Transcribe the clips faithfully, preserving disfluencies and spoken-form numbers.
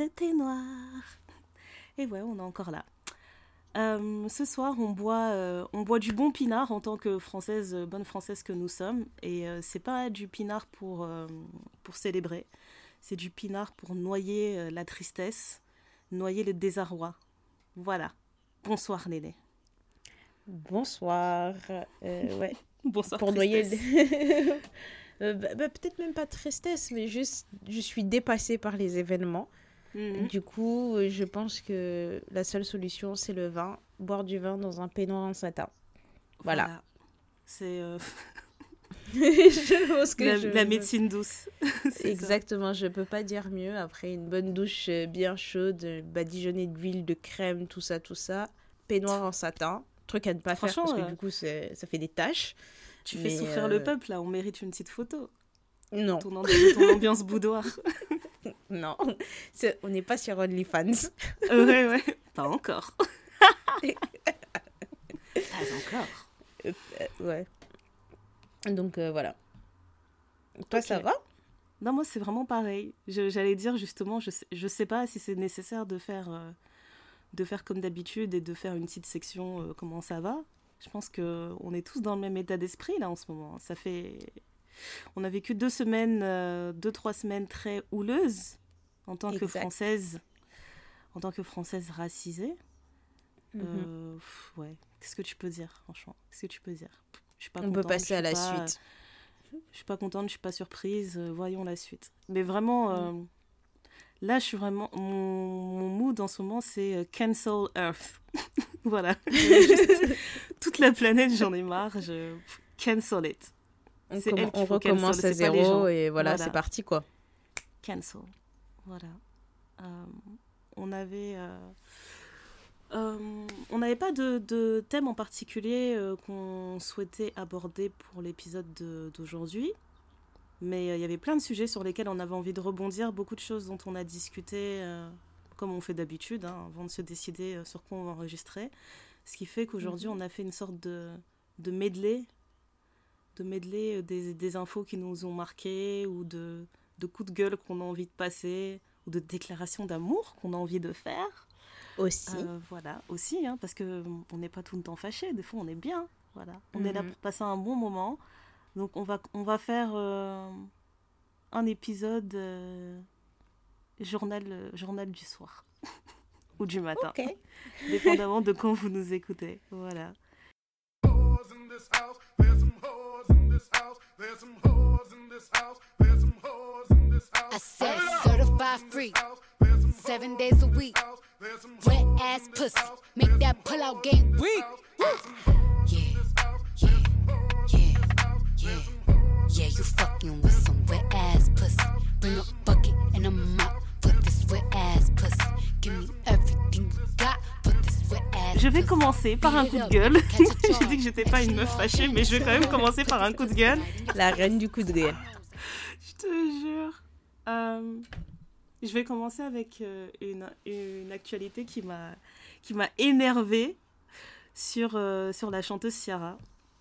de thé noir. Et ouais, on est encore là. Euh, ce soir, on boit, euh, on boit du bon pinard en tant que française, euh, bonne française que nous sommes. Et euh, c'est pas du pinard pour, euh, pour célébrer. C'est du pinard pour noyer euh, la tristesse, noyer le désarroi. Voilà. Bonsoir, Néné. Bonsoir. Euh, ouais. Bonsoir, Pour tristesse. noyer le... euh, bah, bah, peut-être même pas tristesse, mais juste, je suis dépassée par les événements. Mm-hmm. Du coup, je pense que la seule solution, c'est le vin. Boire du vin dans un peignoir en satin. Voilà. Voilà. C'est euh... je pense que la, je... la médecine douce. Exactement, ça. Je peux pas dire mieux. Après une bonne douche bien chaude, badigeonnée d'huile, de crème, tout ça, tout ça. Peignoir en satin. Truc à ne pas faire parce que euh... du coup, c'est... ça fait des taches. Tu mais fais souffrir euh... le peuple, là. On mérite une petite photo. Non. Ton, ambi- ton ambiance boudoir. Non, c'est... on n'est pas sur OnlyFans. Ouais, ouais. Pas encore. Pas encore. Euh, ouais. Donc, euh, voilà. Toi, okay. Ça va ? Non, moi, c'est vraiment pareil. Je, j'allais dire, justement, je sais, je sais pas si c'est nécessaire de faire, euh, de faire comme d'habitude et de faire une petite section euh, comment ça va. Je pense qu'on est tous dans le même état d'esprit, là, en ce moment. Ça fait... On a vécu deux semaines, euh, deux, trois semaines très houleuses en tant exact. que Française, en tant que Française racisée. Mm-hmm. Euh, pff, ouais. Qu'est-ce que tu peux dire, franchement ? Qu'est-ce que tu peux dire ? Je suis pas On contente, peut passer à la pas... suite. Je suis pas contente, je suis pas surprise. Euh, voyons la suite. Mais vraiment, euh, mm. là, je suis vraiment... Mon, mon mood en ce moment, c'est euh, cancel Earth. Voilà. Juste... Toute la planète, j'en ai marre. Je... Cancel it. On, com- on recommence cancel, à zéro et voilà, voilà, c'est parti, quoi. Cancel. Voilà. Euh, on avait... Euh... Euh, on n'avait pas de, de thème en particulier euh, qu'on souhaitait aborder pour l'épisode de, d'aujourd'hui, mais il euh, y avait plein de sujets sur lesquels on avait envie de rebondir, beaucoup de choses dont on a discuté, euh, comme on fait d'habitude, hein, avant de se décider euh, sur quoi on va enregistrer, ce qui fait qu'aujourd'hui, mm-hmm. on a fait une sorte de, de medley, de medley des, des infos qui nous ont marqués, ou de, de coups de gueule qu'on a envie de passer, ou de déclarations d'amour qu'on a envie de faire. Aussi. Euh, voilà, aussi, hein, parce qu'on n'est pas tout le temps fâché, des fois on est bien, voilà. On mm-hmm. est là pour passer un bon moment. Donc on va, on va faire euh, un épisode euh, journal, euh, journal du soir ou du matin, okay. dépendamment de quand vous nous écoutez, voilà. I said certified free, seven days a week. Wet ass pussy, make that pull out game weak. Yeah, yeah, yeah, yeah, yeah. You fucking with some wet ass pussy. Bring a bucket and a mop for this wet ass pussy. Give me everything you got for this wet ass. Je vais commencer par un coup de gueule. J'ai dit que j'étais pas une meuf fâchée, mais je vais quand même commencer par un coup de gueule. La reine du coup de gueule. Je te jure. Euh... Je vais commencer avec euh, une, une actualité qui m'a, qui m'a énervée sur, euh, sur la chanteuse Ciara.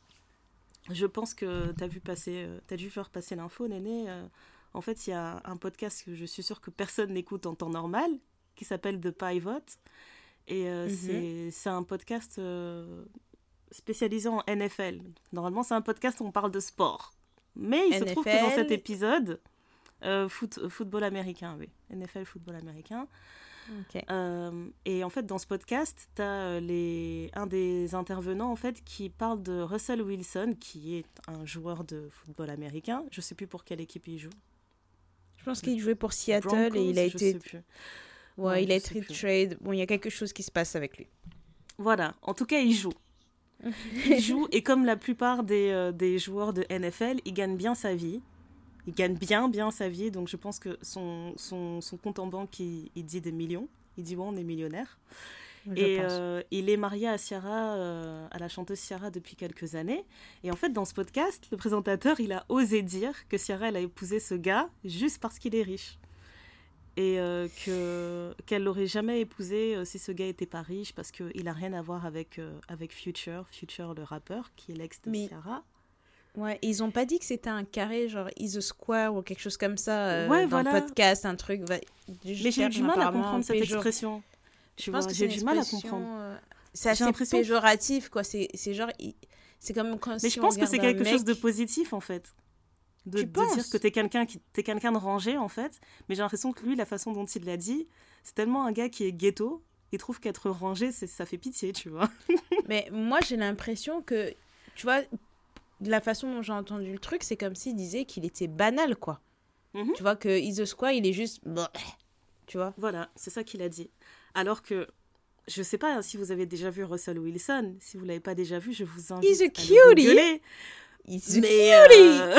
Je pense que tu as vu passer, euh, t'as dû faire passer l'info, Néné. Euh, en fait, il y a un podcast que je suis sûre que personne n'écoute en temps normal, qui s'appelle The Pivot. Et euh, mm-hmm. c'est, c'est un podcast euh, spécialisé en N F L. Normalement, c'est un podcast où on parle de sport. Mais il N F L... se trouve que dans cet épisode... Euh, foot, football américain, oui. N F L, football américain. Okay. Euh, et en fait, dans ce podcast, tu as les... un des intervenants en fait, qui parle de Russell Wilson, qui est un joueur de football américain. Je ne sais plus pour quelle équipe il joue. Je pense qu'il jouait pour Seattle Broncos, et il a je été... sais plus. Ouais, ouais, il a été trade. Bon, il y a quelque chose qui se passe avec lui. Voilà. En tout cas, il joue. il joue et comme la plupart des, euh, des joueurs de N F L, il gagne bien sa vie. Il gagne bien, bien sa vie, donc je pense que son, son, son compte en banque, il, il dit des millions. Il dit, bon, on est millionnaire. Je et euh, il est marié à Ciara, euh, à la chanteuse Ciara depuis quelques années. Et en fait, dans ce podcast, le présentateur, il a osé dire que Ciara, elle a épousé ce gars juste parce qu'il est riche. Et euh, que, qu'elle l'aurait jamais épousé euh, si ce gars n'était pas riche, parce qu'il n'a rien à voir avec, euh, avec Future, Future le rappeur, qui est l'ex de Mais... Ciara. Ouais, ils ont pas dit que c'était un carré, genre is a square ou quelque chose comme ça euh, ouais, dans voilà. le podcast, un truc. Va... Mais j'ai eu du mal à comprendre cette péjor... expression. Je pense que j'ai du mal à comprendre. Euh... C'est assez l'impression... péjoratif, quoi. C'est, c'est genre, c'est comme quand. Mais si je pense que c'est quelque mec... chose de positif, en fait. De, tu de penses dire que t'es quelqu'un, qui... t'es quelqu'un de rangé, en fait. Mais j'ai l'impression que lui, la façon dont il l'a dit, c'est tellement un gars qui est ghetto. Il trouve qu'être rangé, c'est... ça fait pitié, tu vois. Mais moi, j'ai l'impression que, tu vois, de la façon dont j'ai entendu le truc, c'est comme s'il disait qu'il était banal, quoi. Mm-hmm. Tu vois, que Is the Square, il est juste... Tu vois. Voilà, c'est ça qu'il a dit. Alors que, je sais pas si vous avez déjà vu Russell Wilson. Si vous l'avez pas déjà vu, je vous invite He's a à cutie. le googler. He's a Mais, cutie. Euh...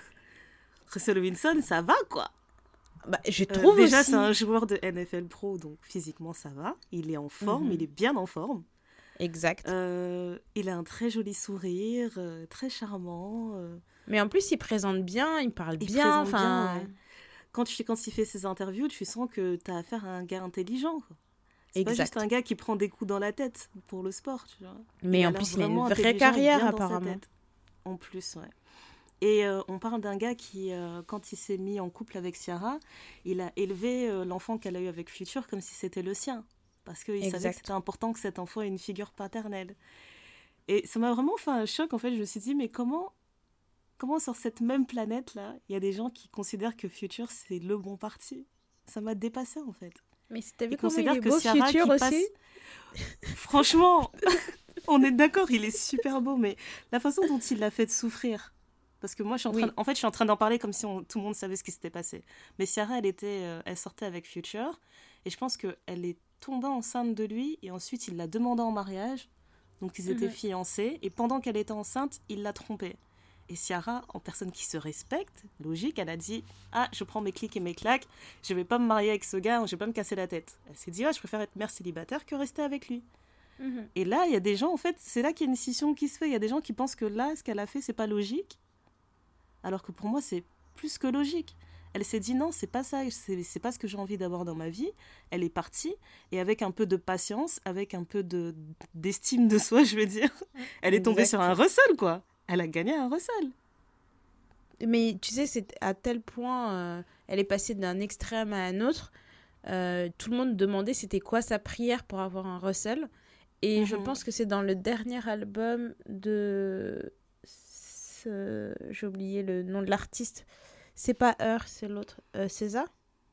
Russell Wilson, ça va, quoi. Bah, je trouve euh, déjà, aussi... c'est un joueur de N F L Pro, donc physiquement, ça va. Il est en forme, mm-hmm. il est bien en forme. Exact. Euh, il a un très joli sourire, euh, très charmant. Euh... Mais en plus, il présente bien, il parle il bien. Enfin, ouais. Quand, tu, quand il fait ses interviews, tu sens que tu as affaire à un gars intelligent. Quoi. C'est exact. Pas juste un gars qui prend des coups dans la tête pour le sport. Tu vois. Mais il en plus, il a une vraie carrière, apparemment. En plus, ouais. Et euh, on parle d'un gars qui, euh, quand il s'est mis en couple avec Ciara, il a élevé euh, l'enfant qu'elle a eu avec Future comme si c'était le sien. Parce qu'il exact. savait que c'était important que cet enfant ait une figure paternelle. Et ça m'a vraiment fait un choc, en fait. Je me suis dit, mais comment, comment sur cette même planète-là, il y a des gens qui considèrent que Future, c'est le bon parti. Ça m'a dépassé, en fait. Mais si t'as vu comment il est beau, Ciara, Future aussi passe... Franchement, on est d'accord, il est super beau, mais la façon dont il l'a fait souffrir... Parce que moi, je suis en, train... oui. en fait, je suis en train d'en parler comme si on... tout le monde savait ce qui s'était passé. Mais Ciara, elle, était, euh, elle sortait avec Future. Et je pense qu'elle est tombée enceinte de lui. Et ensuite, il l'a demandé en mariage. Donc, ils étaient mm-hmm. fiancés. Et pendant qu'elle était enceinte, il l'a trompée. Et Ciara, en personne qui se respecte, logique, elle a dit « Ah, je prends mes clics et mes claques. Je ne vais pas me marier avec ce gars. Je ne vais pas me casser la tête. » Elle s'est dit « Ah, je préfère être mère célibataire que rester avec lui. Mm-hmm. » Et là, il y a des gens, en fait, c'est là qu'il y a une scission qui se fait. Il y a des gens qui pensent que là, ce qu'elle a fait, ce n'est pas logique. Alors que pour moi, c'est plus que logique. Elle s'est dit non, c'est pas ça, c'est, c'est pas ce que j'ai envie d'avoir dans ma vie. Elle est partie, et avec un peu de patience, avec un peu de, d'estime de soi, je veux dire, elle est tombée exact. Sur un Russell, quoi. Elle a gagné un Russell. Mais tu sais, c'est à tel point, euh, elle est passée d'un extrême à un autre. Euh, tout le monde demandait c'était quoi sa prière pour avoir un Russell. Et mm-hmm. je pense que c'est dans le dernier album de... Euh, j'ai oublié le nom de l'artiste. C'est pas Heur, c'est l'autre. Euh, César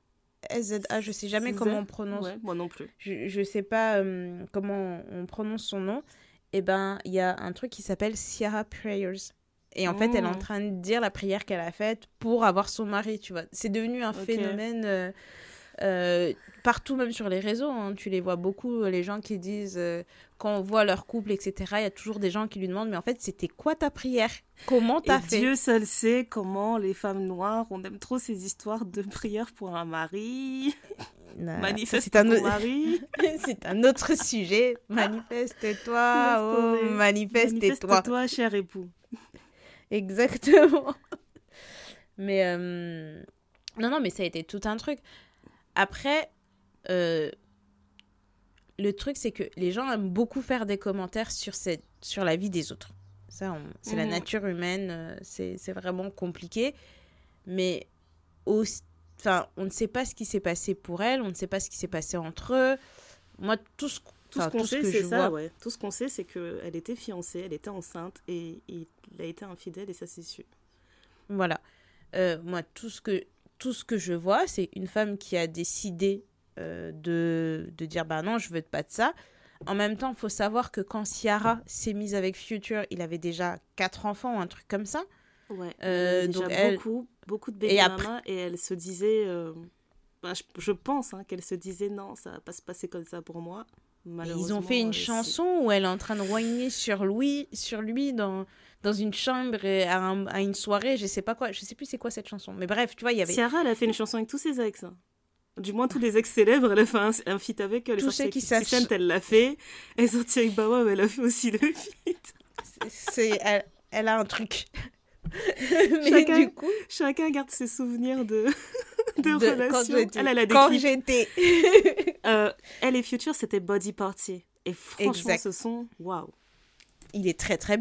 S Z A, je sais jamais César. Comment on prononce. Ouais, moi non plus. Je, je sais pas euh, comment on prononce son nom. Et ben, il y a un truc qui s'appelle Ciara Prayers. Et en mmh. fait, elle est en train de dire la prière qu'elle a faite pour avoir son mari, tu vois. C'est devenu un okay. phénomène euh, euh, partout, même sur les réseaux. Hein. Tu les vois beaucoup, les gens qui disent, euh, quand on voit leur couple, et cetera, il y a toujours des gens qui lui demandent, mais en fait, c'était quoi ta prière ? Comment t'as et fait ? Dieu seul sait comment les femmes noires, on aime trop ces histoires de prière pour un mari. Non, manifeste c'est un ton autre... mari. C'est un autre sujet. Manifeste-toi, oh, manifeste-toi. Manifeste-toi, cher époux. Exactement. Mais, euh... non, non, mais ça a été tout un truc. Après, euh... le truc, c'est que les gens aiment beaucoup faire des commentaires sur, cette... sur la vie des autres. Ça, on... c'est mmh. la nature humaine, c'est, c'est vraiment compliqué. Mais aussi... enfin, on ne sait pas ce qui s'est passé pour elle, on ne sait pas ce qui s'est passé entre eux. Moi, tout ce, tout ce qu'on tout sait, ce que c'est je ça, vois... ouais. Tout ce qu'on sait, c'est qu'elle était fiancée, elle était enceinte, et il a été infidèle, et ça, c'est sûr. Voilà. Euh, moi, tout ce, que, tout ce que je vois, c'est une femme qui a décidé euh, de, de dire « bah non, je veux pas de ça ». En même temps, il faut savoir que quand Ciara s'est mise avec Future, il avait déjà quatre enfants ou un truc comme ça. Ouais, euh, donc déjà elle... beaucoup, beaucoup de bébés après... mamas, et elle se disait, euh... ben, je, je pense hein, qu'elle se disait non, ça va pas se passer comme ça pour moi. Ils ont fait une chanson où elle est en train de whiner sur lui, sur lui dans, dans une chambre et à, un, à une soirée, je sais pas quoi, je sais plus c'est quoi cette chanson, mais bref, tu vois, il y avait... Ciara, elle a fait une chanson avec tous ses ex, hein. Du moins tous les ex célèbres, elle a fait un, un feat avec eux. Tous ceux qui savent. Cent, elle l'a fait. Elle est sortie avec Bawa, mais elle a fait aussi le feat. C'est, c'est, elle, elle a un truc. Mais chacun, du coup, chacun garde ses souvenirs de, de, de relations. Quand j'étais, elle, elle a des quand clips. j'étais. euh, elle et Future, c'était Body Party. Et franchement, exact. ce son, waouh. Il est très très bien.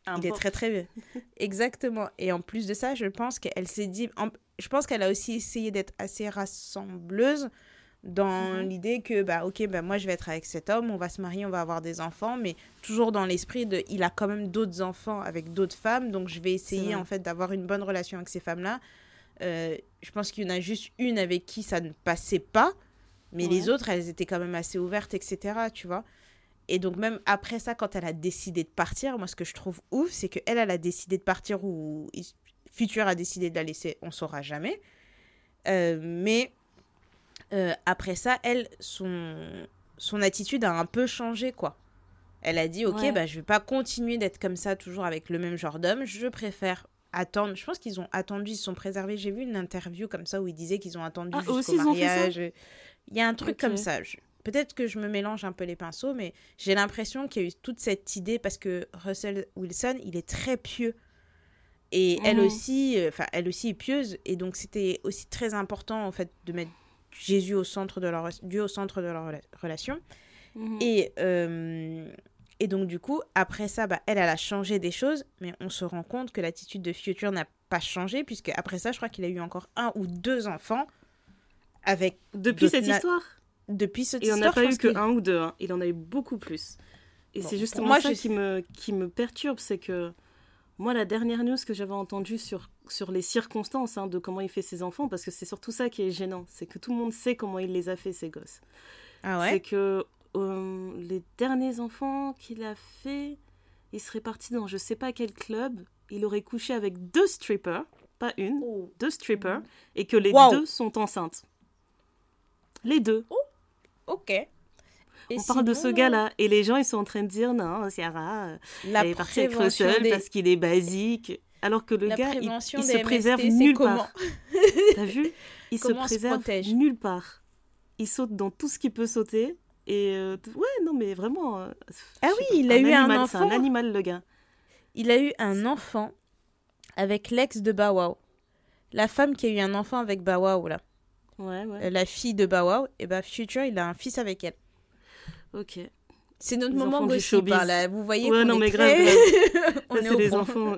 Un il est pop. très très bien. Exactement. Et en plus de ça, je pense qu'elle s'est dit... en- Je pense qu'elle a aussi essayé d'être assez rassembleuse dans Mhm. l'idée que, bah, ok, bah, moi je vais être avec cet homme, on va se marier, on va avoir des enfants, mais toujours dans l'esprit de, il a quand même d'autres enfants avec d'autres femmes, donc je vais C'est essayer vrai. en fait d'avoir une bonne relation avec ces femmes-là. Euh, je pense qu'il y en a juste une avec qui ça ne passait pas, mais les Ouais. autres, elles étaient quand même assez ouvertes, et cetera, tu vois. Et donc même après ça, quand elle a décidé de partir, moi ce que je trouve ouf, c'est qu'elle, elle a décidé de partir ou Future a décidé de la laisser, on saura jamais. Euh, mais euh, après ça, elle, son, son attitude a un peu changé, quoi. Elle a dit, ok, Ouais. bah, je vais pas continuer d'être comme ça, toujours avec le même genre d'homme. Je préfère attendre. Je pense qu'ils ont attendu, ils se sont préservés. J'ai vu une interview comme ça où ils disaient qu'ils ont attendu Ah, eux jusqu'au aussi, ils ont fait ça? mariage. Il y a un truc Ok. comme ça. Je- Peut-être que je me mélange un peu les pinceaux, mais j'ai l'impression qu'il y a eu toute cette idée parce que Russell Wilson, il est très pieux. Et elle Mhm. aussi, euh, enfin, elle aussi est pieuse. Et donc, c'était aussi très important, en fait, de mettre Jésus au centre de leur, Dieu au centre de leur rela- relation. Mhm. Et, euh, et donc, du coup, après ça, bah, elle, elle a changé des choses. Mais on se rend compte que l'attitude de Future n'a pas changé. Puisque après ça, je crois qu'il a eu encore un ou deux enfants avec Depuis d'autres cette na- histoire, Depuis cette il n'en histoire, a pas je eu pense que qu'il- un ou deux, hein. Il en a eu beaucoup plus. Et Bon, c'est pour justement moi, ça je- qui me, qui me perturbe, c'est que moi, la dernière news que j'avais entendue sur, sur les circonstances hein, de comment il fait ses enfants, parce que c'est surtout ça qui est gênant, c'est que tout le monde sait comment il les a fait, ces gosses. Ah C'est ouais? que euh, les derniers enfants qu'il a fait, il serait parti dans je sais pas quel club, il aurait couché avec deux strippers, pas une, Oh. deux strippers, et que les Wow. deux sont enceintes. Les deux. Ok. Et On parle de ce sinon, gars-là, et les gens ils sont en train de dire non, Ciara, euh, La elle est partie avec prévention Russell des... parce qu'il est basique. Alors que le La gars, il, prévention il des se M S T, préserve c'est nulle comment? part. T'as vu? Il se Comment on se préserve protège? nulle part. Il saute dans tout ce qu'il peut sauter. Et euh, t- ouais, non, mais vraiment. euh, Ah je sais oui, pas, il a eu un animal, c'est un enfant. animal, le gars. Il a eu un enfant avec l'ex de Bow Wow. La femme qui a eu un enfant avec Bow Wow, là. Ouais, ouais. Euh, La fille de Bow Wow, et bah Future, il a un fils avec elle. Ok. C'est notre Les moment enfants du gossip, showbiz. par là. Vous voyez Ouais, qu'on non, est mais très... grave, grave. On Ça, est c'est au les point. enfants.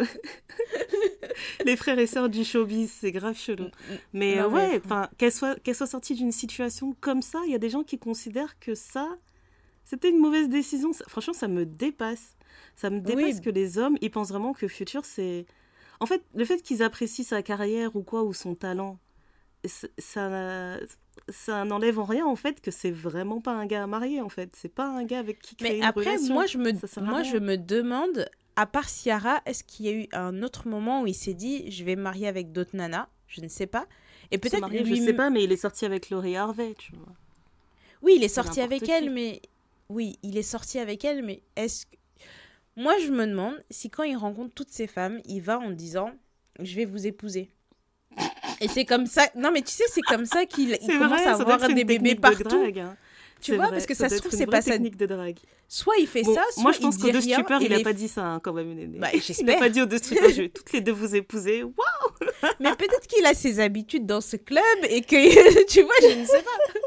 Les frères et sœurs du showbiz, c'est grave chelou. Mais Non, euh, mais- ouais, enfin, qu'elle soit, qu'elle soit sortie d'une situation comme ça, il y a des gens qui considèrent que ça, c'était une mauvaise décision. Ça- franchement, ça me dépasse. Ça me dépasse Oui. que les hommes, ils pensent vraiment que Future, c'est... En fait, le fait qu'ils apprécient sa carrière ou quoi, ou son talent, c- ça, ça n'enlève en rien, en fait, que c'est vraiment pas un gars à marier, en fait. C'est pas un gars avec qui créer Mais une après, relation. moi, je me, Ça sert à moi rien. je me demande, à part Ciara, est-ce qu'il y a eu un autre moment où il s'est dit, je vais me marier avec d'autres nanas? Je ne sais pas. Et Se peut-être marier, lui... je sais pas, mais il est sorti avec Laurie Harvey, tu vois. Oui, il est C'est sorti n'importe avec qui. elle, mais... Oui, il est sorti avec elle, mais est-ce que... Moi, je me demande si quand il rencontre toutes ces femmes, il va en disant, je vais vous épouser. Et c'est comme ça... Non, mais tu sais, c'est comme ça qu'il il C'est commence vrai, à ça doit avoir être une des bébés technique de partout. drague, hein. Tu C'est vois, vrai, parce que ça, doit se trouve, être c'est une pas vraie ça. technique de drague. Soit il fait Bon, ça, soit moi, je pense il qu'aux dit deux rien. strippers, et il a les- pas dit ça, hein, quand même. Néné. Bah, Il a j'espère. pas dit aux deux strippers, je vais toutes les deux vous épouser. Waouh. Mais peut-être qu'il a ses habitudes dans ce club et que, tu vois, je ne sais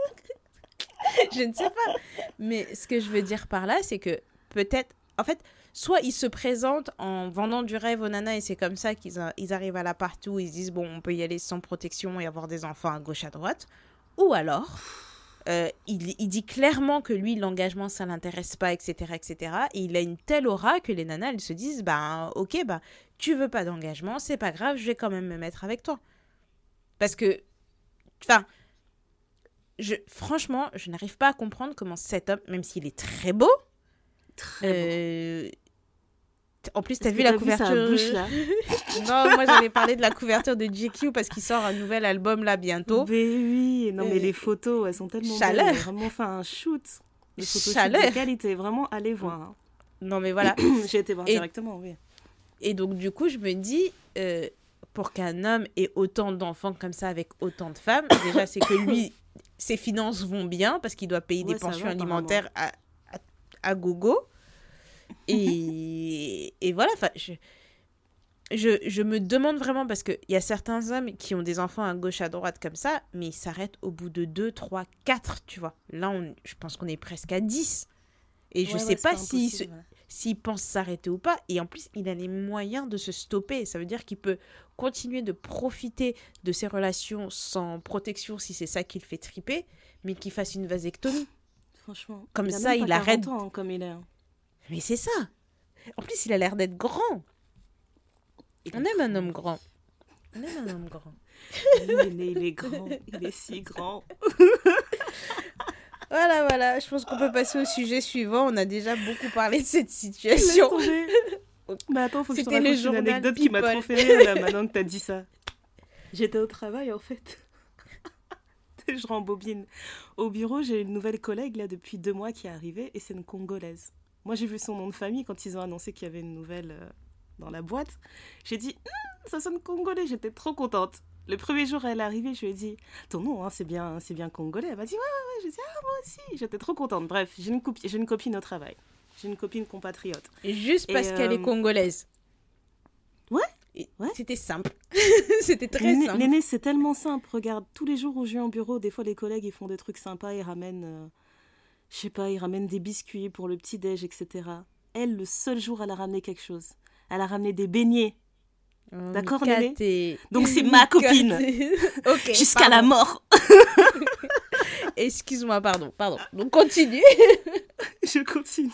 pas. Je ne sais pas. Mais ce que je veux dire par là, c'est que peut-être, en fait, soit ils se présentent en vendant du rêve aux nanas et c'est comme ça qu'ils a- ils arrivent à la partout, ils se disent, bon, on peut y aller sans protection et avoir des enfants à gauche, à droite. Ou alors, euh, il, il dit clairement que lui, l'engagement, ça l'intéresse pas, et cetera, et cetera. Et il a une telle aura que les nanas, elles se disent, bah, ok, bah, tu veux pas d'engagement, c'est pas grave, je vais quand même me mettre avec toi. Parce que, enfin, je, franchement, je n'arrive pas à comprendre comment cet homme, même s'il est très beau, Très bon. euh, t- en plus, t'as Est-ce vu que la t'as vu sa couverture bouche, là Non, moi j'allais parler de la couverture de G Q parce qu'il sort un nouvel album là bientôt. Mais oui, non mais Euh, les photos, elles sont tellement chaleur. belles. Il a vraiment fait un shoot. Des photos Chaleur. de qualité, vraiment, allez voir. hein. Non, mais voilà. J'ai été voir Et- directement, oui. Et donc, du coup, je me dis, euh, pour qu'un homme ait autant d'enfants comme ça avec autant de femmes, déjà, c'est que lui, ses finances vont bien parce qu'il doit payer Ouais, des ça pensions va, alimentaires à, à, à gogo. Et, et voilà, enfin, je, je, je me demande vraiment parce qu'il y a certains hommes qui ont des enfants à gauche, à droite comme ça, mais ils s'arrêtent au bout de deux, trois, quatre, tu vois. Là, on, je pense qu'on est presque à dix. Et je Ouais, sais ouais, pas c'est si... impossible, ouais. s'il pense s'arrêter ou pas. Et en plus, il a les moyens de se stopper. Ça veut dire qu'il peut continuer de profiter de ses relations sans protection si c'est ça qui le fait triper, mais qu'il fasse une vasectomie. Franchement. Comme il a ça, même il pas arrête. quarante ans, hein, comme il est. Mais c'est ça. En plus, il a l'air d'être grand. Il On est aime un grand. homme grand. On aime un homme grand. Il est né, il est grand. Il est si grand. Voilà, voilà. Je pense qu'on peut passer au sujet suivant. On a déjà beaucoup parlé de cette situation. Mais attends, faut que C'était je te le raconte une journal anecdote qui m'a People. trop fait rire là, maintenant que t'as dit ça. J'étais au travail en fait. Je rembobine. Au bureau, j'ai une nouvelle collègue là depuis deux mois qui est arrivée et c'est une Congolaise. Moi, j'ai vu son nom de famille quand ils ont annoncé qu'il y avait une nouvelle euh, dans la boîte. J'ai dit, hm, ça sonne congolais. J'étais trop contente. Le premier jour, elle est arrivée, je lui ai dit, ton nom, hein, c'est bien, c'est bien congolais. Elle m'a dit, ouais, ouais, ouais. Je lui ai dit, ah, moi aussi. J'étais trop contente. Bref, j'ai une, copi- j'ai une copine au travail. J'ai une copine compatriote. Juste parce Et, qu'elle euh, est congolaise. Ouais, Et ouais. C'était simple. C'était très L'aîné, simple. l'aîné, c'est tellement simple. Regarde, tous les jours où je viens au bureau, des fois, les collègues, ils font des trucs sympas. Ils ramènent, euh, je sais pas, ils ramènent des biscuits pour le petit-déj, et cetera. Elle, le seul jour, elle a ramené quelque chose. Elle a ramené des beignets. Oh, D'accord, Mika, Néné t'es- Donc, c'est ma Mika, copine. t'es- Ok, Jusqu'à la pardon. mort. Excuse-moi, pardon, pardon. Donc continue. Je continue.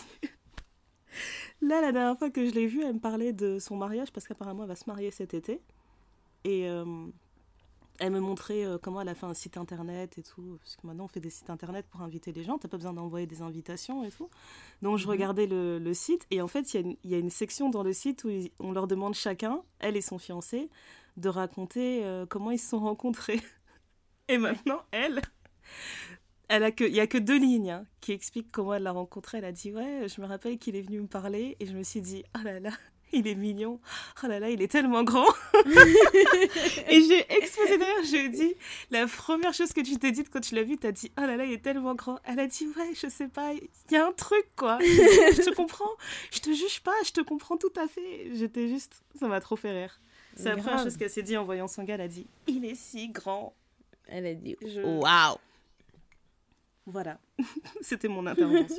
Là, la dernière fois que je l'ai vue, elle me parlait de son mariage parce qu'apparemment, elle va se marier cet été. Et euh, elle me montrait euh, comment elle a fait un site internet et tout. Parce que maintenant, on fait des sites internet pour inviter les gens. T'as pas besoin d'envoyer des invitations et tout. Donc, je Mhm. regardais le, le site. Et en fait, il y, a une- il y a une section dans le site où ils- on leur demande chacun, elle et son fiancé, de raconter euh, comment ils se sont rencontrés. Et maintenant, elle, elle a que, il y a que deux lignes hein, qui expliquent comment elle l'a rencontré. Elle a dit ouais, je me rappelle qu'il est venu me parler et je me suis dit oh là là, il est mignon. Oh là là, il est tellement grand. Et j'ai explosé derrière. Je lui ai dit la première chose que tu t'es dite quand tu l'as vu, t'as dit oh là là, il est tellement grand. Elle a dit ouais, je sais pas, il y a un truc quoi. Je te comprends, je te juge pas, je te comprends tout à fait. J'étais juste, ça m'a trop fait rire. C'est la Grave. première chose qu'elle s'est dit en voyant son gars. Elle a dit il est si grand. Elle a dit Je- waouh. Voilà, c'était mon intervention.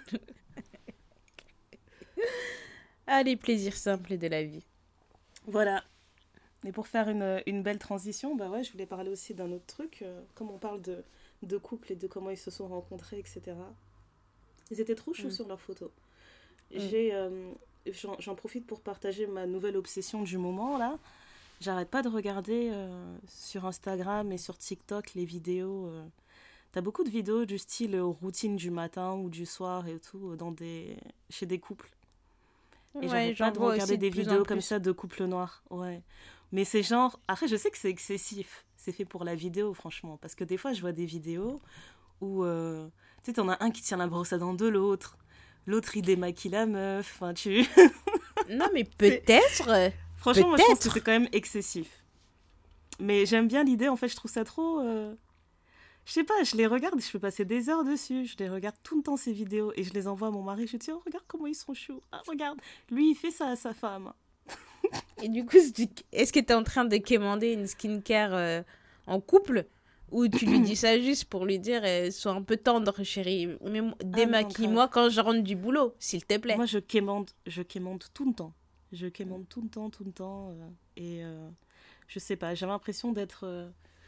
Ah, les plaisirs simples de la vie. Voilà. Et pour faire une, une belle transition, bah ouais, je voulais parler aussi d'un autre truc. euh, comme on parle de, de couple et de comment ils se sont rencontrés, et cetera. Ils étaient trop chauds Mm. sur leurs photos. Mm. J'ai, euh, j'en, j'en profite pour partager ma nouvelle obsession du moment, là. J'arrête pas de regarder euh, sur Instagram et sur TikTok les vidéos. euh. T'as beaucoup de vidéos du style euh, routine du matin ou du soir et tout, euh, dans des... chez des couples. Et j'arrête pas de regarder des vidéos comme ça de couples noirs. Ouais. Mais c'est genre... Après, je sais que c'est excessif. C'est fait pour la vidéo, franchement. Parce que des fois, je vois des vidéos où... euh, tu sais, t'en as un qui tient la brosse à dents de l'autre. L'autre, il démaquille la meuf. Enfin, tu... Non, mais peut-être. Franchement, moi, je pense que Peut-être. c'est quand même excessif. Mais j'aime bien l'idée. En fait, je trouve ça trop... euh, Je sais pas, je les regarde et je peux passer des heures dessus. Je les regarde tout le temps, ces vidéos. Et je les envoie à mon mari. Je lui dis, oh, regarde comment ils sont chauds. Ah, regarde, lui, il fait ça à sa femme. Et du coup, c'est- est-ce que tu es en train de quémander une skincare euh, en couple ou tu lui dis ça juste pour lui dire euh, sois un peu tendre, chérie, mais démaquille-moi quand je rentre du boulot, s'il te plaît. Moi, je quémande, je quémande tout le temps. Je quémande tout le temps, tout le temps. euh, et euh, je sais pas, j'avais l'impression d'être... euh,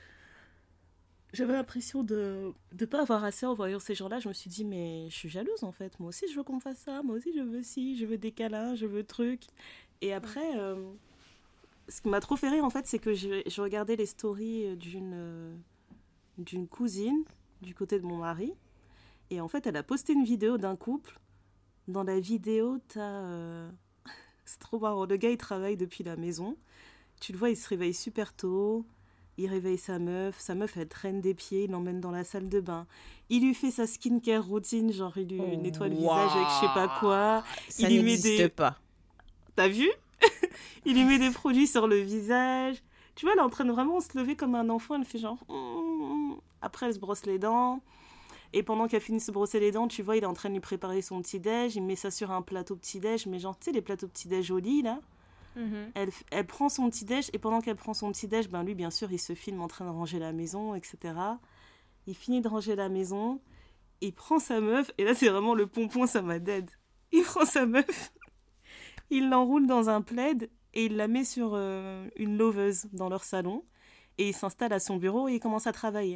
J'avais l'impression de ne pas avoir assez en voyant ces gens-là. Je me suis dit, mais je suis jalouse en fait. Moi aussi, je veux qu'on me fasse ça. Moi aussi, je veux ci, je veux des câlins, je veux trucs. Et après, euh, ce qui m'a trop fait rire en fait, c'est que je, je regardais les stories d'une, euh, d'une cousine du côté de mon mari. Et en fait, elle a posté une vidéo d'un couple. Dans la vidéo, t'as... euh, c'est trop marrant. Le gars, il travaille depuis la maison. Tu le vois, il se réveille super tôt. Il réveille sa meuf. Sa meuf, elle traîne des pieds. Il l'emmène dans la salle de bain. Il lui fait sa skincare routine. Genre, il lui Oh, nettoie le wow. visage avec je sais pas quoi. Ça il lui met n'existe des... pas. T'as vu? Il lui met des produits sur le visage. Tu vois, elle est en train de vraiment se lever comme un enfant. Elle fait genre... mm. Après, elle se brosse les dents. Et pendant qu'elle finit de se brosser les dents, tu vois, il est en train de lui préparer son petit-déj. Il met ça sur un plateau petit-déj. Mais genre, tu sais, les plateaux petit-déj au lit, là. Mhm. Elle, elle prend son petit-déj. Et pendant qu'elle prend son petit-déj, ben lui, bien sûr, il se filme en train de ranger la maison, et cetera. Il finit de ranger la maison. Il prend sa meuf. Et là, c'est vraiment le pompon, ça m'a dead. il prend sa meuf, il l'enroule dans un plaid et il la met sur euh, une loveuse dans leur salon. Et il s'installe à son bureau et il commence à travailler.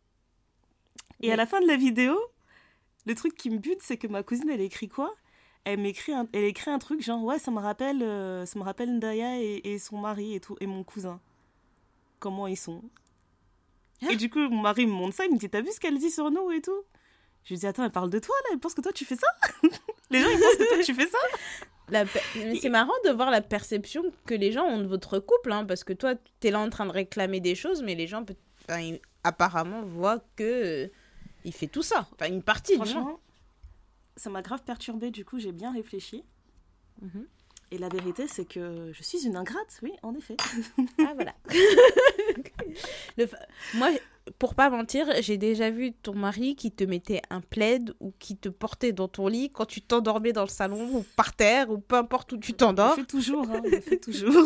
Et Mais... à la fin de la vidéo, le truc qui me bute, c'est que ma cousine, elle écrit quoi ? Elle m'écrit un, elle écrit un truc genre, ouais, ça me rappelle, euh, ça me rappelle Ndaya et, et son mari et, tout, et mon cousin. Comment ils sont. Hein? Et du coup, mon mari me montre ça, il me dit, t'as vu ce qu'elle dit sur nous et tout ? Je lui dis, attends, elle parle de toi, là, elle pense que toi, tu fais ça ? Les gens, ils pensent que toi, tu fais ça ? La per... Mais c'est marrant de voir la perception que les gens ont de votre couple, hein, parce que toi, t'es là en train de réclamer des choses, mais les gens, peut... enfin, ils... apparemment, voient que euh, il fait tout ça. Enfin, une partie, franchement, du moins. Ça m'a grave perturbée, du coup, j'ai bien réfléchi. Mm-hmm. Et la vérité, c'est que je suis une ingrate, oui, en effet. Ah, voilà. Le... Moi, pour pas mentir, j'ai déjà vu ton mari qui te mettait un plaid ou qui te portait dans ton lit quand tu t'endormais dans le salon ou par terre ou peu importe où tu t'endors. Je le fais toujours, hein, je le fais toujours.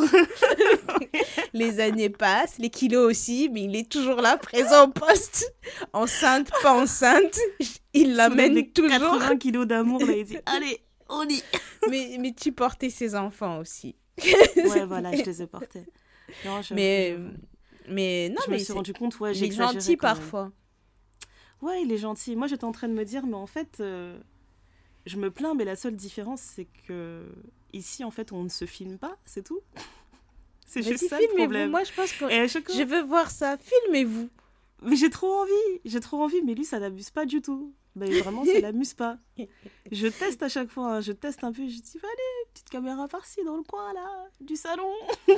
Les années passent, les kilos aussi, mais il est toujours là, présent au poste. Enceinte, pas enceinte, il l'amène toujours. quatre-vingts kilos d'amour, là, il dit, allez, on y. mais, mais tu portais ses enfants aussi. Ouais, voilà, je les ai portés. Non, je, mais... je... Mais non, je mais me suis rendu compte, ouais, j'ai exagéré. Il est gentil parfois. Ouais, il est gentil. Moi, j'étais en train de me dire, mais en fait, euh, je me plains, mais la seule différence, c'est que ici, en fait, on ne se filme pas, c'est tout. C'est mais juste si ça le problème. Moi, je pense que chaque... je veux voir ça. Filmez-vous. Mais j'ai trop envie, j'ai trop envie, mais lui, ça l'abuse pas du tout. Ben, vraiment, ça l'amuse pas. Je teste à chaque fois, hein. Je teste un peu, je dis, allez, petite caméra par-ci, dans le coin, là, du salon.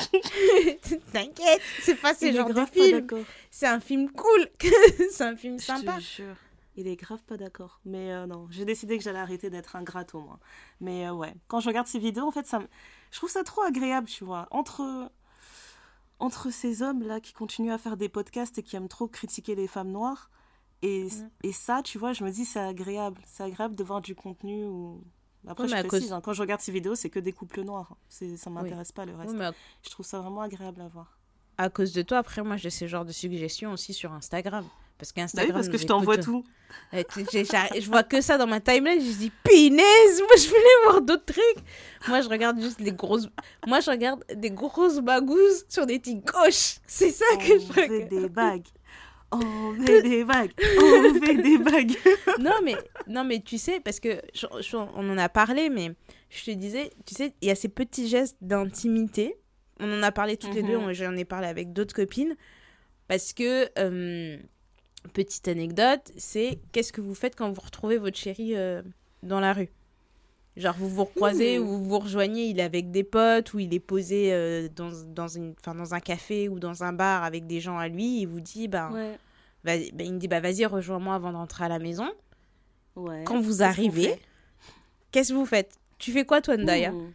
T'inquiète, c'est pas ce genre de film. C'est un film cool, c'est un film sympa. Je te jure, il est grave pas d'accord. Mais euh, non, j'ai décidé que j'allais arrêter d'être ingrate au moins. Mais euh, ouais, quand je regarde ces vidéos, en fait, ça me... je trouve ça trop agréable, tu vois. Entre... Entre ces hommes-là qui continuent à faire des podcasts et qui aiment trop critiquer les femmes noires, Et, mmh. et ça, tu vois, je me dis, c'est agréable. C'est agréable de voir du contenu. Où... Après, oui, je précise, cause... hein, quand je regarde ces vidéos, c'est que des couples noirs. C'est, ça ne m'intéresse oui. pas, le reste. Oui, à... Je trouve ça vraiment agréable à voir. À cause de toi, après, moi, j'ai ce genre de suggestions aussi sur Instagram. Parce qu'Instagram... Oui, parce que je t'envoie tout. Et j'ai, j'ai, je vois que ça dans ma timeline. Je dis, punaise, moi, je voulais voir d'autres trucs. Moi, je regarde juste des grosses... Moi, je regarde des grosses bagouses sur des petites gauches. C'est ça On que je regarde. des bagues. On fait des vagues, on fait des vagues. non, mais, non, mais tu sais, parce que je, je, on en a parlé, mais je te disais, tu sais, il y a ces petits gestes d'intimité. On en a parlé toutes mm-hmm. les deux, on, j'en ai parlé avec d'autres copines. Parce que, euh, petite anecdote, c'est qu'est-ce que vous faites quand vous retrouvez votre chéri euh, dans la rue ? Genre, vous vous recroisez mmh. ou vous vous rejoignez, il est avec des potes, ou il est posé euh, dans, dans, une, dans un café ou dans un bar avec des gens à lui, il vous dit, ben, ouais. bah, bah, il me dit, bah, vas-y, rejoins-moi avant d'entrer à la maison. Ouais. Quand vous qu'est-ce arrivez, qu'est-ce que vous faites ? Tu fais quoi, toi, Ndaya ? mmh.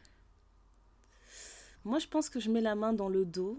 Moi, je pense que je mets la main dans le dos.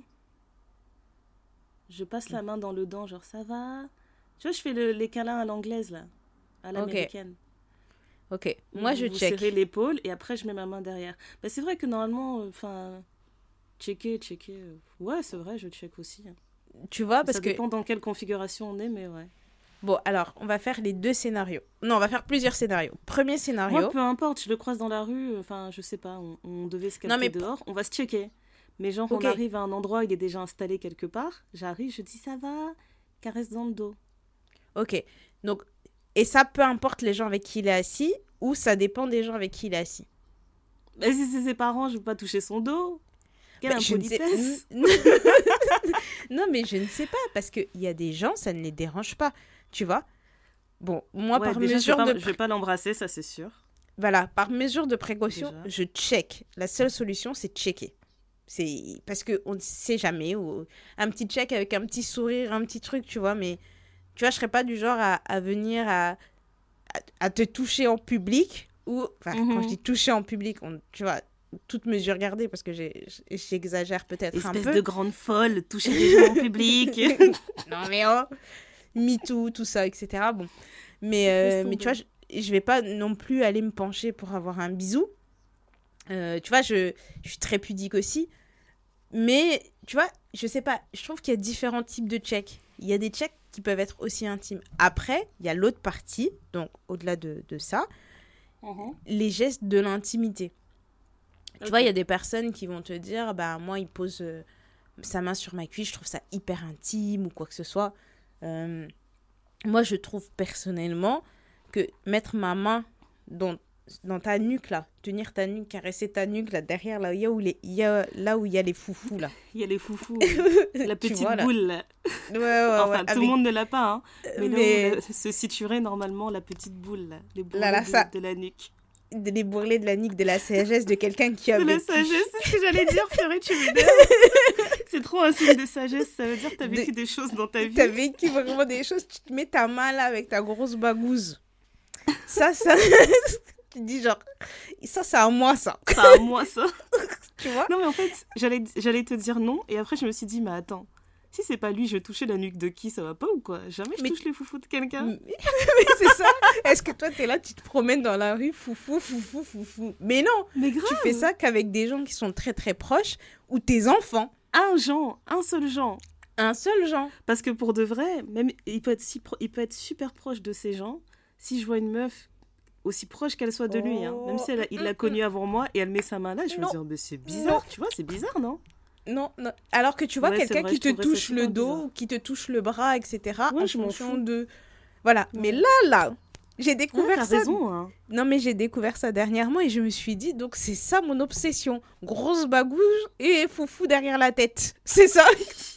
Je passe mmh. la main dans le dos, genre, ça va ? Tu vois, je fais le, les câlins à l'anglaise, là, à l'américaine. Okay. Ok, moi je vous check. Vous serrez l'épaule et après je mets ma main derrière. Bah, c'est vrai que normalement, enfin, euh, checker, checker. Euh, ouais, c'est vrai, je check aussi. Hein. Tu vois, parce ça que. Ça dépend dans quelle configuration on est, mais ouais. Bon, alors, on va faire les deux scénarios. Non, on va faire plusieurs scénarios. Premier scénario. Moi, peu importe, je le croise dans la rue, enfin, je sais pas, on, on devait se capter mais... dehors, on va se checker. Mais genre, okay. on arrive à un endroit, il est déjà installé quelque part, j'arrive, je dis ça va, caresse dans le dos. Ok, donc, et ça, peu importe les gens avec qui il est assis, ou ça dépend des gens avec qui il est assis. Mais si c'est ses parents, je veux pas toucher son dos. Quelle bah, impolitesse. Sais... Non, mais je ne sais pas, parce qu'il y a des gens, ça ne les dérange pas, tu vois. Bon, moi, ouais, par déjà, mesure je vais pas, de... Je vais pas l'embrasser, ça c'est sûr. Voilà, par mesure de précaution, déjà. Je check. La seule solution, c'est checker. C'est parce qu'on ne sait jamais. Ou... Un petit check avec un petit sourire, un petit truc, tu vois, mais... Tu vois, je serais pas du genre à, à venir à, à, à te toucher en public ou... Enfin, mm-hmm. quand je dis toucher en public, on, tu vois, toute mesure gardée parce que j'ai, j'exagère peut-être Espèce un peu. Espèce de grande folle, toucher des gens en public. Non mais oh MeToo, tout ça, et cetera. Bon. Mais, euh, mais tu vois, je, je vais pas non plus aller me pencher pour avoir un bisou. Euh, tu vois, je, je suis très pudique aussi. Mais, tu vois, je sais pas, je trouve qu'il y a différents types de checks. Il y a des checks qui peuvent être aussi intimes. Après, il y a l'autre partie, donc au-delà de, de ça, mmh. les gestes de l'intimité. Tu okay. vois, il y a des personnes qui vont te dire, bah, moi, il pose euh, sa main sur ma cuisse, je trouve ça hyper intime ou quoi que ce soit. Euh, moi, je trouve personnellement que mettre ma main dans, dans ta nuque, là, tenir ta nuque, caresser ta nuque, là, derrière, là où il y a, où les, il y a, là où il y a les foufous, là. Il y a les foufous, la petite vois, boule, là. Ouais, ouais, enfin, ouais, tout avec... le monde ne l'a pas, hein. Mais, mais... là où se situerait normalement la petite boule, là, les bourrelets là, là, de, ça... de la nuque. De les bourrelets de la nuque, de la sagesse de quelqu'un qui a de vécu. De la sagesse, c'est ce que j'allais dire, Fiori, tu me dis. C'est trop un signe de sagesse, ça veut dire que t'as vécu de... des choses dans ta vie. T'as vécu vraiment des choses, tu te mets ta main là avec ta grosse bagouze. Ça, ça... tu dis genre, ça, c'est à moi, ça. C'est à moi, ça. Tu vois? Non, mais en fait, j'allais, j'allais te dire non, et après, je me suis dit, mais attends. Si c'est pas lui, je vais toucher la nuque de qui, ça va pas ou quoi? Jamais je mais... touche les foufous de quelqu'un. Mais, mais c'est ça. Est-ce que toi, t'es là, tu te promènes dans la rue, foufou, foufou, foufou. Mais non, mais grave. Tu fais ça qu'avec des gens qui sont très, très proches ou tes enfants. Un genre, un seul genre. Un seul genre. Parce que pour de vrai, même, il peut être, si pro... il peut être super proche de ces gens. Si je vois une meuf aussi proche qu'elle soit de oh. lui, hein, même si elle, il l'a connue avant moi et elle met sa main là, je non. me dis, oh, mais c'est bizarre, non. tu vois, c'est bizarre, non? Non, non, alors que tu vois ouais, quelqu'un vrai, qui te touche le dos, bizarre. Qui te touche le bras, et cetera. Ouais, en fonction de... Voilà, ouais. mais là, là, j'ai découvert ouais, ça. Raison, hein. Non, mais j'ai découvert ça dernièrement et je me suis dit, donc c'est ça mon obsession. Grosse bagouche et foufou derrière la tête. C'est ça.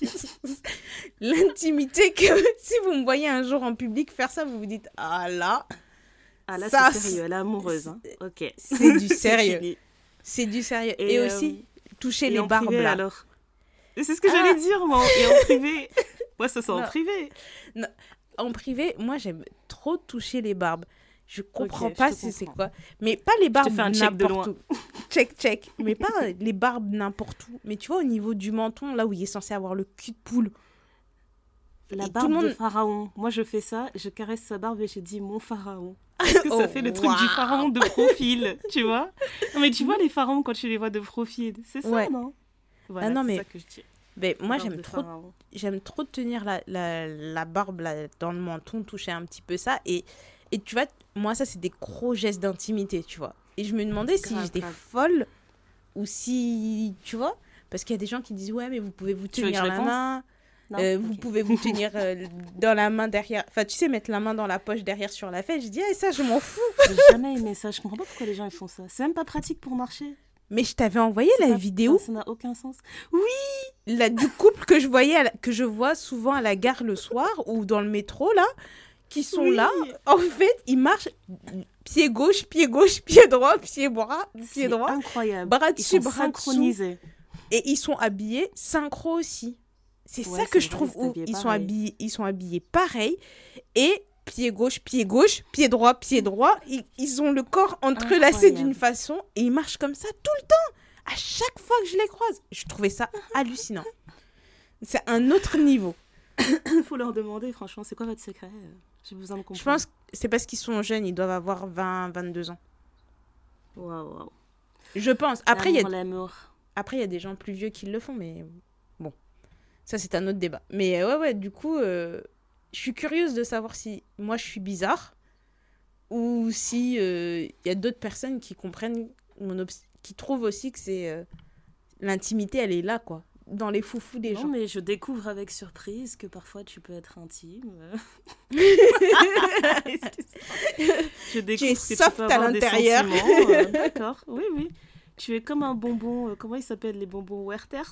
L'intimité que si vous me voyez un jour en public faire ça, vous vous dites, ah là... Ah là, ça, c'est sérieux, elle est amoureuse. Hein. Ok. C'est du sérieux. c'est, c'est du sérieux. Et, et aussi... Euh... toucher et les barbes privé, là. Alors. Et c'est ce que ah. j'allais dire, moi. Et en privé. Moi, ça, c'est en privé. Non. En privé, moi, j'aime trop toucher les barbes. Je comprends okay, pas je si comprends. C'est quoi. Mais pas les barbes n'importe où. Check, check. Mais pas les barbes n'importe où. Mais tu vois, au niveau du menton, là où il est censé avoir le cul de poule. La et barbe monde... de pharaon. Moi, je fais ça, je caresse sa barbe et je dis mon pharaon. Parce que oh, ça fait le truc wow. du pharaon de profil, tu vois. Non, mais tu vois les pharaons quand tu les vois de profil. C'est ça, ouais. non voilà, ah non, c'est mais... ça que je dis. Mais moi, j'aime trop, j'aime trop tenir la, la, la barbe là, dans le menton, toucher un petit peu ça. Et, et tu vois, moi, ça, c'est des gros gestes d'intimité, tu vois. Et je me demandais grave, si j'étais grave. folle ou si... Tu vois. Parce qu'il y a des gens qui disent, ouais, mais vous pouvez vous tenir la main... Non, euh, okay. Vous pouvez vous tenir euh, dans la main derrière, enfin tu sais, mettre la main dans la poche derrière sur la fesse. Je dis, hey, ça je m'en fous. J'ai jamais aimé ça, je comprends pas pourquoi les gens ils font ça. C'est même pas pratique pour marcher. Mais je t'avais envoyé c'est la pas... vidéo. Ça n'a aucun sens. Oui. La, du couple que je voyais, la... que je vois souvent à la gare le soir ou dans le métro là, qui sont oui. là. En fait, ils marchent pied gauche, pied gauche, pied droit, pied droit, pied c'est droit. Incroyable. Bras dessus, ils sont bras synchronisés. Dessous. Et ils sont habillés synchro aussi. C'est ouais, ça que c'est je trouve où ils sont habillés, ils sont habillés pareil et pied gauche, pied gauche, pied droit, pied droit, ils, ils ont le corps entrelacé Incroyable. D'une façon et ils marchent comme ça tout le temps. À chaque fois que je les croise, je trouvais ça hallucinant. C'est un autre niveau. Il faut leur demander franchement, c'est quoi votre secret? J'ai besoin de comprendre. Je pense que c'est parce qu'ils sont jeunes, ils doivent avoir vingt, vingt-deux ans. Waouh waouh. Je pense. Après il y a l'amour. Après il y a des gens plus vieux qui le font mais bon. Ça, c'est un autre débat. Mais ouais, ouais, du coup, euh, je suis curieuse de savoir si moi, je suis bizarre ou si il euh, y a d'autres personnes qui comprennent, mon obs- qui trouvent aussi que c'est... Euh, l'intimité, elle est là, quoi. Dans les foufous des non, gens. Non, mais je découvre avec surprise que parfois, tu peux être intime. Je découvre tu es que soft tu peux à avoir l'intérieur. Des sentiments. Euh, d'accord, oui, oui. Tu es comme un bonbon, euh, comment ils s'appellent les bonbons Werther's?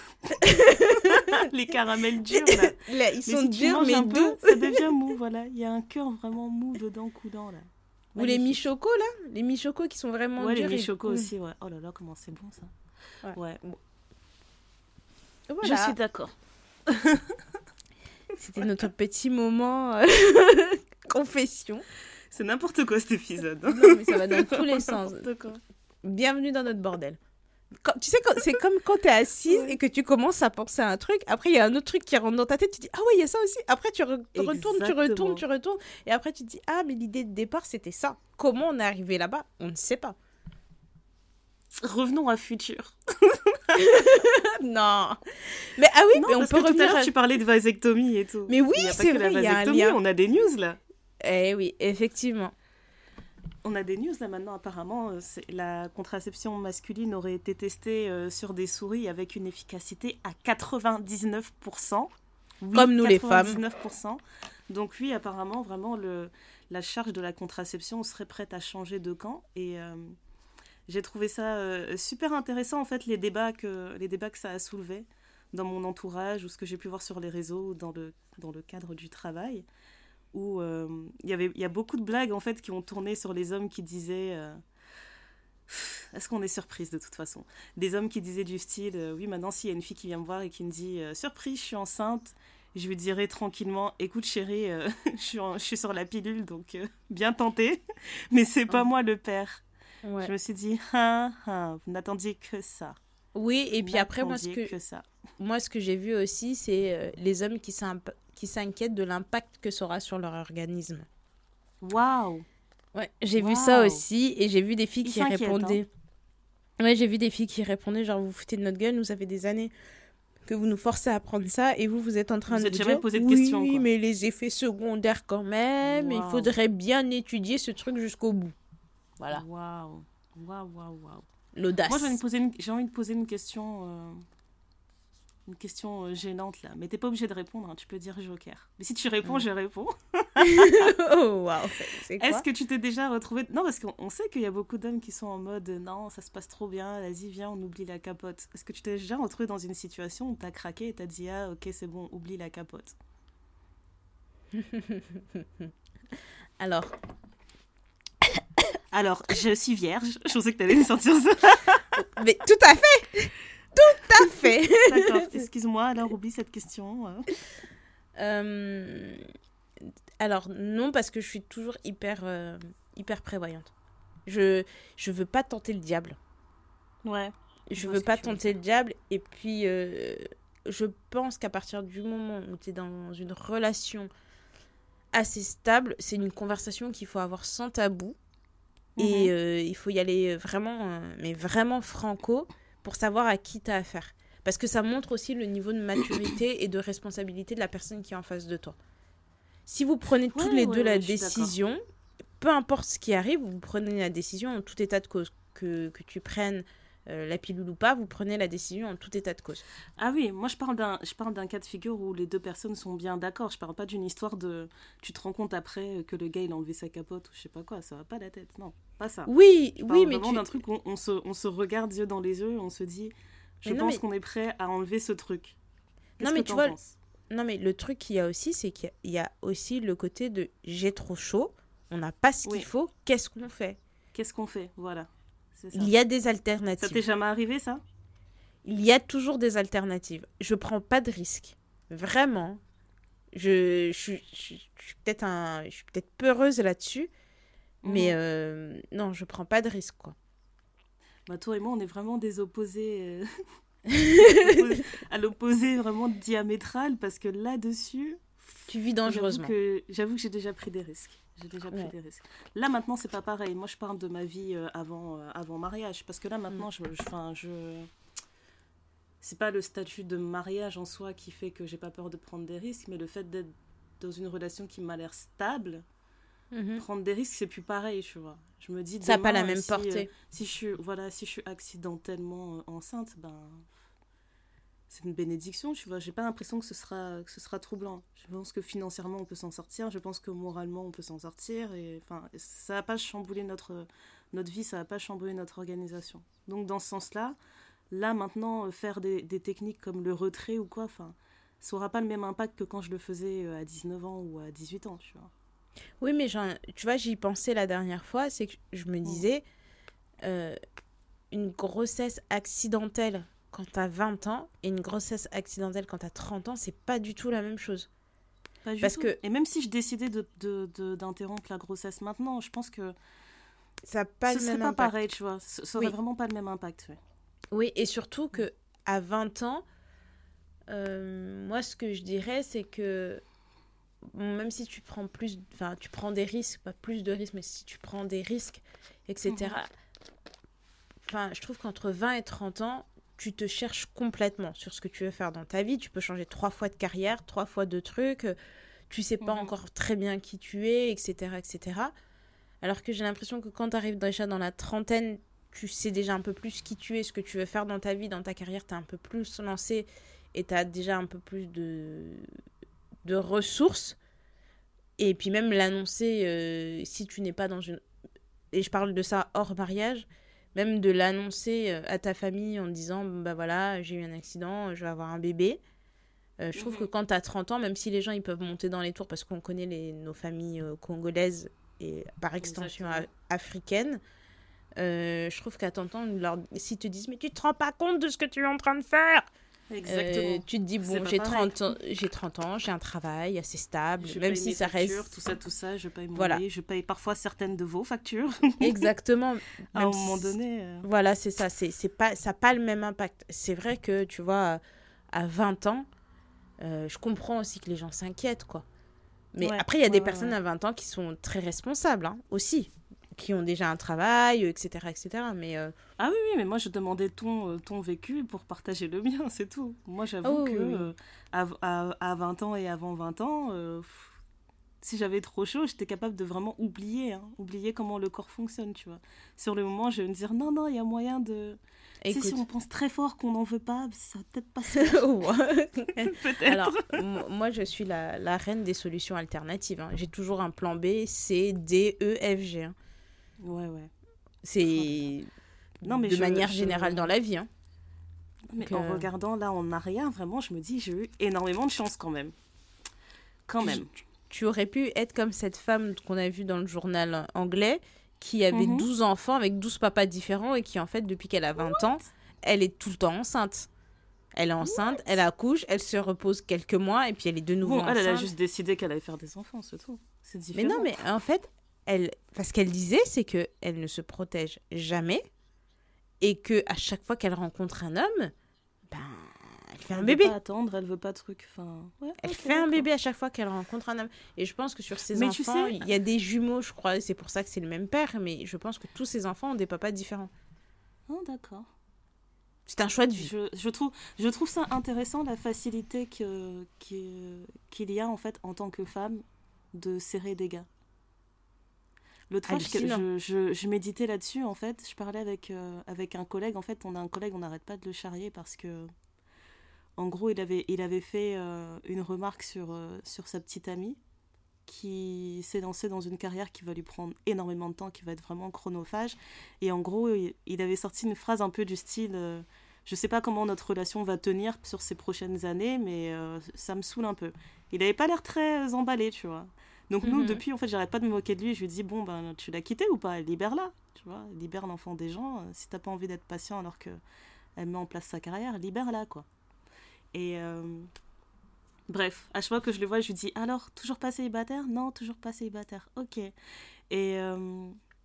Les caramels durs, là. là ils mais sont si durs, mais peu, doux. Ça devient mou, voilà. Il y a un cœur vraiment mou dedans, coudant, là. Ou les mi-chocos, là. Les mi-chocos qui sont vraiment ouais, durs. Ouais, les mi-chocos et... aussi, ouais. Oh là là, comment c'est bon, ça. Ouais. ouais. Bon. Voilà. Je suis d'accord. C'était notre petit moment euh... confession. C'est n'importe quoi, cet épisode. Non, mais ça va dans tous les sens. Quoi. Bienvenue dans notre bordel. Quand, tu sais, quand, c'est comme quand t'es assise ouais. et que tu commences à penser à un truc. Après, il y a un autre truc qui rentre dans ta tête. Tu dis, ah ouais, il y a ça aussi. Après, tu re- retournes, tu retournes, tu retournes. Et après, tu te dis, ah, mais l'idée de départ, c'était ça. Comment on est arrivé là-bas? On ne sait pas. Revenons à Futur. Non. Mais ah oui, non, mais on parce peut que revenir. Tout à l'heure, à... tu parlais de vasectomie et tout. Mais oui, il y a c'est pas vrai, que la il y a un lien. On a des news là. Eh oui, effectivement. on a des news là maintenant, apparemment. C'est, la contraception masculine aurait été testée euh, sur des souris avec une efficacité à quatre-vingt-dix-neuf pour cent. Oui, comme nous quatre-vingt-dix-neuf pour cent. les femmes. Donc oui, apparemment, vraiment, le, la charge de la contraception serait prête à changer de camp. Et euh, j'ai trouvé ça euh, super intéressant, en fait, les débats, que, les débats que ça a soulevés dans mon entourage ou ce que j'ai pu voir sur les réseaux ou dans le, dans le cadre du travail. Où euh, y avait, y a beaucoup de blagues, en fait, qui ont tourné sur les hommes qui disaient... Euh, est-ce qu'on est surprise de toute façon? Des hommes qui disaient du style, euh, oui, maintenant, s'il y a une fille qui vient me voir et qui me dit euh, « Surprise, je suis enceinte », je lui dirais tranquillement « Écoute, chérie, euh, je, suis en, je suis sur la pilule, donc euh, bien tenté, mais c'est pas moi le père. Ouais. » Je me suis dit « Ah, ah, vous n'attendiez que ça. » Oui, et puis après, moi, ce que, que ça. moi, ce que j'ai vu aussi, c'est euh, les hommes qui, s'imp- qui s'inquiètent de l'impact que ça aura sur leur organisme. Waouh! Ouais, j'ai wow. vu ça aussi, et j'ai vu des filles Ils qui répondaient... Hein. Ouais, j'ai vu des filles qui répondaient, genre, vous vous foutez de notre gueule, nous, ça fait des années que vous nous forcez à prendre ça, et vous, vous êtes en train vous de vous dire... jamais posé de oui, questions, quoi. mais les effets secondaires quand même, wow. il faudrait bien étudier ce truc jusqu'au bout. Voilà. Waouh, waouh, waouh, waouh. L'audace. Moi, j'ai envie de poser une, j'ai envie de poser une question... Euh... Une question euh, gênante, là. Mais t'es pas obligé de répondre, hein. Tu peux dire joker. Mais si tu réponds, mmh. je réponds. Oh, waouh. C'est quoi? Est-ce que tu t'es déjà retrouvé... Non, parce qu'on sait qu'il y a beaucoup d'hommes qui sont en mode « Non, ça se passe trop bien, vas-y, viens, on oublie la capote. » Est-ce que tu t'es déjà retrouvé dans une situation où t'as craqué et t'as dit « Ah, ok, c'est bon, oublie la capote. » Alors... Alors, je suis vierge. Je pensais que t'allais me sortir ça. Mais tout à fait. Tout à fait. D'accord, excuse-moi, alors oublie cette question. Euh... Alors, non, parce que je suis toujours hyper, euh, hyper prévoyante. Je je veux pas tenter le diable. Ouais. Je veux pas tenter le diable. Et puis, euh, je pense qu'à partir du moment où tu es dans une relation assez stable, c'est une conversation qu'il faut avoir sans tabou. Mmh. Et euh, il faut y aller vraiment, euh, mais vraiment franco, pour savoir à qui tu as affaire. Parce que ça montre aussi le niveau de maturité et de responsabilité de la personne qui est en face de toi. Si vous prenez tous ouais, les ouais, deux ouais, la décision, peu importe ce qui arrive, vous prenez la décision en tout état de cause. Que, que tu prennes euh, la pilule ou pas, vous prenez la décision en tout état de cause. Ah oui, moi je parle d'un, je parle d'un cas de figure où les deux personnes sont bien d'accord. Je parle pas d'une histoire de... Tu te rends compte après que le gars il a enlevé sa capote ou je sais pas quoi, ça va pas la tête. Non, pas ça. Oui, je oui, parle mais vraiment tu... d'un truc où on se, on se regarde yeux dans les yeux, on se dit, je non, pense mais... qu'on est prêt à enlever ce truc. Qu'est-ce non, mais que tu vois, penses? Non mais le truc qu'il y a aussi, c'est qu'il y a aussi le côté de j'ai trop chaud, on n'a pas ce qu'il oui. faut, qu'est-ce qu'on fait? Qu'est-ce qu'on fait? Voilà. C'est ça. Il y a des alternatives. Ça t'est jamais arrivé, ça? Il y a toujours des alternatives. Je prends pas de risques. Vraiment. Je, je, je, je, je suis peut-être un, je suis peut-être peureuse là-dessus, mmh. mais euh, non, je prends pas de risques, quoi. Bah, toi et moi, on est vraiment des opposés... Euh... à l'opposé vraiment diamétral, parce que là-dessus... Tu vis dangereusement. J'avoue que, j'avoue que j'ai déjà pris des risques. J'ai déjà pris ouais. des risques. Là, maintenant, c'est pas pareil. Moi, je parle de ma vie euh, avant, euh, avant mariage. Parce que là, maintenant, mm. je, je, je... c'est pas le statut de mariage en soi qui fait que j'ai pas peur de prendre des risques, mais le fait d'être dans une relation qui m'a l'air stable, mm-hmm. prendre des risques, c'est plus pareil, tu vois. Je me dis, demain, ça n'a pas la même si, portée. Euh, si, je suis, voilà, si je suis accidentellement euh, enceinte, ben... c'est une bénédiction, tu vois. J'ai pas l'impression que ce sera, que ce sera troublant. Je pense que financièrement, on peut s'en sortir. Je pense que moralement, on peut s'en sortir. Et, enfin, ça va pas chambouler notre, notre vie, ça va pas chambouler notre organisation. Donc, dans ce sens-là, là, maintenant, faire des, des techniques comme le retrait ou quoi, enfin, ça aura pas le même impact que quand je le faisais à dix-neuf ans ou à dix-huit ans, tu vois. Oui, mais genre, tu vois, j'y pensais la dernière fois, c'est que je me disais, euh, une grossesse accidentelle quand t'as vingt ans et une grossesse accidentelle quand t'as trente ans, c'est pas du tout la même chose. Pas du Parce tout. Que... Et même si je décidais de, de, de, d'interrompre la grossesse maintenant, je pense que ça pas ce le serait même pas impact. pareil, tu vois. Ce serait oui. vraiment pas le même impact. Ouais. Oui, et surtout qu'à vingt ans, euh, moi, ce que je dirais, c'est que bon, même si tu prends plus, enfin, tu prends des risques, pas plus de risques, mais si tu prends des risques, et cetera. Enfin, mm-hmm. je trouve qu'entre vingt et trente ans, tu te cherches complètement sur ce que tu veux faire dans ta vie. Tu peux changer trois fois de carrière, trois fois de trucs. Tu sais pas mmh. encore très bien qui tu es, et cetera, et cetera. Alors que j'ai l'impression que quand tu arrives déjà dans la trentaine, tu sais déjà un peu plus qui tu es, ce que tu veux faire dans ta vie, dans ta carrière, tu es un peu plus lancé et tu as déjà un peu plus de, de ressources. Et puis même l'annoncer, euh, si tu n'es pas dans une... Et je parle de ça hors mariage, même de l'annoncer à ta famille en disant, bah voilà, j'ai eu un accident, je vais avoir un bébé. Euh, je trouve mmh. que quand tu as trente ans, même si les gens ils peuvent monter dans les tours parce qu'on connaît les, nos familles euh, congolaises et par extension a- africaines, euh, je trouve qu'à trente ans, leur... s'ils te disent « Mais tu te rends pas compte de ce que tu es en train de faire ?» Exactement. Euh, tu te dis, bon, j'ai trente, ans, j'ai trente ans, j'ai un travail assez stable, je même si ça factures, reste... tout ça, tout ça, je paye mon voilà. loyer, je paye parfois certaines de vos factures. Exactement. À un moment donné... Euh... Voilà, c'est ça, c'est, c'est pas, ça n'a pas le même impact. C'est vrai que, tu vois, à vingt ans, euh, je comprends aussi que les gens s'inquiètent, quoi. Mais ouais, après, il y a ouais, des ouais, personnes ouais. à vingt ans qui sont très responsables, hein, aussi, qui ont déjà un travail, et cetera, et cetera. Mais euh... Ah oui, oui, mais moi, je demandais ton, ton vécu pour partager le mien, c'est tout. Moi, j'avoue oh, que oui. euh, à, à, à vingt ans et avant vingt ans, euh, si j'avais trop chaud, j'étais capable de vraiment oublier, hein, oublier comment le corps fonctionne, tu vois. Sur le moment, je vais me dire, non, non, il y a moyen de... Écoute. Si on pense très fort qu'on n'en veut pas, ça va peut-être pas se peut-être. Alors, m- moi, je suis la, la reine des solutions alternatives. Hein. J'ai toujours un plan B, C, D, E, F, G. Hein. Ouais, ouais. C'est non, mais de je, manière je... générale dans la vie. Hein. Mais Donc, en euh... regardant là en arrière, vraiment, je me dis, j'ai eu énormément de chance quand même. Quand même. Tu, tu aurais pu être comme cette femme qu'on a vue dans le journal anglais, qui avait mm-hmm. douze enfants avec douze papas différents et qui, en fait, depuis qu'elle a vingt What? ans, elle est tout le temps enceinte. Elle est enceinte, What? elle accouche, elle se repose quelques mois et puis elle est de nouveau bon, enceinte. Elle, elle a juste décidé qu'elle allait faire des enfants, c'est tout. C'est différent. Mais non, mais en fait, elle, enfin, ce qu'elle disait, c'est qu'elle ne se protège jamais et qu'à chaque fois qu'elle rencontre un homme, ben, elle fait elle un bébé. Elle veut pas attendre, elle veut pas de truc. Enfin, ouais, elle okay, fait un bébé à chaque fois qu'elle rencontre un homme. Et je pense que sur ses mais enfants, il tu sais... y a des jumeaux, je crois. C'est pour ça que c'est le même père. Mais je pense que tous ses enfants ont des papas différents. Oh, d'accord. C'est un choix de vie. Je, je, trouve, je trouve ça intéressant, la facilité que, que, qu'il y a, en fait, en tant que femme, de serrer des gars. L'autre fois, je, je, je, je méditais là-dessus, en fait. Je parlais avec, euh, avec un collègue. En fait, on a un collègue, on n'arrête pas de le charrier parce que... En gros, il avait, il avait fait euh, une remarque sur, euh, sur sa petite amie qui s'est lancée dans une carrière qui va lui prendre énormément de temps, qui va être vraiment chronophage. Et en gros, il, il avait sorti une phrase un peu du style euh, « Je ne sais pas comment notre relation va tenir sur ces prochaines années, mais euh, ça me saoule un peu. » Il n'avait pas l'air très emballé, tu vois. Donc mm-hmm. nous, depuis, en fait, j'arrête pas de me moquer de lui. Je lui dis « Bon, ben, tu l'as quitté ou pas ? Libère-la, tu vois. Libère l'enfant des gens. Si tu n'as pas envie d'être patient alors qu'elle met en place sa carrière, libère-la, quoi. » Et euh, bref, à chaque fois que je le vois, je lui dis alors, toujours pas célibataire ? Non, toujours pas célibataire. Ok. Et, euh,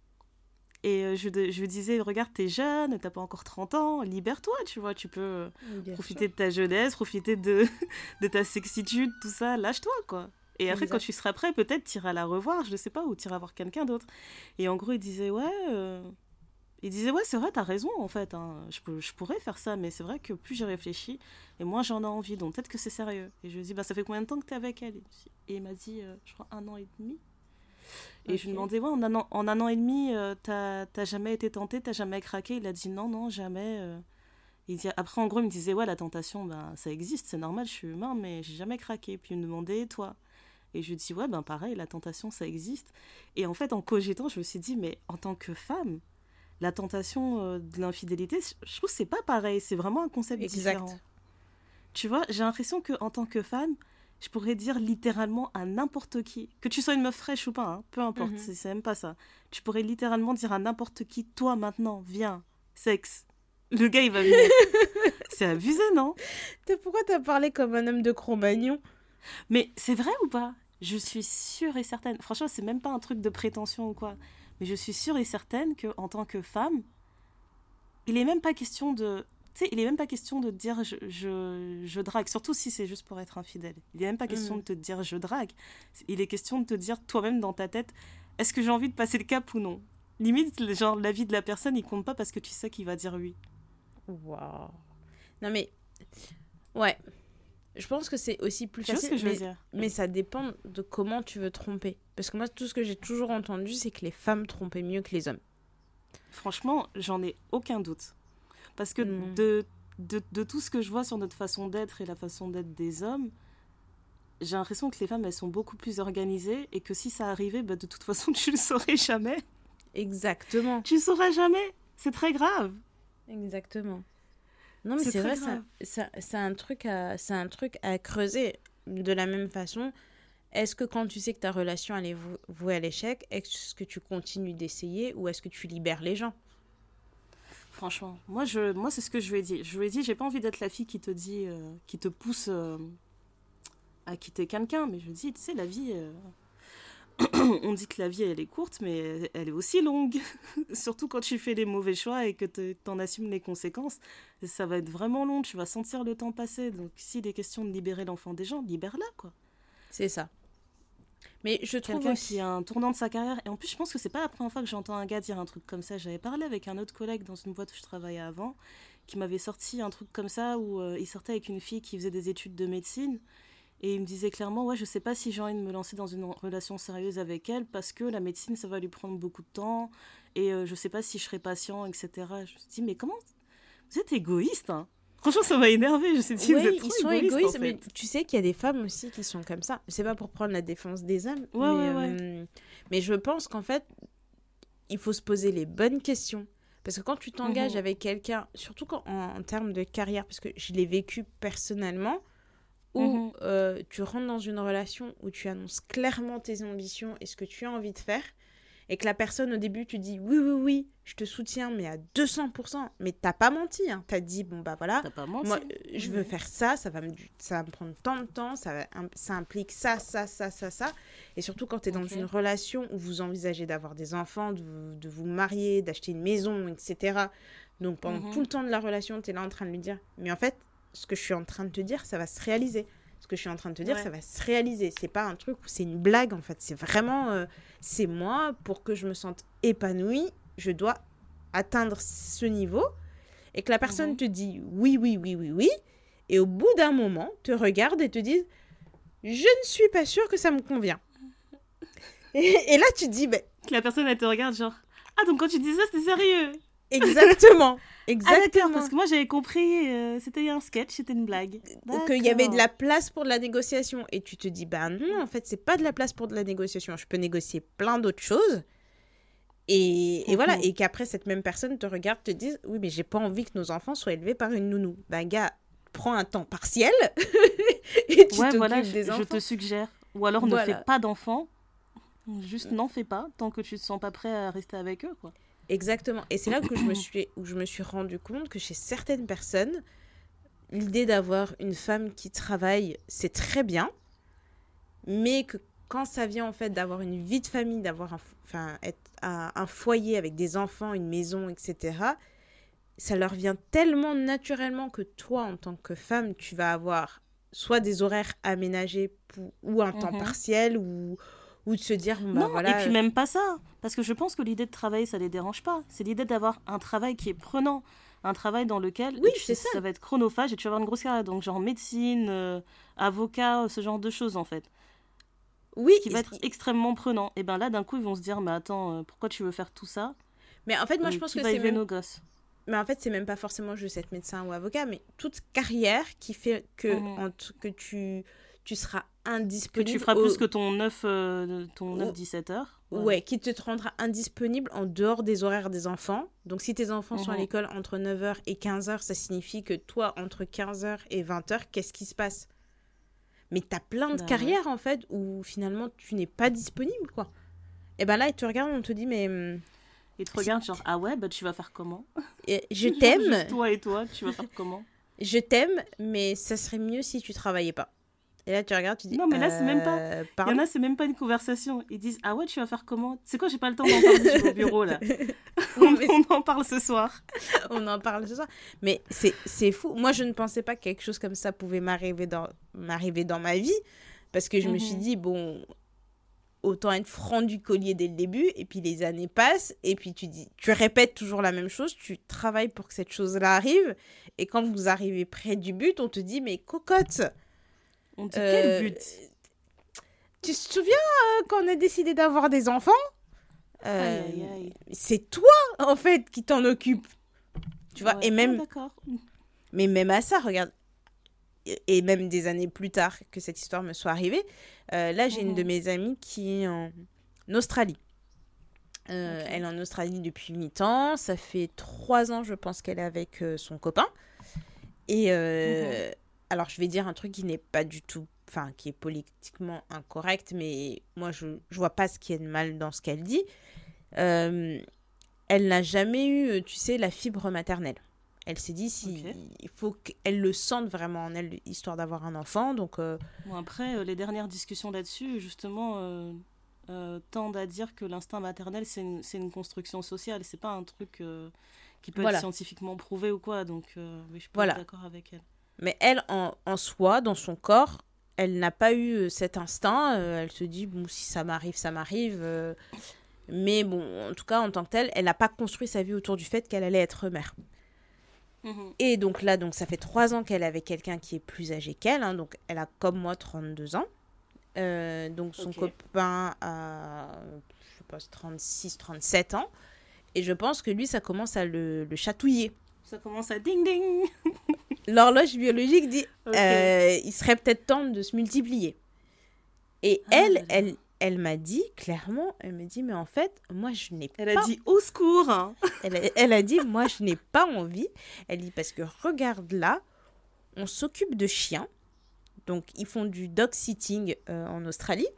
et je, je lui disais regarde, t'es jeune, t'as pas encore trente ans, libère-toi, tu vois, tu peux Bien profiter sûr. de ta jeunesse, profiter de, de ta sexitude, tout ça, lâche-toi, quoi. Et après, exact. Quand tu seras prêt, peut-être t'iras la revoir, je sais pas, ou t'iras voir quelqu'un d'autre. Et en gros, il disait ouais. Euh, Il disait, ouais, c'est vrai, t'as raison, en fait. Hein. Je, peux, je pourrais faire ça, mais c'est vrai que plus j'y réfléchis, et moins j'en ai envie. Donc peut-être que c'est sérieux. Et je lui ai dit, bah, ça fait combien de temps que t'es avec elle ? Et il m'a dit, euh, je crois, un an et demi. Et okay. je lui demandais, ouais, en un an, en un an et demi, euh, t'as, t'as jamais été tenté, t'as jamais craqué ? Il a dit, non, non, jamais. Euh. Il dit, après, en gros, il me disait, ouais, la tentation, ben, ça existe, c'est normal, je suis humain, mais j'ai jamais craqué. Puis il me demandait, toi ? Et je lui dis, ouais, ben pareil, la tentation, ça existe. Et en fait, en cogitant, je me suis dit, mais en tant que femme, la tentation euh, de l'infidélité, je trouve que c'est pas pareil, c'est vraiment un concept exact. Différent. Tu vois, j'ai l'impression qu'en tant que femme, je pourrais dire littéralement à n'importe qui, que tu sois une meuf fraîche ou pas, hein, peu importe, mm-hmm. c'est, c'est même pas ça. Tu pourrais littéralement dire à n'importe qui, toi maintenant, viens, sexe. Le gars, il va venir. C'est abusé, non ? Pourquoi t'as parlé comme un homme de Cro-Magnon ? Mais c'est vrai ou pas ? Je suis sûre et certaine. Franchement, c'est même pas un truc de prétention ou quoi. Mais je suis sûre et certaine qu'en tant que femme, il n'est même pas question de... Tu sais, il n'est même pas question de te dire je, je, je drague, surtout si c'est juste pour être infidèle. Il n'est même pas question mmh. de te dire je drague. Il est question de te dire toi-même dans ta tête, est-ce que j'ai envie de passer le cap ou non ? Limite, genre, l'avis de la personne, il compte pas parce que tu sais qu'il va dire oui. Waouh. Non mais... Ouais. Je pense que c'est aussi plus Tu vois facile, ce que je veux mais, dire mais ça dépend de comment tu veux tromper. Parce que moi, tout ce que j'ai toujours entendu, c'est que les femmes trompaient mieux que les hommes. Franchement, j'en ai aucun doute. Parce que Mm. de, de, de tout ce que je vois sur notre façon d'être et la façon d'être des hommes, j'ai l'impression que les femmes, elles sont beaucoup plus organisées et que si ça arrivait, bah, de toute façon, tu le saurais jamais. Exactement. Tu le sauras jamais. C'est très grave. Exactement. Non, mais C'est c'est très vrai, ça, grave. ça, c'est un truc à, c'est un truc à creuser. De la même façon, est-ce que quand tu sais que ta relation elle est vou- vouée à l'échec, est-ce que tu continues d'essayer ou est-ce que tu libères les gens? Franchement, moi, je, moi c'est ce que je lui ai dit. Je lui ai dit, j'ai pas envie d'être la fille qui te dit, euh, qui te pousse euh, à quitter quelqu'un. Mais je lui dis, tu sais, la vie, euh, on dit que la vie, elle est courte, mais elle est aussi longue. Surtout quand tu fais les mauvais choix et que te- t'en assumes les conséquences. Ça va être vraiment long, tu vas sentir le temps passer. Donc, s'il est question de libérer l'enfant des gens, libère-la, quoi. C'est ça. Mais je trouve Quelqu'un aussi... qui a un tournant de sa carrière. Et en plus, je pense que c'est pas la première fois que j'entends un gars dire un truc comme ça. J'avais parlé avec un autre collègue dans une boîte où je travaillais avant, qui m'avait sorti un truc comme ça, où euh, il sortait avec une fille qui faisait des études de médecine. Et il me disait clairement, ouais, je sais pas si j'ai envie de me lancer dans une relation sérieuse avec elle, parce que la médecine, ça va lui prendre beaucoup de temps. Et euh, je sais pas si je serai patient, et cetera. Je me suis dit, mais comment... Vous êtes égoïste, hein. Franchement, ça m'a énervé. Je me suis dit, vous Oui, êtes trop ils sont égoïste, égoïstes, en mais fait. tu sais qu'il y a des femmes aussi qui sont comme ça. C'est pas pour prendre la défense des hommes, Ouais, mais, ouais, ouais. euh, mais je pense qu'en fait, il faut se poser les bonnes questions. Parce que quand tu t'engages Mhm. avec quelqu'un, surtout quand, en, en termes de carrière, parce que je l'ai vécu personnellement, où Mhm. euh, tu rentres dans une relation où tu annonces clairement tes ambitions et ce que tu as envie de faire, et que la personne au début, tu dis oui, oui, oui, je te soutiens, mais à deux cents pour cent, mais t'as pas menti, hein. T'as dit, bon bah voilà, T'as pas menti. moi, euh, je veux Mhm. faire ça, ça va, me, ça va me prendre tant de temps, ça, va, ça implique ça, ça, ça, ça, ça. Et surtout quand tu es dans Ok. une relation où vous envisagez d'avoir des enfants, de vous, de vous marier, d'acheter une maison, et cetera. Donc pendant Mhm. tout le temps de la relation, tu es là en train de lui dire, mais en fait, ce que je suis en train de te dire, ça va se réaliser. Ce que je suis en train de te dire, Ouais. ça va se réaliser. C'est pas un truc où c'est une blague, en fait. C'est vraiment, euh, c'est moi, pour que je me sente épanouie, je dois atteindre ce niveau. Et que la personne Mhm. te dit oui, oui, oui, oui, oui. Et au bout d'un moment, te regarde et te dit je ne suis pas sûre que ça me convient. Et, et là, tu te dis ben, Que la personne, elle te regarde genre, ah, donc quand tu dis ça, c'était sérieux. exactement. Ah, d'accord, Exactement. parce que moi, j'avais compris, euh, c'était un sketch, c'était une blague. Qu'il y avait de D'accord. la place pour de la négociation. Et tu te dis, bah non, en fait, c'est pas de la place pour de la négociation. Je peux négocier plein d'autres choses. Et, et voilà. Mhm. Et qu'après, cette même personne te regarde, te dise, oui, mais j'ai pas envie que nos enfants soient élevés par une nounou. Ben, gars, prends un temps partiel et tu Ouais, t'occupes voilà, je, des je enfants. te suggère. Ou alors, ne Voilà. fais pas d'enfants. Juste n'en fais pas, tant que tu te sens pas prêt à rester avec eux, quoi. Exactement. Et c'est là que je me suis, où je me suis rendu compte que chez certaines personnes, l'idée d'avoir une femme qui travaille, c'est très bien, mais que quand ça vient en fait d'avoir une vie de famille, d'avoir un, enfin, être un, un foyer avec des enfants, une maison, et cetera, ça leur vient tellement naturellement que toi, en tant que femme, tu vas avoir soit des horaires aménagés pour, ou un temps Mhm. partiel, ou, ou de se dire, bon, bah Non, voilà. et puis même pas ça. Parce que je pense que l'idée de travailler, ça les dérange pas. C'est l'idée d'avoir un travail qui est prenant. Un travail dans lequel Oui, tu c'est sais, ça. ça va être chronophage et tu vas avoir une grosse carrière. Donc, genre médecine, euh, avocat, ce genre de choses, en fait. Oui, Qui va être extrêmement prenant. Et ben là, d'un coup, ils vont se dire, mais attends, euh, pourquoi tu veux faire tout ça? mais en fait, moi, Euh, je pense Qui que va c'est élever même... nos gosses? Mais en fait, c'est même pas forcément juste être médecin ou avocat, mais toute carrière qui fait que, Mhm. en t- que tu, tu seras Que indisponible. tu feras au- plus que ton neuf, euh, ton au- neuf dix-sept heures. Voilà. Ouais, qui te rendra indisponible en dehors des horaires des enfants. Donc, si tes enfants sont à Mhm. l'école entre neuf heures et quinze heures, ça signifie que toi, entre quinze heures et vingt heures, qu'est-ce qui se passe? Mais t'as plein de Bah ouais. carrières, en fait, où finalement, tu n'es pas disponible, quoi. Et ben là, ils te regardent, on te dit, mais hum, Ils te regardent genre, ah ouais, bah tu vas faire comment? eh, je Genre, t'aime, juste toi et toi, tu vas faire comment? je t'aime, mais ça serait mieux si tu travaillais pas. Et là, tu regardes, tu dis, Non, mais là, c'est même pas- euh, Il y pardon. en a, c'est même pas une conversation. Ils disent, ah ouais, tu vas faire comment? C'est quoi, j'ai pas le temps d'en parler, je suis au bureau là. Non, on, mais on en parle ce soir. on en parle ce soir. Mais c'est, c'est fou. Moi, je ne pensais pas que quelque chose comme ça pouvait m'arriver dans, m'arriver dans ma vie. Parce que je me suis Mhm. dit, bon, autant être franc du collier dès le début. Et puis les années passent. Et puis tu dis, tu répètes toujours la même chose. Tu travailles pour que cette chose-là arrive. Et quand vous arrivez près du but, on te dit, mais cocotte, On dit quel but? Tu te souviens euh, quand on a décidé d'avoir des enfants euh, aïe, aïe, aïe. C'est toi, en fait, qui t'en occupe. Tu vois, ouais, et même... Ah, d'accord. Mais même à ça, regarde, et même des années plus tard que cette histoire me soit arrivée, euh, là, j'ai mmh. une de mes amies qui est en Australie. Euh, okay. Elle est en Australie depuis huit ans. Ça fait trois ans, je pense, qu'elle est avec euh, son copain. Et euh, mmh. alors, je vais dire un truc qui n'est pas du tout... Enfin, qui est politiquement incorrect, mais moi, je ne vois pas ce qui est de mal dans ce qu'elle dit. Euh, elle n'a jamais eu, tu sais, la fibre maternelle. Elle s'est dit, si, okay. il faut qu'elle le sente vraiment en elle, histoire d'avoir un enfant. Donc, euh... bon, après, euh, les dernières discussions là-dessus, justement, euh, euh, tendent à dire que l'instinct maternel, c'est une, c'est une construction sociale. C'est pas un truc euh, qui peut voilà. être scientifiquement prouvé ou quoi. Donc, euh, oui, je peux voilà. être d'accord avec elle. Mais elle, en, en soi, dans son corps, elle n'a pas eu cet instinct. Euh, elle se dit, bon, si ça m'arrive, ça m'arrive. Euh... Mais bon, en tout cas, en tant que telle, elle n'a pas construit sa vie autour du fait qu'elle allait être mère. Mmh. Et donc là, donc, ça fait trois ans qu'elle est avec quelqu'un qui est plus âgé qu'elle. Hein, donc, elle a comme moi trente-deux ans. Euh, donc, son okay. copain a, je pense, trente-six, trente-sept ans. Et je pense que lui, ça commence à le, le chatouiller. Ça commence à ding-ding. L'horloge biologique dit okay. euh, il serait peut-être temps de se multiplier. Et ah, elle, elle, elle, elle m'a dit clairement, elle me dit, mais en fait, moi, je n'ai elle pas... Elle a dit, au secours hein. elle, a, elle a dit, moi, je n'ai pas envie. Elle dit, parce que regarde là, on s'occupe de chiens. Donc, ils font du dog-sitting euh, en Australie.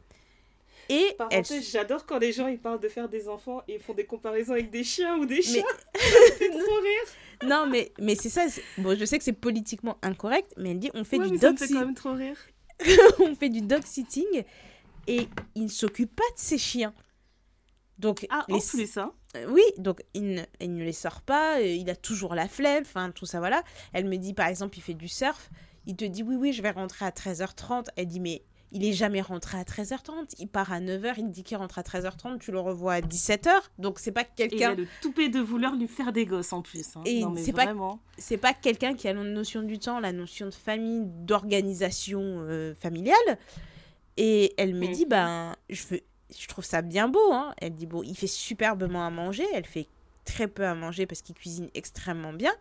Et parenthèse, elle... j'adore quand les gens ils parlent de faire des enfants et ils font des comparaisons avec des chiens ou des chats. Mais... ça me fait trop rire. Non, mais, mais c'est ça. C'est... Bon, je sais que c'est politiquement incorrect, mais elle dit on fait ouais, du mais dog ça me fait quand même trop rire. On fait du dog sitting et il ne s'occupe pas de ses chiens. Donc, ah, les... en plus, hein. Euh, oui, donc il ne, il ne les sort pas, euh, il a toujours la flemme, enfin tout ça, voilà. Elle me dit, par exemple, il fait du surf, il te dit, oui, oui, je vais rentrer à treize heures trente. Elle dit, mais il est jamais rentré à treize heures trente, il part à neuf heures, il te dit qu'il rentre à treize heures trente, tu le revois à dix-sept heures, donc c'est pas quelqu'un... Et il a le toupet de vouloir lui faire des gosses en plus. Hein. Et non, mais c'est, vraiment. pas, c'est pas quelqu'un qui a la notion du temps, la notion de famille, d'organisation euh, familiale. Et elle me mmh. dit, ben, je, veux, je trouve ça bien beau. Hein. Elle dit, bon, il fait superbement à manger, elle fait très peu à manger parce qu'il cuisine extrêmement bien.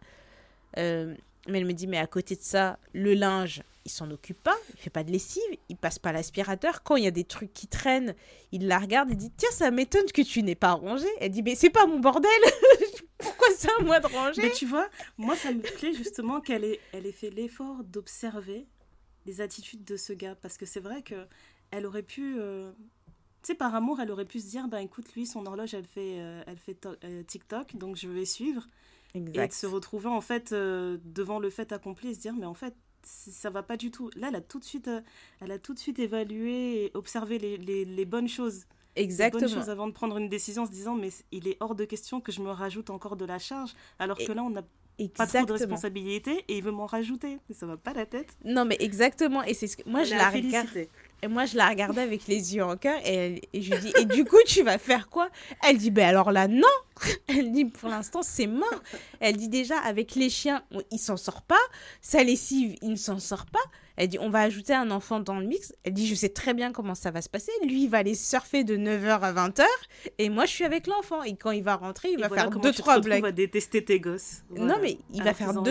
Euh, mais elle me dit, mais à côté de ça, le linge, il s'en occupe pas, il fait pas de lessive, il passe pas l'aspirateur. Quand il y a des trucs qui traînent, il la regarde et dit, tiens, ça m'étonne que tu n'aies pas rangé. Elle dit, mais c'est pas mon bordel. Pourquoi c'est à moi de ranger? Mais tu vois, moi ça me plaît justement qu'elle ait, elle ait fait l'effort d'observer les attitudes de ce gars, parce que c'est vrai que elle aurait pu, euh... tu sais, par amour, elle aurait pu se dire, ben écoute, lui, son horloge, elle fait, euh, elle fait to- euh, TikTok, donc je vais suivre. Exact. Et de se retrouver en fait euh, devant le fait accompli et se dire, mais en fait, ça va pas du tout. Là, elle a tout de suite, euh, elle a tout de suite évalué et observé les, les, les bonnes choses. Exactement. Les bonnes choses avant de prendre une décision, en se disant, mais il est hors de question que je me rajoute encore de la charge, alors et... que là, on a Exactement. Pas trop de responsabilité et il veut m'en rajouter. Ça va pas la tête. Non, mais exactement. Et c'est ce que moi, je la regarde. Et moi, je la regardais avec les yeux en cœur et, elle... et je lui dis, et du coup, tu vas faire quoi? Elle dit, ben alors là, non. Elle dit, pour l'instant, c'est mort. Elle dit déjà, avec les chiens, on... il s'en sort pas. Sa lessive, il ne s'en sort pas. Elle dit, on va ajouter un enfant dans le mix. Elle dit, je sais très bien comment ça va se passer. Lui, il va aller surfer de neuf heures à vingt heures. Et moi, je suis avec l'enfant. Et quand il va rentrer, il et va voilà faire deux, trois blagues. Il va détester tes gosses. Voilà. Non, mais il va faire deux...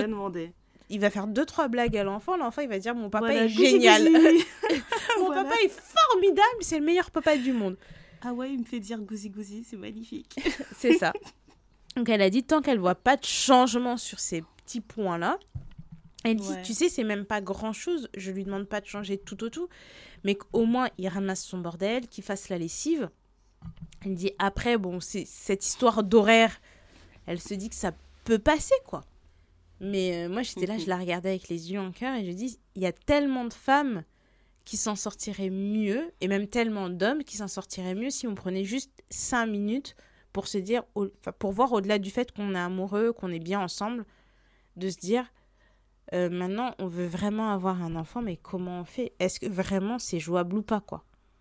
Il va faire deux, trois blagues à l'enfant. L'enfant, il va dire, mon papa voilà, est génial. Mon voilà. papa est formidable. C'est le meilleur papa du monde. Ah ouais, il me fait dire gousi gousi. C'est magnifique. C'est ça. Donc, elle a dit, tant qu'elle voit pas de changement sur ces petits points-là, elle dit, ouais. tu sais, c'est même pas grand-chose. Je lui demande pas de changer tout au tout. Mais qu'au moins, il ramasse son bordel, qu'il fasse la lessive. Elle dit, après, bon, c'est cette histoire d'horaire, elle se dit que ça peut passer, quoi. Mais euh, moi, j'étais là, je la regardais avec les yeux en cœur et je dis, il y a tellement de femmes qui s'en sortiraient mieux, et même tellement d'hommes qui s'en sortiraient mieux si on prenait juste cinq minutes pour se dire, au, pour voir au-delà du fait qu'on est amoureux, qu'on est bien ensemble, de se dire, euh, maintenant, on veut vraiment avoir un enfant, mais comment on fait? Est-ce que vraiment c'est jouable ou pas, quoi?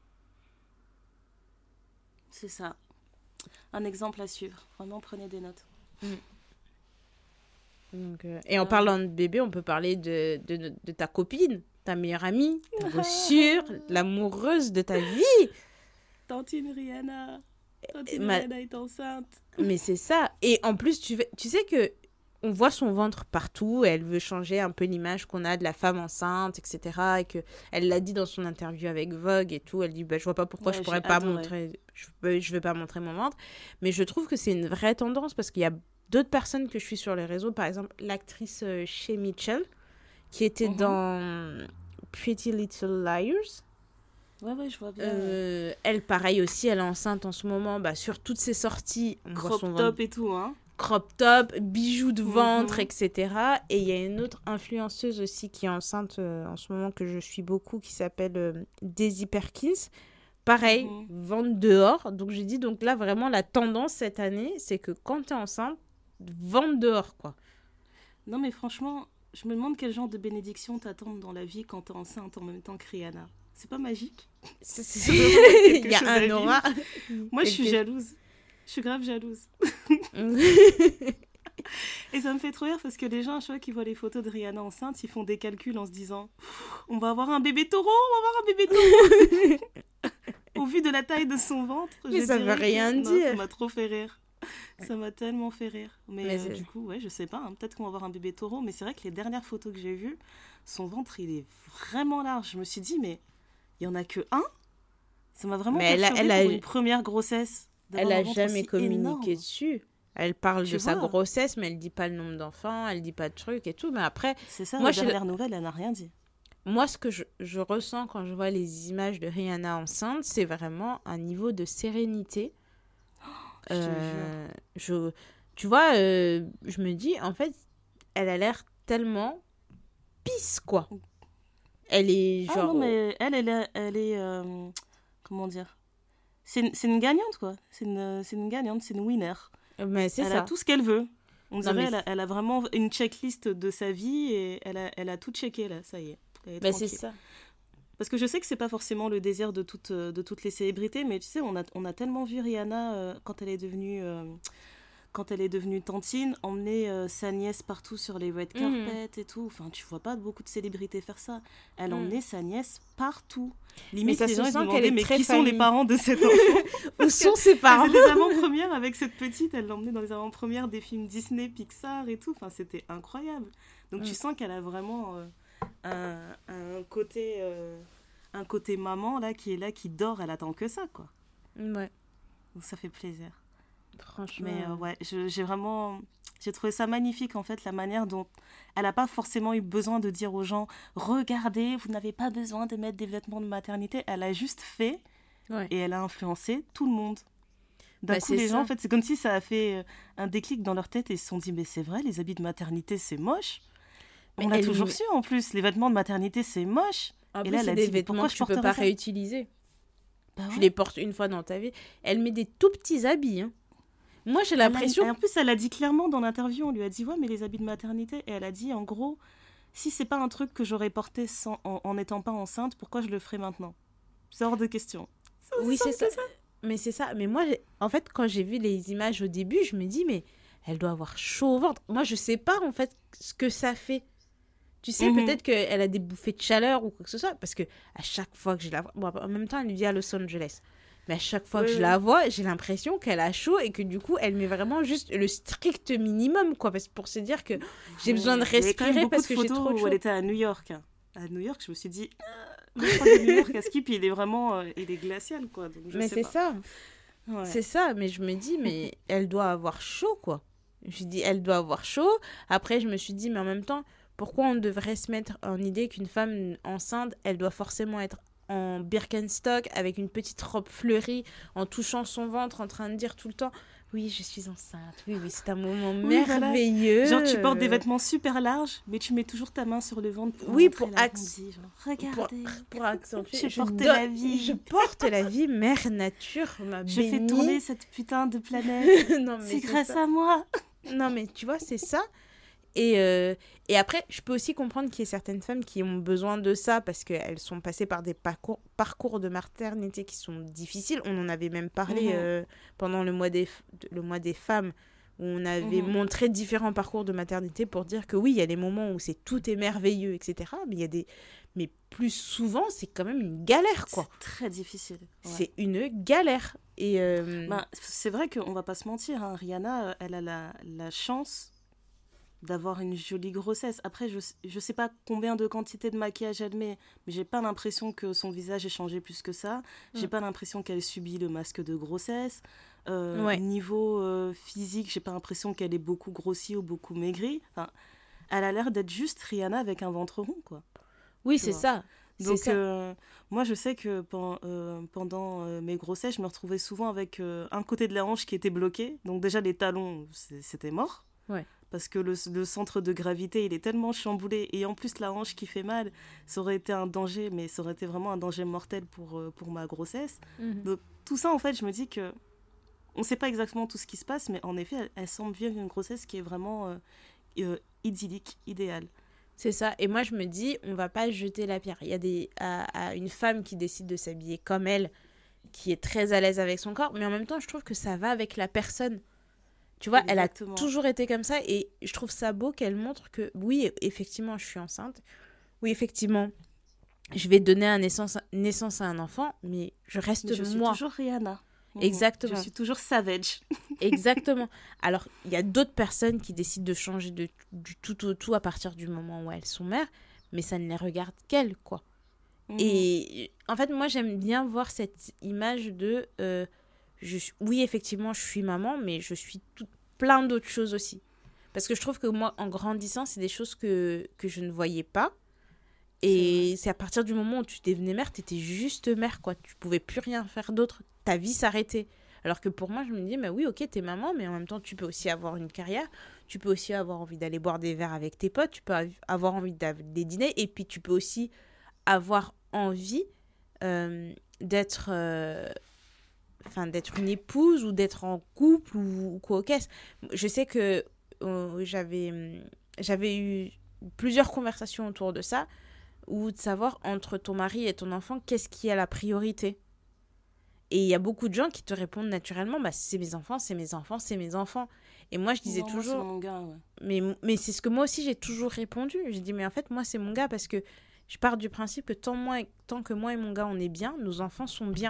C'est ça. Un exemple à suivre. Vraiment, prenez des notes. Mm. Donc, euh, et en euh... parlant de bébé, on peut parler de, de, de ta copine ta meilleure amie, ta voiture, l'amoureuse de ta vie. Tantine Rihanna. Tantine Ma... Rihanna est enceinte. Mais c'est ça. Et en plus, tu, tu sais que on voit son ventre partout. Elle veut changer un peu l'image qu'on a de la femme enceinte, et cetera. Et que elle l'a dit dans son interview avec Vogue et tout. Elle dit, bah, je vois pas pourquoi ouais, je pourrais pas adoré. montrer... Je veux, je veux pas montrer mon ventre. Mais je trouve que c'est une vraie tendance parce qu'il y a d'autres personnes que je suis sur les réseaux. Par exemple, l'actrice euh, Shay Mitchell, qui était mm-hmm. dans Pretty Little Liars. Ouais, ouais, je vois bien. Euh, elle, pareil aussi, elle est enceinte en ce moment. Bah, sur toutes ses sorties, on crop voit son top ventre... et tout, hein. Crop top, bijoux de ventre, mm-hmm. et cetera. Et il y a une autre influenceuse aussi qui est enceinte euh, en ce moment que je suis beaucoup, qui s'appelle euh, Daisy Perkins. Pareil, mm-hmm. vente dehors. Donc, j'ai dit, donc là, vraiment, la tendance cette année, c'est que quand t'es enceinte, vente dehors, quoi. Non, mais franchement, je me demande quel genre de bénédiction t'attendent dans la vie quand t'es enceinte en même temps que Rihanna. C'est pas magique. C'est, c'est... Il y a un aura. Moi, je suis jalouse. Je suis grave jalouse. Et ça me fait trop rire parce que les gens, à chaque fois qu'ils voient les photos de Rihanna enceinte, ils font des calculs en se disant on va avoir un bébé taureau, on va avoir un bébé taureau. Au vu de la taille de son ventre, mais ça veut rien que... dire. Non, ça m'a trop fait rire. Ça m'a tellement fait rire. Mais, mais euh, du coup, ouais, je sais pas. Hein, peut-être qu'on va avoir un bébé taureau. Mais c'est vrai que les dernières photos que j'ai vues, son ventre, il est vraiment large. Je me suis dit, mais il y en a que un. Ça m'a vraiment mais perturbée elle a, elle pour a... une première grossesse. Elle a jamais communiqué énorme. dessus. Elle parle tu de vois. sa grossesse, mais elle dit pas le nombre d'enfants, elle dit pas de trucs et tout. Mais après, c'est ça. Moi, la dernière je... nouvelle, elle n'a rien dit. Moi, ce que je, je ressens quand je vois les images de Rihanna enceinte, c'est vraiment un niveau de sérénité. Oh, je euh, je, tu vois, euh, je me dis, en fait, elle a l'air tellement pisse, quoi. Elle est genre... Ah non, mais elle, elle est... Elle est euh, comment dire c'est une, c'est une gagnante, quoi. C'est une, c'est une gagnante, c'est une winner. Mais c'est elle ça. a tout ce qu'elle veut. On dirait mais... elle, a, elle a vraiment une checklist de sa vie et elle a, elle a tout checké, là, ça y est. Bah c'est ça. Parce que je sais que c'est pas forcément le désir de toutes, de toutes les célébrités, mais tu sais, on a, on a tellement vu Rihanna euh, quand elle est devenue... Euh, quand elle est devenue tantine, emmener euh, sa nièce partout sur les red carpets mmh. et tout. Enfin, tu vois pas beaucoup de célébrités faire ça. Elle mmh. emmenait sa nièce partout. Limite, mais les ça gens se sent demandaient, qu'elle est mais très qui famille. sont les parents de cet enfant? Où sont ses parents? Elle faisait des avant-premières avec cette petite. Elle l'emmenait dans les avant-premières des films Disney, Pixar et tout. Enfin, c'était incroyable. Donc, mmh. tu sens qu'elle a vraiment euh, un, un, côté, euh, un côté maman là, qui est là, qui dort. Elle attend que ça, quoi. Ouais. Donc, ça fait plaisir. Franchement. Mais euh, ouais, je, j'ai vraiment... J'ai trouvé ça magnifique, en fait, la manière dont elle n'a pas forcément eu besoin de dire aux gens « Regardez, vous n'avez pas besoin de mettre des vêtements de maternité. » Elle a juste fait ouais. et elle a influencé tout le monde. D'un bah, coup, les ça. gens, en fait, c'est comme si ça a fait un déclic dans leur tête et ils se sont dit « Mais c'est vrai, les habits de maternité, c'est moche. » On l'a toujours lui... su, en plus. Les vêtements de maternité, c'est moche. En et plus, là, elle c'est a des dit, vêtements que tu ne peux pas ça réutiliser. Bah ouais. Tu les portes une fois dans ta vie. Elle met des tout petits habits, hein. Moi, j'ai l'impression... A, en plus, elle a dit clairement dans l'interview, on lui a dit « Ouais, mais les habits de maternité... » Et elle a dit, en gros, si c'est pas un truc que j'aurais porté sans, en, en étant pas enceinte, pourquoi je le ferais maintenant? C'est hors de question. C'est oui, c'est ça. ça. Mais c'est ça. Mais moi, en fait, quand j'ai vu les images au début, je me dis, mais elle doit avoir chaud au ventre. Moi, je sais pas, en fait, ce que ça fait. Tu sais, mm-hmm. peut-être qu'elle a des bouffées de chaleur ou quoi que ce soit, parce que à chaque fois que je la vois... Bon, en même temps, elle vit à Los Angeles. Mais à chaque fois oui, que je oui. la vois, j'ai l'impression qu'elle a chaud et que du coup, elle met vraiment juste le strict minimum, quoi, parce, pour se dire que j'ai oui. besoin de respirer parce que j'ai trop de chaud. Elle était à New York. Hein. À New York, je me suis dit, le train de New York à Skip, il est vraiment, euh, il est glacial, quoi. Donc je mais sais c'est pas. ça. Ouais. C'est ça. Mais je me dis, mais elle doit avoir chaud, quoi. Je me suis dit, elle doit avoir chaud. Après, je me suis dit, mais en même temps, pourquoi on devrait se mettre en idée qu'une femme enceinte, elle doit forcément être en Birkenstock avec une petite robe fleurie en touchant son ventre en train de dire tout le temps oui je suis enceinte, oui oui c'est un moment oui, merveilleux voilà. Genre tu portes des vêtements super larges mais tu mets toujours ta main sur le ventre pour oui pour, acc- genre, regardez pour, pour accentuer je, je porte do- la vie je porte la vie mère nature m'a je bénie. fais tourner cette putain de planète non, mais c'est, c'est grâce ça. à moi non mais tu vois c'est ça. Et, euh, et après, je peux aussi comprendre qu'il y ait certaines femmes qui ont besoin de ça parce qu'elles sont passées par des parcours, parcours de maternité qui sont difficiles. On en avait même parlé mmh. euh, pendant le mois, des, le mois des femmes où on avait mmh. montré différents parcours de maternité pour dire que oui, il y a des moments où c'est tout est merveilleux, et cetera. Mais il y a des, mais plus souvent, c'est quand même une galère, quoi. C'est très difficile. Ouais. C'est une galère. Et euh... ben, c'est vrai qu'on va pas se mentir, hein. Rihanna, elle a la, la chance d'avoir une jolie grossesse. Après, je, je sais pas combien de quantité de maquillage elle met, mais j'ai pas l'impression que son visage ait changé plus que ça. Mmh. J'ai pas l'impression qu'elle subit le masque de grossesse. Euh, ouais. Niveau euh, physique, j'ai pas l'impression qu'elle est beaucoup grossie ou beaucoup maigrie. Enfin, elle a l'air d'être juste Rihanna avec un ventre rond, quoi. Oui, c'est ça. Donc, c'est ça. Euh, moi, je sais que pendant, euh, pendant euh, mes grossesses, je me retrouvais souvent avec euh, un côté de la hanche qui était bloqué. Donc déjà, les talons, c'était mort. Ouais. Parce que le, le centre de gravité, il est tellement chamboulé. Et en plus, la hanche qui fait mal, ça aurait été un danger, mais ça aurait été vraiment un danger mortel pour, euh, pour ma grossesse. Mm-hmm. Donc, tout ça, en fait, je me dis que on ne sait pas exactement tout ce qui se passe, mais en effet, elle, elle semble vivre une grossesse qui est vraiment euh, euh, idyllique, idéale. C'est ça. Et moi, je me dis, on ne va pas jeter la pierre. Il y a des, à, à une femme qui décide de s'habiller comme elle, qui est très à l'aise avec son corps, mais en même temps, je trouve que ça va avec la personne. Tu vois, exactement. Elle a toujours été comme ça et je trouve ça beau qu'elle montre que, oui, effectivement, je suis enceinte. Oui, effectivement, je vais donner un naissance, naissance à un enfant, mais je reste mais je moi. Je suis toujours Rihanna. Exactement. Je suis toujours savage. Exactement. Alors, il y a d'autres personnes qui décident de changer de, du tout au tout à partir du moment où elles sont mères, mais ça ne les regarde qu'elles, quoi. Mmh. Et en fait, moi, j'aime bien voir cette image de... Euh, je, oui, effectivement, je suis maman, mais je suis tout, plein d'autres choses aussi. Parce que je trouve que moi, en grandissant, c'est des choses que, que je ne voyais pas. Et c'est, c'est à partir du moment où tu devenais mère, tu étais juste mère, quoi. Tu pouvais plus rien faire d'autre. Ta vie s'arrêtait. Alors que pour moi, je me dis, mais oui, ok, t'es maman, mais en même temps, tu peux aussi avoir une carrière. Tu peux aussi avoir envie d'aller boire des verres avec tes potes. Tu peux avoir envie d'aller dîner. Et puis, tu peux aussi avoir envie euh, d'être... Euh, Enfin, d'être une épouse ou d'être en couple ou, ou quoi au caisse. Je sais que euh, j'avais, j'avais eu plusieurs conversations autour de ça, ou de savoir entre ton mari et ton enfant, qu'est-ce qui a la priorité. Et il y a beaucoup de gens qui te répondent naturellement, bah, c'est mes enfants, c'est mes enfants, c'est mes enfants. Et moi, je disais non, toujours... Moi, c'est mon gars, ouais. mais, mais c'est ce que moi aussi, j'ai toujours répondu. J'ai dit, mais en fait, moi, c'est mon gars parce que je pars du principe que tant, moi, tant que moi et mon gars, on est bien, nos enfants sont bien.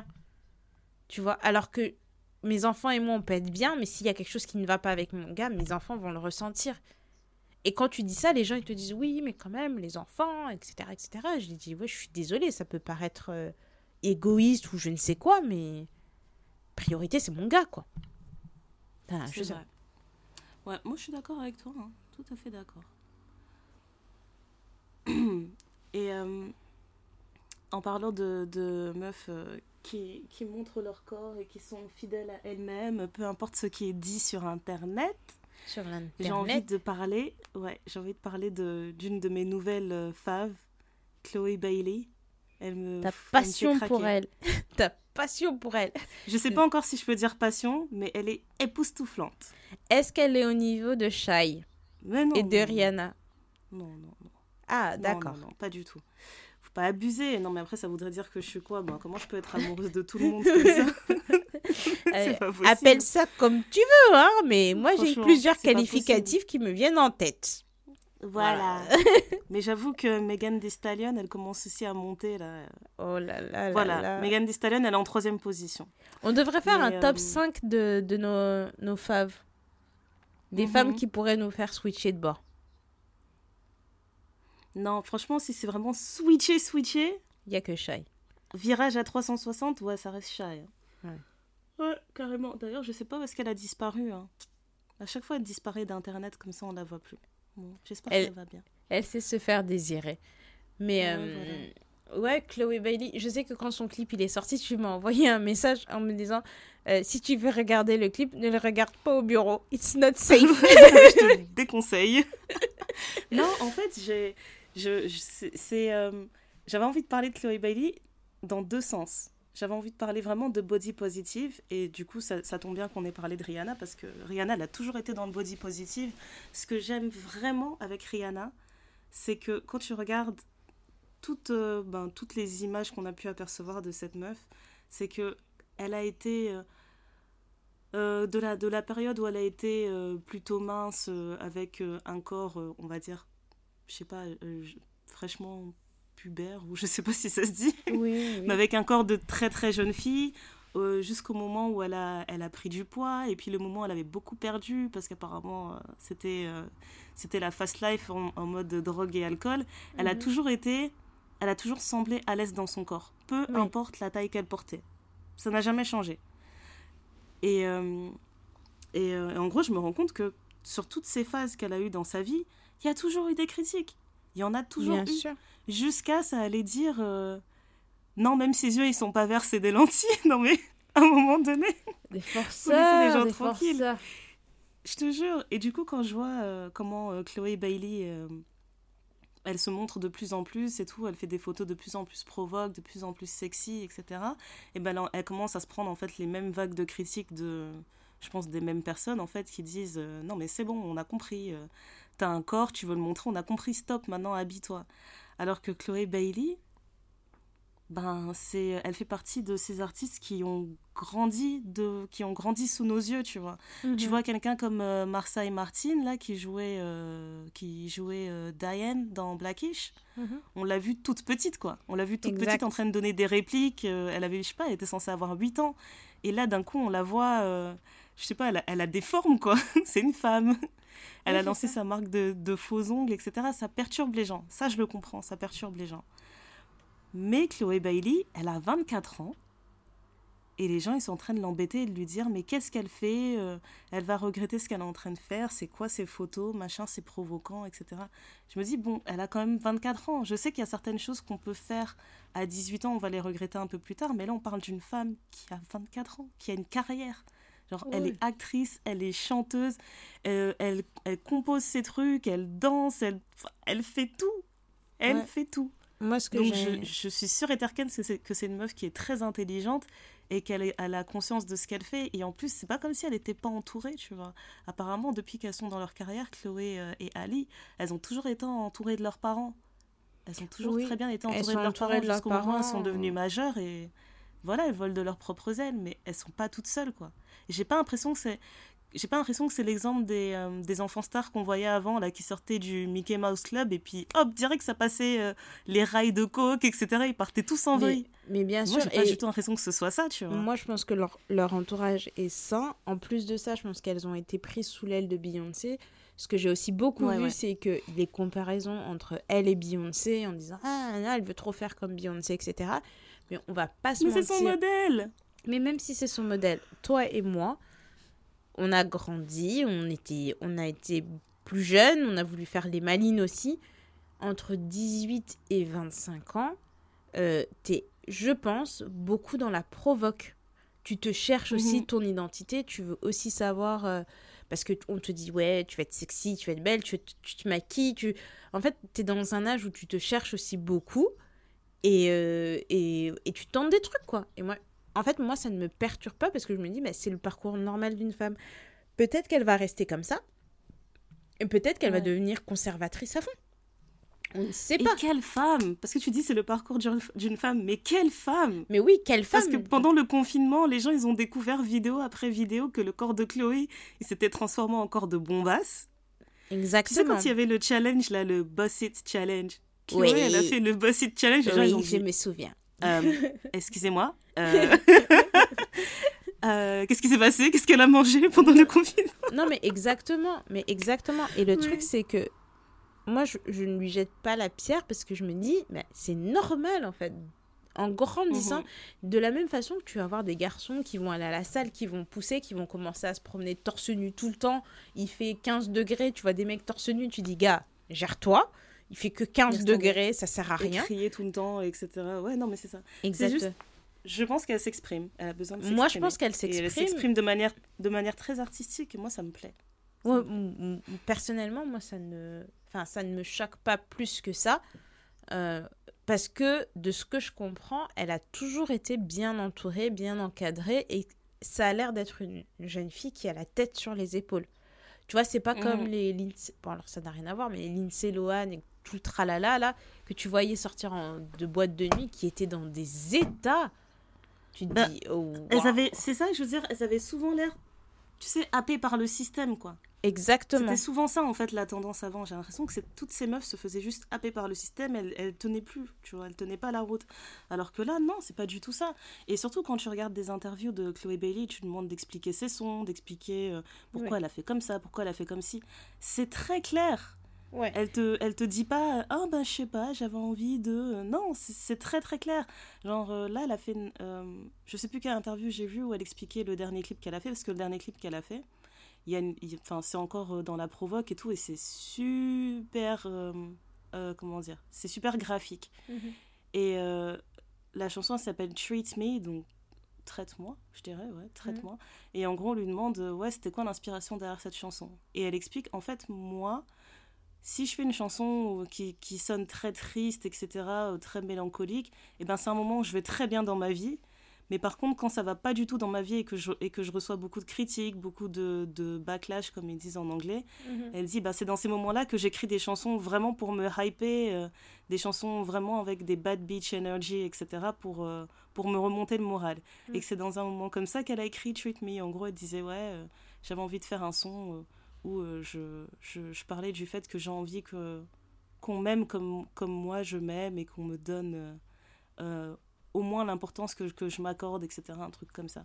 Tu vois, alors que mes enfants et moi, on peut être bien, mais s'il y a quelque chose qui ne va pas avec mon gars, mes enfants vont le ressentir. Et quand tu dis ça, les gens, ils te disent, oui, mais quand même, les enfants, et cetera, et cetera. Je lui dis, ouais, je suis désolée, ça peut paraître euh, égoïste ou je ne sais quoi, mais priorité, c'est mon gars, quoi. Enfin, c'est je vrai. Sais. Ouais, moi, je suis d'accord avec toi, hein. Tout à fait d'accord. Et euh, en parlant de, de meufs... Euh, Qui, qui montrent leur corps et qui sont fidèles à elles-mêmes, peu importe ce qui est dit sur Internet. Sur l'Internet. J'ai envie de parler, ouais, j'ai envie de parler de, d'une de mes nouvelles euh, faves, Chloé Bailey. Elle me, Ta passion elle me pour elle. Ta passion pour elle. Je sais pas encore si je peux dire passion, mais elle est époustouflante. Est-ce qu'elle est au niveau de Shai mais non, et de non, Rihanna? Non, non, non. Ah, d'accord. Non, non, non, pas du tout. Pas abuser. Non, mais après, ça voudrait dire que je suis quoi? Bon, comment je peux être amoureuse de tout le monde comme ça? C'est pas possible. Appelle ça comme tu veux, hein, mais moi, j'ai plusieurs qualificatifs qui me viennent en tête. Voilà. Mais j'avoue que Megan Thee Stallion, elle commence aussi à monter, là. Oh là là voilà. là là. Megan Thee Stallion, elle est en troisième position. On devrait faire mais un top euh... cinq de, de nos, nos faves. Des mm-hmm. femmes qui pourraient nous faire switcher de bord. Non, franchement, si c'est vraiment switché, switché... Il n'y a que Shai. Virage à trois cent soixante, ouais, ça reste Shai. Hein. Ouais. Ouais, carrément. D'ailleurs, je sais pas où est-ce qu'elle a disparu. Hein. À chaque fois, elle disparaît d'Internet, comme ça, on la voit plus. Bon, j'espère elle, qu'elle va bien. Elle sait se faire désirer. Mais, ouais, euh, voilà. ouais, Chloé Bailey, je sais que quand son clip, il est sorti, tu m'as envoyé un message en me disant euh, si tu veux regarder le clip, ne le regarde pas au bureau. It's not safe. Je te déconseille. Non, en fait, j'ai... Je, je, c'est, c'est, euh, j'avais envie de parler de Chloé Bailey dans deux sens. J'avais envie de parler vraiment de body positive et du coup, ça, ça tombe bien qu'on ait parlé de Rihanna parce que Rihanna, elle a toujours été dans le body positive. Ce que j'aime vraiment avec Rihanna, c'est que quand tu regardes toutes, euh, ben, toutes les images qu'on a pu apercevoir de cette meuf, c'est qu'elle a été... Euh, euh, de, la, de la période où elle a été euh, plutôt mince, euh, avec euh, un corps, euh, on va dire, je sais pas, euh, fraîchement pubère, ou je sais pas si ça se dit, oui, oui. mais avec un corps de très très jeune fille, euh, jusqu'au moment où elle a, elle a pris du poids, et puis le moment où elle avait beaucoup perdu, parce qu'apparemment euh, c'était, euh, c'était la fast life en, en mode drogue et alcool. Elle mm-hmm. a toujours été, elle a toujours semblé à l'aise dans son corps, peu oui. importe la taille qu'elle portait. Ça n'a jamais changé. Et, euh, et, euh, et en gros, je me rends compte que sur toutes ces phases qu'elle a eues dans sa vie, il y a toujours eu des critiques. Il y en a toujours Bien eu. Sûr. Jusqu'à, ça allait dire... Euh, non, même ses yeux, ils sont pas verts, c'est des lentilles. Non, mais à un moment donné... Des forceurs, les gens des tranquilles. Forceurs. Je te jure. Et du coup, quand je vois euh, comment euh, Chloé Bailey... Euh, elle se montre de plus en plus et tout, elle fait des photos de plus en plus provoques, de plus en plus sexy, et cetera. Et ben elle, elle commence à se prendre en fait les mêmes vagues de critiques de, je pense, des mêmes personnes en fait qui disent euh, non mais c'est bon, on a compris, euh, t'as un corps, tu veux le montrer, on a compris, stop, maintenant habille-toi. Alors que Chloé Bailey, ben c'est, elle fait partie de ces artistes qui ont grandi de, qui ont grandi sous nos yeux, tu vois. Mm-hmm. Tu vois quelqu'un comme euh, Marsai Martin là qui jouait, euh, qui jouait euh, Diane dans Blackish. Mm-hmm. On l'a vue toute petite quoi. On l'a vue toute exact. petite en train de donner des répliques. Euh, elle avait, je sais pas, elle était censée avoir huit ans. Et là d'un coup on la voit, euh, je sais pas, elle a, elle a des formes quoi. C'est une femme. Elle oui, a lancé ça. sa marque de, de faux ongles, et cetera. Ça perturbe les gens. Ça je le comprends, ça perturbe les gens. Mais Chloé Bailey, elle a vingt-quatre ans et les gens ils sont en train de l'embêter et de lui dire mais qu'est-ce qu'elle fait, euh, elle va regretter ce qu'elle est en train de faire, c'est quoi ces photos, machin, c'est provoquant, et cetera. Je me dis bon, elle a quand même vingt-quatre ans, je sais qu'il y a certaines choses qu'on peut faire à dix-huit ans, on va les regretter un peu plus tard, mais là on parle d'une femme qui a vingt-quatre ans, qui a une carrière. Genre, oui. Elle est actrice, elle est chanteuse, euh, elle, elle compose ses trucs, elle danse, elle, elle fait tout, elle ouais. fait tout. Moi, ce que Donc, j'ai... je, je suis sûre et certaine que c'est, que c'est une meuf qui est très intelligente et qu'elle est, elle a conscience de ce qu'elle fait. Et en plus, c'est pas comme si elle n'était pas entourée, tu vois. Apparemment, depuis qu'elles sont dans leur carrière, Chloé euh, et Ali, elles ont toujours été entourées de leurs parents. Elles ont toujours oui. très bien été entourées de leurs parents de jusqu'au moment où elles sont devenues majeures. Et voilà, elles volent de leurs propres ailes, mais elles sont pas toutes seules, quoi. Et j'ai pas l'impression que c'est... J'ai pas l'impression que c'est l'exemple des, euh, des enfants stars qu'on voyait avant, là, qui sortaient du Mickey Mouse Club, et puis hop, direct, ça passait euh, les rails de coke, et cetera. Ils partaient tous en vrille. Mais, mais bien moi, sûr. Moi, j'ai pas et du tout l'impression que ce soit ça, tu vois. Moi, je pense que leur, leur entourage est sain. En plus de ça, je pense qu'elles ont été prises sous l'aile de Beyoncé. Ce que j'ai aussi beaucoup ouais, vu, ouais. c'est que les comparaisons entre elle et Beyoncé, en disant « Ah, là, elle veut trop faire comme Beyoncé, et cetera » Mais on va pas se mais mentir. Mais c'est son modèle. Mais même si c'est son modèle, toi et moi, on a grandi, on, était, on a été plus jeunes, on a voulu faire les malines aussi. Entre dix-huit et vingt-cinq ans, euh, t'es, je pense, beaucoup dans la provoque. Tu te cherches aussi mmh. ton identité, tu veux aussi savoir... Euh, parce qu'on te dit, ouais, tu vas être sexy, tu vas être belle, tu, tu te maquilles. Tu... En fait, t'es dans un âge où tu te cherches aussi beaucoup et, euh, et, et tu tentes des trucs, quoi. Et moi... En fait, moi, ça ne me perturbe pas parce que je me dis, bah, c'est le parcours normal d'une femme. Peut-être qu'elle va rester comme ça et peut-être qu'elle ouais. va devenir conservatrice à fond. On ne sait pas. Et quelle femme ? Parce que tu dis c'est le parcours d'une femme, mais quelle femme ? Mais oui, quelle femme ? Parce que pendant le confinement, les gens, ils ont découvert vidéo après vidéo que le corps de Chloé, il s'était transformé en corps de bombasse. Exactement. Tu sais, quand il y avait le challenge, là, le Boss It Challenge, Chloé, oui. elle a fait le Boss It Challenge. Les gens, oui, ils ont je dit, me souviens. Euh, excusez-moi. Euh... euh, qu'est-ce qui s'est passé ? Qu'est-ce qu'elle a mangé pendant le confinement ? Non, mais exactement. Mais exactement. Et le oui. truc, c'est que moi, je, je ne lui jette pas la pierre parce que je me dis, bah, c'est normal, en fait. En grandissant, mm-hmm. de la même façon que tu vas avoir des garçons qui vont aller à la salle, qui vont pousser, qui vont commencer à se promener torse nu tout le temps. Il fait quinze degrés, tu vois des mecs torse nu, tu dis, gars, gère-toi. Il fait que quinze degrés, ça sert à rien. Et crier tout le temps, et cetera. Ouais, non, mais c'est ça. Exact. C'est juste, je pense qu'elle s'exprime. Elle a besoin de s'exprimer. Moi, je pense qu'elle s'exprime. Et elle s'exprime de manière, de manière très artistique. Et moi, ça me plaît. Ça ouais, me plaît. M- m- personnellement, moi, ça ne... Enfin, ça ne me choque pas plus que ça. Euh, parce que, de ce que je comprends, elle a toujours été bien entourée, bien encadrée. Et ça a l'air d'être une, une jeune fille qui a la tête sur les épaules. Tu vois, c'est pas mmh. comme les Lindsay... Bon, alors ça n'a rien à voir, mais les Lindsay Lohan et tout le tralala, là, que tu voyais sortir en... de boîte de nuit, qui étaient dans des états. Tu te bah, dis, oh, wow. elles avaient... C'est ça, je veux dire, elles avaient souvent l'air tu sais, happées par le système, quoi. Exactement. C'était souvent ça, en fait, la tendance avant. J'ai l'impression que c'est, toutes ces meufs se faisaient juste happer par le système. Elles, elles tenaient plus, tu vois. Elles tenaient pas la route. Alors que là, non, c'est pas du tout ça. Et surtout, quand tu regardes des interviews de Chloé Bailey, tu demandes d'expliquer ses sons, d'expliquer euh, pourquoi ouais. elle a fait comme ça, pourquoi elle a fait comme ci. C'est très clair. Ouais. Elle te, elle te dit pas, ah oh, ben je sais pas, j'avais envie de. Non, c'est, c'est très très clair. Genre euh, là, elle a fait. Une, euh, je sais plus quelle interview j'ai vue où elle expliquait le dernier clip qu'elle a fait, parce que le dernier clip qu'elle a fait, il y a une, il, c'est encore dans la provoque et tout, et c'est super. Euh, euh, comment dire, c'est super graphique. Mm-hmm. Et euh, la chanson elle s'appelle Treat Me, donc traite-moi, je dirais, ouais, traite-moi. Mm-hmm. Et en gros, on lui demande, ouais, c'était quoi l'inspiration derrière cette chanson ? Et elle explique, en fait, moi. Si je fais une chanson qui, qui sonne très triste, et cetera, très mélancolique, eh ben c'est un moment où je vais très bien dans ma vie. Mais par contre, quand ça va pas du tout dans ma vie et que je, et que je reçois beaucoup de critiques, beaucoup de, de backlash, comme ils disent en anglais, mm-hmm. elle dit bah, c'est dans ces moments-là que j'écris des chansons vraiment pour me hyper, euh, des chansons vraiment avec des bad bitch energy, et cetera, pour, euh, pour me remonter le moral. Mm. Et que c'est dans un moment comme ça qu'elle a écrit Treat Me. En gros, elle disait ouais, euh, j'avais envie de faire un son... Euh, où euh, je, je, je parlais du fait que j'ai envie que, qu'on m'aime comme, comme moi je m'aime et qu'on me donne euh, euh, au moins l'importance que, que je m'accorde, et cetera. Un truc comme ça.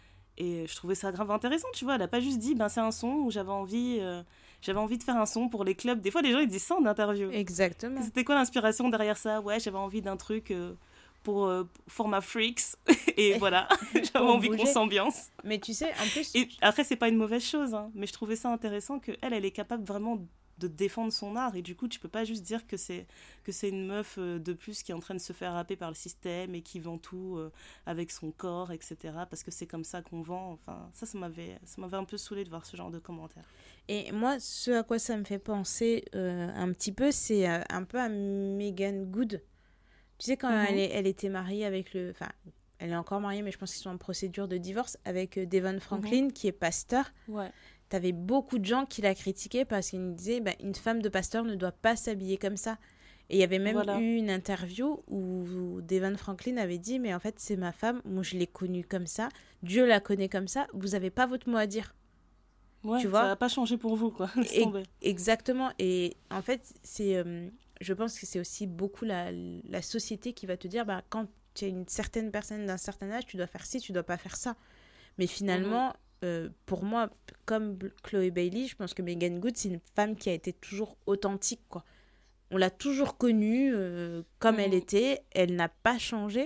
Et je trouvais ça grave intéressant, tu vois. Elle n'a pas juste dit, ben, c'est un son où j'avais envie, euh, j'avais envie de faire un son pour les clubs. Des fois, les gens, ils disent ça en interview. Exactement. C'était quoi l'inspiration derrière ça ? Ouais, j'avais envie d'un truc... Euh, pour euh, format freaks et voilà j'avais envie bouger. Qu'on s'ambiance, mais tu sais en plus et après c'est pas une mauvaise chose hein, mais je trouvais ça intéressant que elle elle est capable vraiment de défendre son art et du coup tu peux pas juste dire que c'est que c'est une meuf euh, de plus qui est en train de se faire happer par le système et qui vend tout euh, avec son corps, etc., parce que c'est comme ça qu'on vend. Enfin ça ça m'avait ça m'avait un peu saoulée de voir ce genre de commentaires. Et moi ce à quoi ça me fait penser euh, un petit peu c'est euh, un peu à Meagan Good. Tu sais, quand mm-hmm. elle, est, elle était mariée avec le... Enfin, elle est encore mariée, mais je pense qu'ils sont en procédure de divorce avec euh, Devon Franklin, mm-hmm. qui est pasteur. Ouais. T'avais beaucoup de gens qui la critiquaient parce qu'ils disaient bah, une femme de pasteur ne doit pas s'habiller comme ça. Et il y avait même voilà. eu une interview où Devon Franklin avait dit mais en fait, c'est ma femme, moi je l'ai connue comme ça, Dieu la connaît comme ça, vous n'avez pas votre mot à dire. Ouais, tu vois, ça n'a pas changé pour vous, quoi. Et, exactement. Et en fait, c'est... Euh, je pense que c'est aussi beaucoup la, la société qui va te dire bah, quand tu es une certaine personne d'un certain âge, tu dois faire ci, tu dois pas faire ça. Mais finalement, mmh. euh, pour moi, comme Chloé Bailey, je pense que Meagan Good, c'est une femme qui a été toujours authentique, quoi. On l'a toujours connue euh, comme mmh. elle était, elle n'a pas changé.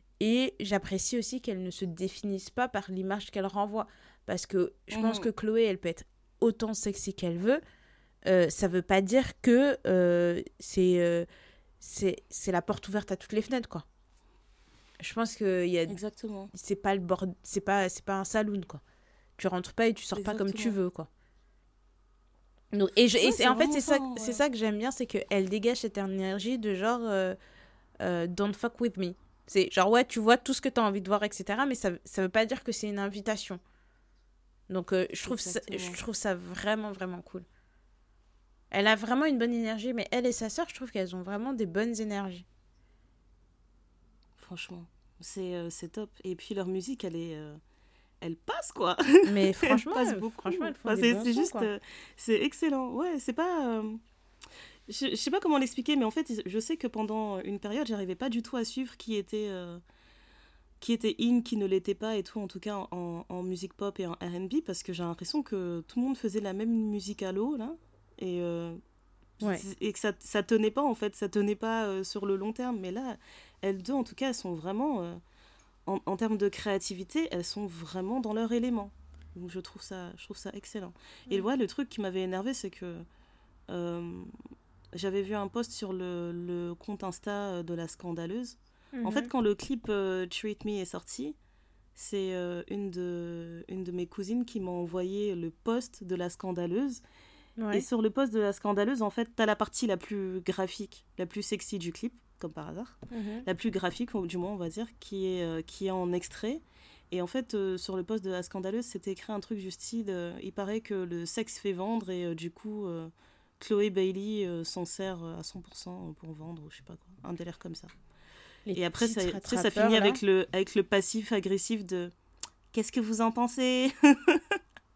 Et j'apprécie aussi qu'elle ne se définisse pas par l'image qu'elle renvoie. Parce que je mmh. pense que Chloé, elle peut être autant sexy qu'elle veut. Euh, ça veut pas dire que euh, c'est, euh, c'est, c'est la porte ouverte à toutes les fenêtres, quoi. Je pense que y a... Exactement. C'est pas le bord... c'est pas, c'est pas un saloon, quoi. Tu rentres pas et tu sors Exactement. Pas comme tu veux, quoi. Donc, et je, ouais, et c'est, en fait, c'est ça, ouais. c'est ça que j'aime bien, c'est qu'elle dégage cette énergie de genre euh, euh, don't fuck with me. C'est genre, ouais, tu vois tout ce que t'as envie de voir, et cetera. Mais ça, ça veut pas dire que c'est une invitation. Donc, euh, je, trouve ça, je trouve ça vraiment, vraiment cool. Elle a vraiment une bonne énergie, mais elle et sa sœur, je trouve qu'elles ont vraiment des bonnes énergies. Franchement, c'est, euh, c'est top. Et puis leur musique, elle est... Euh... elle passe, quoi. Mais franchement, elle passe beaucoup. Franchement, elle font enfin, des c'est, bons c'est sons, juste, quoi. Euh, c'est excellent. Ouais, c'est pas... Euh... Je, je sais pas comment l'expliquer, mais en fait, je sais que pendant une période, j'arrivais pas du tout à suivre qui était... Euh... qui était in, qui ne l'était pas et tout, en tout cas en, en musique pop et en R and B, parce que j'ai l'impression que tout le monde faisait la même musique à l'eau, là. Et, euh, ouais. et que ça, ça tenait pas, en fait, ça tenait pas euh, sur le long terme. Mais là, elles deux, en tout cas, elles sont vraiment, euh, en, en termes de créativité, elles sont vraiment dans leur élément. Donc je trouve ça, je trouve ça excellent. Mmh. Et ouais, le truc qui m'avait énervé, c'est que euh, j'avais vu un post sur le, le compte Insta de la Scandaleuse. Mmh. En fait, quand le clip euh, Treat Me est sorti, c'est euh, une, de, une de mes cousines qui m'a envoyé le post de la Scandaleuse. Ouais. Et sur le post de la Scandaleuse, en fait, t'as la partie la plus graphique, la plus sexy du clip, comme par hasard. Mm-hmm. La plus graphique, du moins, on va dire, qui est, euh, qui est en extrait. Et en fait, euh, sur le post de la Scandaleuse, c'était écrit un truc du style euh, il paraît que le sexe fait vendre et euh, du coup, euh, Chloé Bailey euh, s'en sert à cent pour cent pour vendre, ou je sais pas quoi, un délire comme ça. Les et après, ça, après ça finit avec le, avec le passif agressif de « Qu'est-ce que vous en pensez ?»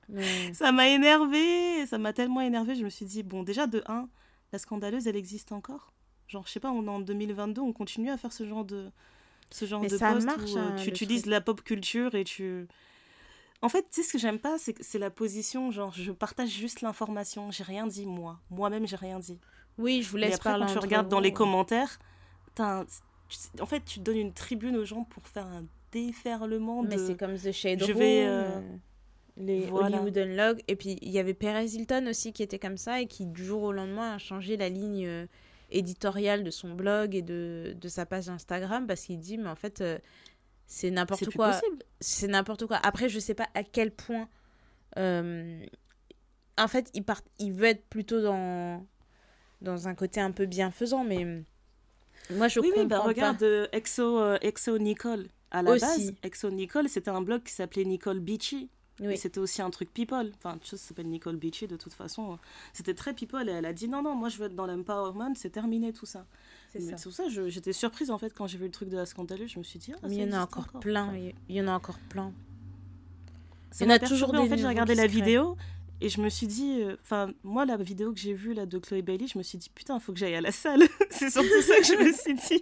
Mmh. Ça m'a énervée, ça m'a tellement énervée, je me suis dit, bon, déjà, de un, la scandaleuse, elle existe encore. Genre, je sais pas, on est en deux mille vingt-deux, on continue à faire ce genre de, ce genre de ça post marche, où hein, tu utilises la pop culture et tu... En fait, tu sais, ce que j'aime pas, c'est, c'est la position, genre, je partage juste l'information, j'ai rien dit, moi. Moi-même, j'ai rien dit. Oui, je vous laisse Mais après, parler quand tu regardes vous, dans les ouais. commentaires, t'as un... en fait, tu donnes une tribune aux gens pour faire un déferlement de... Mais c'est comme The Shade je Room, vais, euh... les voilà. Hollywood Unlocked. Et puis, il y avait Perez Hilton aussi qui était comme ça et qui, du jour au lendemain, a changé la ligne euh, éditoriale de son blog et de, de sa page Instagram parce qu'il dit, mais en fait, euh, c'est n'importe c'est quoi. Possible. C'est n'importe quoi. Après, je sais pas à quel point... Euh... En fait, il, part... il veut être plutôt dans... dans un côté un peu bienfaisant, mais... Moi, je oui, comprends oui, bah, pas. regarde euh, Exo, euh, Exo Nicole. À la aussi. base, Exo Nicole, c'était un blog qui s'appelait Nicole Beachy. Oui. Et c'était aussi un truc people. Enfin, une chose qui s'appelle Nicole Beachy, de toute façon. C'était très people. Et elle a dit, non, non, moi, je veux être dans l'empowerment. C'est terminé, tout ça. C'est ça. C'est pour ça je, j'étais surprise, en fait, quand j'ai vu le truc de la scandaleuse. Je me suis dit, ah, mais il y en a encore, encore plein. enfin. Il y en a encore plein. Ça il y en a toujours des En fait, j'ai regardé la vidéo... Et je me suis dit, enfin, euh, moi, la vidéo que j'ai vue là, de Chloé Bailey, je me suis dit, putain, il faut que j'aille à la salle. C'est surtout ça que je me suis dit.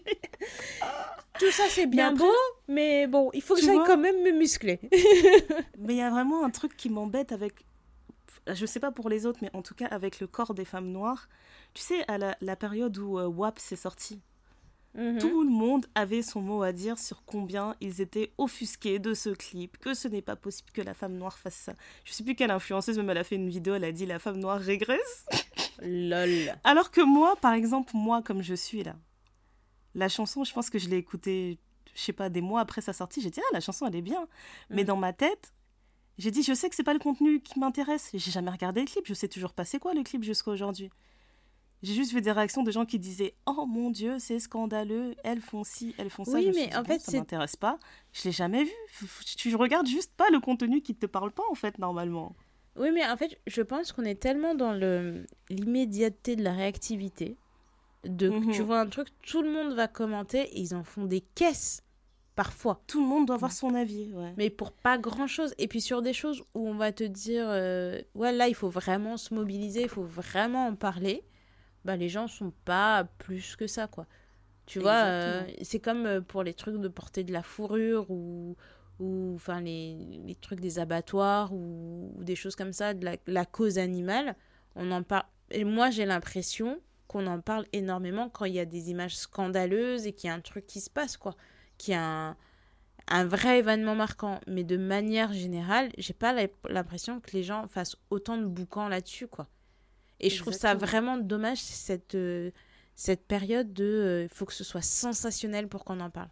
Tout ça, c'est bien mais après, beau, mais bon, il faut que j'aille vois, quand même me muscler. Mais il y a vraiment un truc qui m'embête avec, je sais pas pour les autres, mais en tout cas avec le corps des femmes noires. Tu sais, à la, la période où euh, W A P s'est sorti, mm-hmm. tout le monde avait son mot à dire sur combien ils étaient offusqués de ce clip, que ce n'est pas possible que la femme noire fasse ça. Je sais plus quelle influenceuse, même elle a fait une vidéo, elle a dit la femme noire régresse. Lol. Alors que moi, par exemple, moi comme je suis là, la chanson, je pense que je l'ai écoutée, je sais pas, des mois après sa sortie, j'ai dit ah la chanson elle est bien, mm. mais dans ma tête, j'ai dit je sais que c'est pas le contenu qui m'intéresse, j'ai jamais regardé le clip, je sais toujours pas c'est quoi le clip jusqu'à aujourd'hui. J'ai juste vu des réactions de gens qui disaient « Oh mon Dieu, c'est scandaleux, elles font ci, elles font ça. » Oui, je mais dit, en bon, fait, ça c'est... m'intéresse pas. Je l'ai jamais vu. Tu regardes juste pas le contenu qui te parle pas, en fait, normalement. Oui, mais en fait, je pense qu'on est tellement dans le... l'immédiateté de la réactivité. De... Mm-hmm. Tu vois un truc, tout le monde va commenter et ils en font des caisses, parfois. Tout le monde doit avoir son avis, ouais. Mais pour pas grand-chose. Et puis sur des choses où on va te dire euh, « Ouais, là, il faut vraiment se mobiliser, il faut vraiment en parler. » Bah, les gens sont pas plus que ça, quoi. Tu vois, euh, c'est comme pour les trucs de porter de la fourrure ou, ou enfin, les, les trucs des abattoirs ou, ou des choses comme ça, de la, la cause animale. On en parle. Et moi, j'ai l'impression qu'on en parle énormément quand il y a des images scandaleuses et qu'il y a un truc qui se passe, quoi. Qu'il y a un, un vrai événement marquant. Mais de manière générale, j'ai pas l'impression que les gens fassent autant de boucans là-dessus, quoi. Et je Exactement. trouve ça vraiment dommage, cette, euh, cette période de... Il euh, faut que ce soit sensationnel pour qu'on en parle.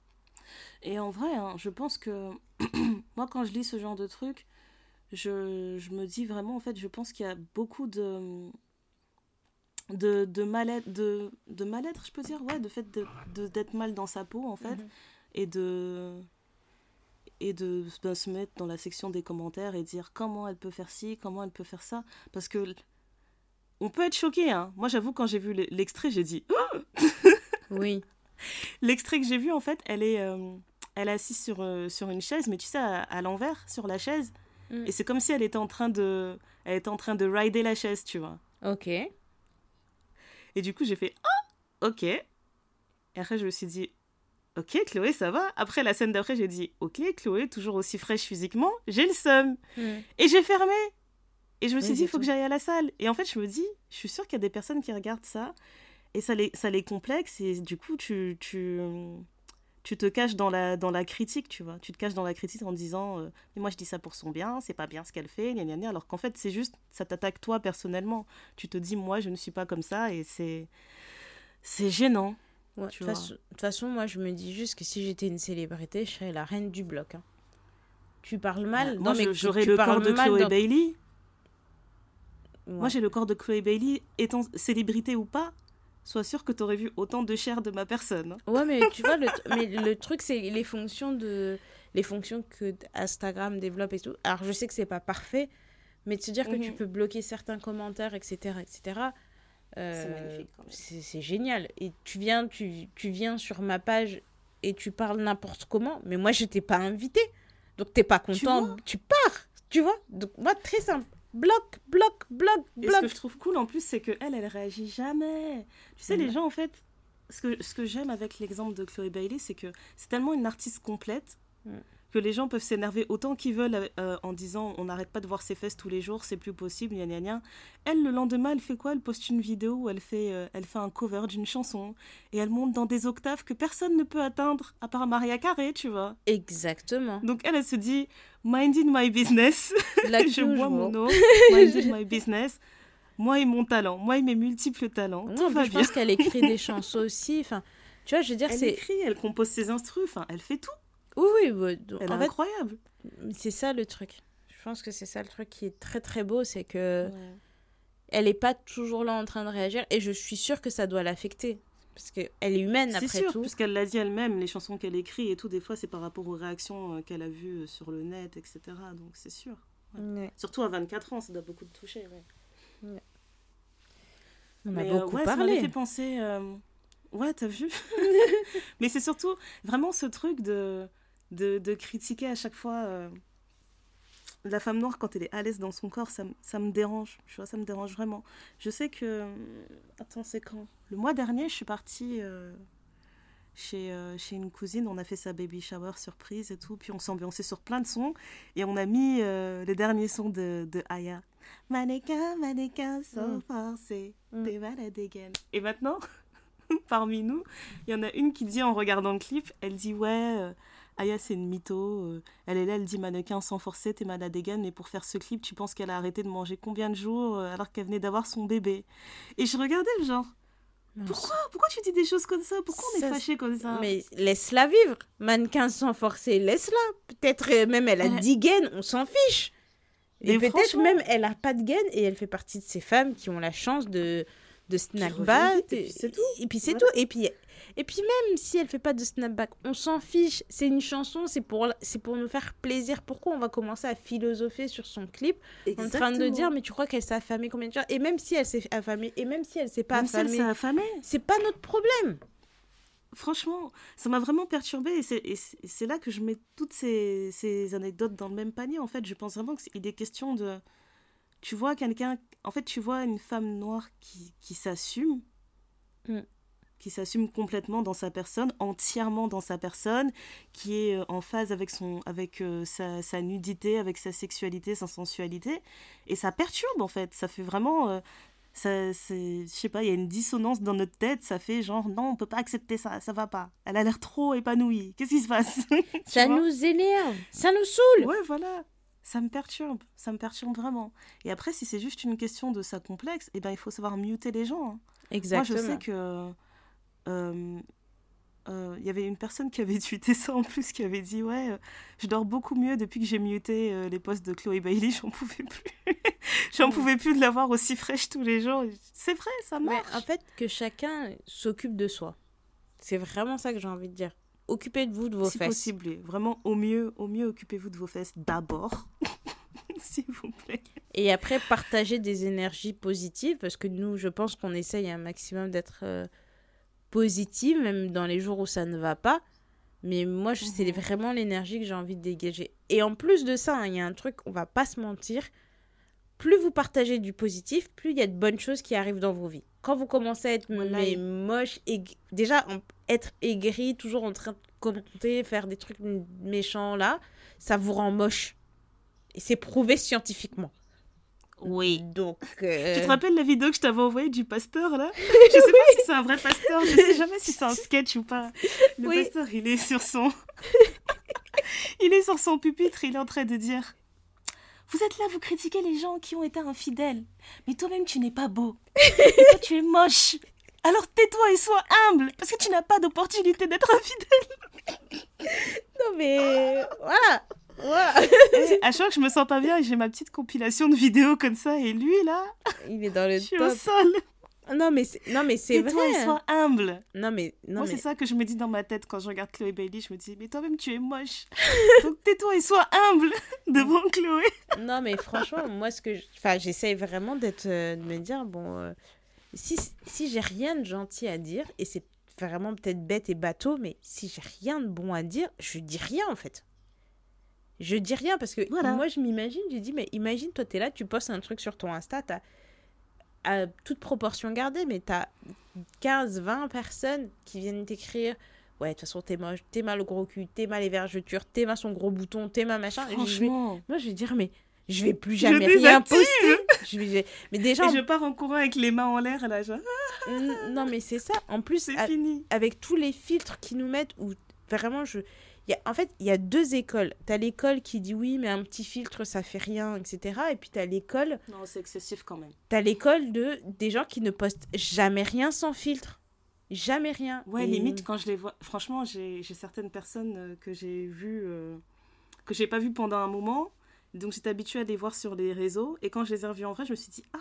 Et en vrai, hein, je pense que... moi, quand je lis ce genre de trucs, je, je me dis vraiment, en fait, je pense qu'il y a beaucoup de... de, de mal-être, de, de mal-être, je peux dire, ouais, de fait de, de, d'être mal dans sa peau, en fait, mm-hmm. et de... et de, de se mettre dans la section des commentaires et dire comment elle peut faire ci, comment elle peut faire ça, parce que... On peut être choqué, hein. Moi, j'avoue, quand j'ai vu l'extrait, j'ai dit... Oh oui. L'extrait que j'ai vu, en fait, elle est, euh, elle est assise sur, euh, sur une chaise, mais tu sais, à, à l'envers, sur la chaise. Mm. Et c'est comme si elle était en train de... Elle était en train de rider la chaise, tu vois. Ok. Et du coup, j'ai fait... Oh, ok. Et après, je me suis dit... Ok, Chloé, ça va. Après, la scène d'après, j'ai dit... Ok, Chloé, toujours aussi fraîche physiquement, j'ai le seum. Mm. Et j'ai fermé. Et je me suis oui, dit, il faut tout. que j'aille à la salle. Et en fait, je me dis, je suis sûre qu'il y a des personnes qui regardent ça et ça les, ça les complexe. Et du coup, tu, tu, tu te caches dans la, dans la critique, tu vois. Tu te caches dans la critique en disant, euh, mais moi, je dis ça pour son bien, c'est pas bien ce qu'elle fait, gna, gna, gna. Alors qu'en fait, c'est juste, ça t'attaque toi personnellement. Tu te dis, moi, je ne suis pas comme ça et c'est, c'est gênant. De toute façon, façon, moi, je me dis juste que si j'étais une célébrité, je serais la reine du bloc. Hein. Tu parles mal. Bah, moi, non, mais j'aurais tu le corps de Chloé dans... Bailey. Ouais. Moi, j'ai le corps de Chloé Bailey, étant célébrité ou pas, sois sûre que tu aurais vu autant de chair de ma personne. Ouais, mais tu vois, le, t- mais le truc, c'est les fonctions, de, les fonctions que Instagram développe et tout. Alors, je sais que c'est pas parfait, mais de se dire mm-hmm. que tu peux bloquer certains commentaires, et cetera, et cetera, euh, c'est magnifique. Quand même. C'est, c'est génial. Et tu viens, tu, tu viens sur ma page et tu parles n'importe comment, mais moi, je t'ai pas invité. Donc, t'es pas content, tu, tu pars. Tu vois? Donc, moi, très simple. Bloc, bloc, bloc, bloc. Et ce que je trouve cool, en plus, c'est qu'elle, elle réagit jamais. Tu sais, mmh. les gens, en fait, ce que, ce que j'aime avec l'exemple de Chloé Bailey, c'est que c'est tellement une artiste complète mmh. que les gens peuvent s'énerver autant qu'ils veulent euh, en disant on n'arrête pas de voir ses fesses tous les jours, c'est plus possible, gna gna gna. Elle, le lendemain, elle fait quoi? Elle poste une vidéo où elle fait, euh, elle fait un cover d'une chanson et elle monte dans des octaves que personne ne peut atteindre à part Mariah Carey, tu vois. Exactement. Donc elle, elle se dit minding my business. Like je bois mon eau, minding my business. Moi et mon talent, moi et mes multiples talents. Non, je pense qu'elle écrit des chansons aussi. Enfin, tu vois, je veux dire, elle c'est... écrit, elle compose ses instrus, enfin, elle fait tout. Oui, oui. oui. Elle en est fait, incroyable. C'est ça le truc. Je pense que c'est ça le truc qui est très très beau, c'est que ouais. elle n'est pas toujours là en train de réagir et je suis sûre que ça doit l'affecter. Parce qu'elle est humaine c'est après sûr, tout. Puisqu'elle l'a dit elle-même, les chansons qu'elle écrit et tout, des fois c'est par rapport aux réactions qu'elle a vues sur le net, et cetera. Donc c'est sûr. Ouais. Ouais. Surtout à vingt-quatre ans, ça doit beaucoup te toucher. Ouais. Ouais. On Mais a beaucoup euh, ouais, parlé. Ça m'avait fait penser... Euh... Ouais, t'as vu. Mais c'est surtout vraiment ce truc de, de, de critiquer à chaque fois euh, la femme noire quand elle est à l'aise dans son corps. Ça, ça me dérange, tu vois, ça me dérange vraiment. Je sais que... Attends, c'est quand? Le mois dernier, je suis partie euh, chez, euh, chez une cousine. On a fait sa baby shower surprise et tout. Puis on s'est ambiancé sur plein de sons. Et on a mis euh, les derniers sons de, de Aya. Mannequin, mannequin, so mm. forcé, mm. t'es malade again. Et maintenant... Parmi nous, il y en a une qui dit en regardant le clip, elle dit ouais, euh, Aya c'est une mytho, euh, elle est là, elle dit mannequin sans forcer, t'es malade again, mais pour faire ce clip, tu penses qu'elle a arrêté de manger combien de jours euh, alors qu'elle venait d'avoir son bébé? Et je regardais le genre, non, pourquoi pourquoi tu dis des choses comme ça? Pourquoi on est ça, fâché comme ça? Mais laisse-la vivre, mannequin sans forcer, laisse-la. Peut-être euh, même elle a elle... dix gaines, on s'en fiche. Et, et peut-être même elle a pas de gaines et elle fait partie de ces femmes qui ont la chance de... de snapback et, et puis c'est tout et puis c'est voilà. tout et puis et puis même si elle fait pas de snapback on s'en fiche, c'est une chanson, c'est pour c'est pour nous faire plaisir. Pourquoi on va commencer à philosopher sur son clip? Exactement. En train de dire mais tu crois qu'elle s'est affamée combien de jours? Et même si elle s'est affamée et même si elle s'est pas même affamée, si elle s'est affamée, c'est pas notre problème. Franchement, ça m'a vraiment perturbée et c'est, et c'est, et c'est là que je mets toutes ces, ces anecdotes dans le même panier. En fait, je pense vraiment qu'il est question de... Tu vois quelqu'un... En fait, tu vois une femme noire qui, qui s'assume, mm. qui s'assume complètement dans sa personne, entièrement dans sa personne, qui est en phase avec, son, avec euh, sa, sa nudité, avec sa sexualité, sa sensualité. Et ça perturbe, en fait. Ça fait vraiment... Euh, ça, c'est, je sais pas, il y a une dissonance dans notre tête. Ça fait genre, non, on peut pas accepter ça, ça va pas. Elle a l'air trop épanouie. Qu'est-ce qui se passe? Ça nous énerve, ça nous saoule. Ouais, voilà. Ça me perturbe, ça me perturbe vraiment. Et après, si c'est juste une question de ça complexe, eh ben, il faut savoir muter les gens. Hein. Exactement. Moi, je sais que... Euh, euh, y avait une personne qui avait tweeté ça en plus, qui avait dit « Ouais, euh, je dors beaucoup mieux depuis que j'ai muté euh, les posts de Chloé Bailey, j'en pouvais plus. j'en mmh. pouvais plus de la voir aussi fraîche tous les jours. » C'est vrai, ça marche. Mais en fait, que chacun s'occupe de soi. C'est vraiment ça que j'ai envie de dire. Occupez-vous de vos si fesses. Si possible, vraiment, au mieux, au mieux, occupez-vous de vos fesses d'abord, s'il vous plaît. Et après, partagez des énergies positives, parce que nous, je pense qu'on essaye un maximum d'être euh, positive, même dans les jours où ça ne va pas. Mais moi, je, mmh. c'est vraiment l'énergie que j'ai envie de dégager. Et en plus de ça, il hein, y a un truc, on va pas se mentir, plus vous partagez du positif, plus il y a de bonnes choses qui arrivent dans vos vies. Quand vous commencez à être voilà. mais, moche, aig... déjà en... être aigri, toujours en train de commenter, faire des trucs méchants là, ça vous rend moche. Et c'est prouvé scientifiquement. Oui. Donc. Euh... Tu te rappelles la vidéo que je t'avais envoyée du pasteur là? Je sais pas si c'est un vrai pasteur, je sais jamais si c'est un sketch ou pas. Le oui. pasteur, il est sur son. il est sur son pupitre, il est en train de dire. Vous êtes là, vous critiquez les gens qui ont été infidèles. Mais toi-même, tu n'es pas beau. Et toi, tu es moche. Alors tais-toi et sois humble. Parce que tu n'as pas d'opportunité d'être infidèle. Non mais... Voilà. Voilà. Et à chaque fois que je me sens pas bien, j'ai ma petite compilation de vidéos comme ça. Et lui, là... Il est dans le je top. Je suis au sol. Non mais c'est, non, mais c'est tais-toi vrai. Et sois humble. Non mais... Non, Moi, mais... c'est ça que je me dis dans ma tête quand je regarde Chloé Bailey. Je me dis, mais toi-même, tu es moche. Donc tais-toi et sois humble devant Chloé. Non mais franchement, moi, ce que... Je... Enfin, j'essaye vraiment d'être... Euh, de me dire, bon... Euh, si, si j'ai rien de gentil à dire, et c'est vraiment peut-être bête et bateau, mais si j'ai rien de bon à dire, je dis rien, en fait. Je dis rien parce que voilà. moi, je m'imagine, je dis, mais imagine, toi, t'es là, tu postes un truc sur ton Insta, t'as, à toute proportion gardée, mais t'as quinze, vingt personnes qui viennent t'écrire, ouais, de toute façon, t'es moche, t'es mal au gros cul, t'es mal les vergetures, t'es mal son gros bouton, t'es mal machin. Franchement. Je vais, moi, je vais dire, mais je vais plus jamais je rien poster. Je vais, mais déjà, et je pars en courant avec les mains en l'air, là, genre. Non, mais c'est ça. En plus, c'est a- fini. avec tous les filtres qu'ils nous mettent, où vraiment, je... Il y a, en fait, il y a deux écoles. T'as l'école qui dit oui, mais un petit filtre, ça fait rien, et cetera. Et puis t'as l'école... Non, c'est excessif quand même. T'as l'école de, des gens qui ne postent jamais rien sans filtre. Jamais rien. Ouais, et... limite, quand je les vois... Franchement, j'ai, j'ai certaines personnes euh, que j'ai vues... Euh, que j'ai pas vues pendant un moment. Donc, j'étais habituée à les voir sur les réseaux. Et quand je les ai revues en vrai, je me suis dit, ah,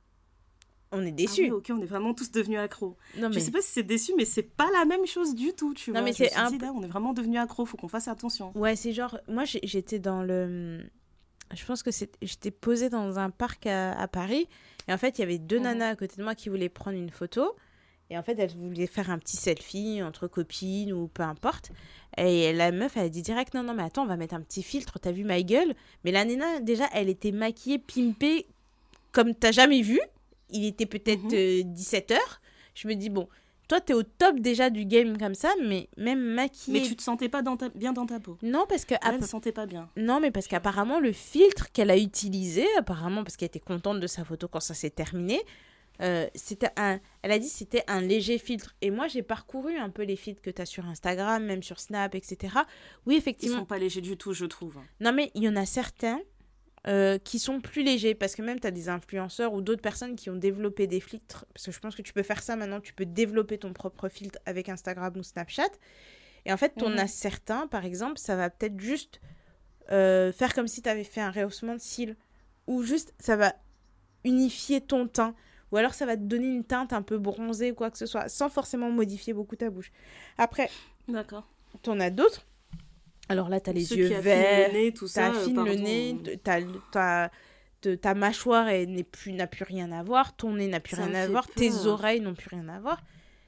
on est déçus. Ah oui, ok, on est vraiment tous devenus accros. Non, mais... Je sais pas si c'est déçu, mais c'est pas la même chose du tout, tu non, vois. Mais je c'est me suis un... dit, là, on est vraiment devenus accros, faut qu'on fasse attention. Ouais, c'est genre... Moi, j'étais dans le... Je pense que c'est... j'étais posée dans un parc à, à Paris. Et en fait, il y avait deux mmh. nanas à côté de moi qui voulaient prendre une photo. Et en fait, elles voulaient faire un petit selfie entre copines ou peu importe. Et la meuf, elle a dit direct, non, non, mais attends, on va mettre un petit filtre, t'as vu ma gueule? Mais la nana, déjà, elle était maquillée, pimpée, comme t'as jamais vu. Il était peut-être mmh. euh, dix-sept heures. Je me dis, bon, toi, t'es au top déjà du game comme ça, mais même maquillée... Mais tu te sentais pas dans ta... bien dans ta peau. Non, parce que... Elle ne se sentait pas bien. Non, mais parce qu'apparemment, le filtre qu'elle a utilisé, apparemment, parce qu'elle était contente de sa photo quand ça s'est terminé, euh, c'était un... elle a dit que c'était un léger filtre. Et moi, j'ai parcouru un peu les filtres que t'as sur Instagram, même sur Snap, et cetera. Oui, effectivement... Ils sont pas légers du tout, je trouve. Non, mais il y en a certains... Euh, qui sont plus légers, parce que même tu as des influenceurs ou d'autres personnes qui ont développé des filtres, parce que je pense que tu peux faire ça maintenant, tu peux développer ton propre filtre avec Instagram ou Snapchat, et en fait, tu en mmh. as certains, par exemple, ça va peut-être juste euh, faire comme si tu avais fait un rehaussement de cils, ou juste, ça va unifier ton teint, ou alors ça va te donner une teinte un peu bronzée ou quoi que ce soit, sans forcément modifier beaucoup ta bouche. Après, d'accord. Tu en as d'autres. Alors là, tu as les Ceux yeux verts, tu affines le nez, t'as, t'as, t'as, ta mâchoire elle n'est plus, n'a plus rien à voir, ton nez n'a plus ça rien à voir, peur. Tes oreilles n'ont plus rien à voir.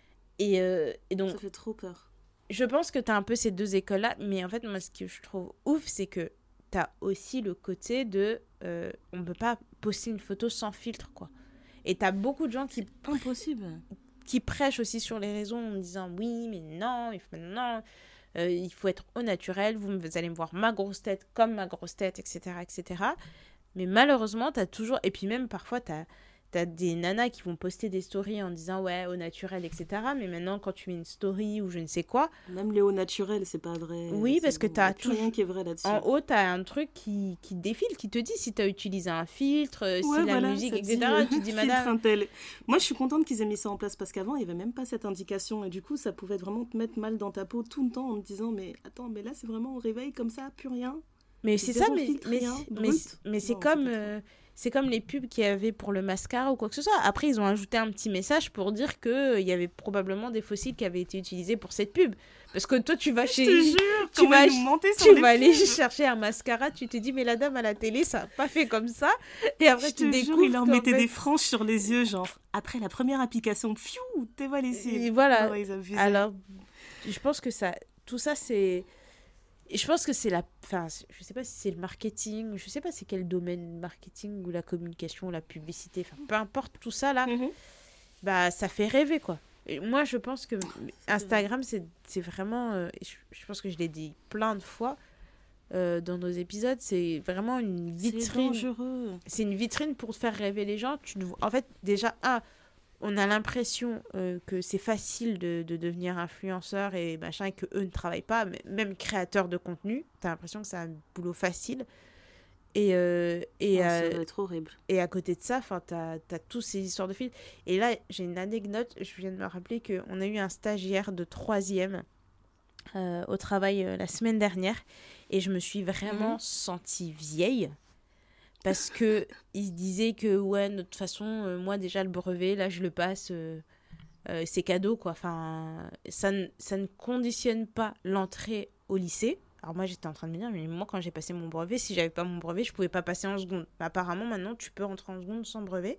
Et, euh, et donc, ça fait trop peur. Je pense que tu as un peu ces deux écoles-là, mais en fait, moi, ce que je trouve ouf, c'est que tu as aussi le côté de... Euh, on ne peut pas poster une photo sans filtre, quoi. Et tu as beaucoup de gens qui... C'est impossible. Qui prêchent aussi sur les réseaux en disant, oui, mais non, il faut... Non. Euh, il faut être au naturel, vous, vous allez me voir ma grosse tête comme ma grosse tête, et cetera, et cetera. Mais malheureusement, t'as toujours... Et puis même, parfois, t'as, t'as des nanas qui vont poster des stories en disant, ouais, au naturel, et cetera. Mais maintenant, quand tu mets une story ou je ne sais quoi... Même les au naturel, c'est pas vrai. Oui, c'est parce bon. que t'as tout... rien qui est vrai là-dessus. En haut, t'as un truc qui, qui défile, qui te dit si t'as utilisé un filtre, ouais, si la voilà, musique, et cetera. Dit, tu dis, madame... Moi, je suis contente qu'ils aient mis ça en place parce qu'avant, il n'y avait même pas cette indication. Et du coup, ça pouvait vraiment te mettre mal dans ta peau tout le temps en te disant, mais attends, mais là, c'est vraiment au réveil comme ça, plus rien. Mais c'est ça, mais, filtre, mais, rien, mais, mais c'est non, comme... C'est, euh, c'est comme les pubs qu'il y avait pour le mascara ou quoi que ce soit. Après, ils ont ajouté un petit message pour dire qu'il euh, y avait probablement des fossiles qui avaient été utilisés pour cette pub. Parce que toi, tu vas chez... Je te jure, tu vas, tu vas aller chercher un mascara, tu te dis, mais la dame à la télé, ça n'a pas fait comme ça. Et après, je tu te découvres... jure, il leur mettait fait... des franges sur les yeux, genre, après la première application, pfiou, t'es voilà ici. Et voilà. Oh, alors, je pense que ça... Tout ça, c'est... Je pense que c'est la... Enfin, je sais pas si c'est le marketing, je sais pas c'est quel domaine, marketing ou la communication, ou la publicité, enfin, peu importe, tout ça, là, mm-hmm. bah, ça fait rêver, quoi. Et moi, je pense que Instagram, c'est, c'est vraiment... Euh, je, je pense que je l'ai dit plein de fois euh, dans nos épisodes, c'est vraiment une vitrine... C'est dangereux. C'est une vitrine pour faire rêver les gens. Tu, en fait, déjà, un... on a l'impression euh, que c'est facile de, de devenir influenceur et machin, et qu'eux ne travaillent pas, mais même créateurs de contenu, t'as l'impression que c'est un boulot facile. Et, euh, et, oh, ça euh, doit être horrible. Et à côté de ça, t'as, t'as tous ces histoires de films. Et là, j'ai une anecdote, je viens de me rappeler qu'on a eu un stagiaire de troisième euh, au travail euh, la semaine dernière, et je me suis vraiment mmh. sentie vieille. Parce que il se disait que, ouais, de toute façon, euh, moi, déjà, le brevet, là, je le passe, euh, euh, c'est cadeau, quoi. Enfin, ça, n- ça ne conditionne pas l'entrée au lycée. Alors moi, j'étais en train de me dire, mais moi, quand j'ai passé mon brevet, si j'avais pas mon brevet, je pouvais pas passer en seconde. Mais apparemment, maintenant, tu peux rentrer en seconde sans brevet.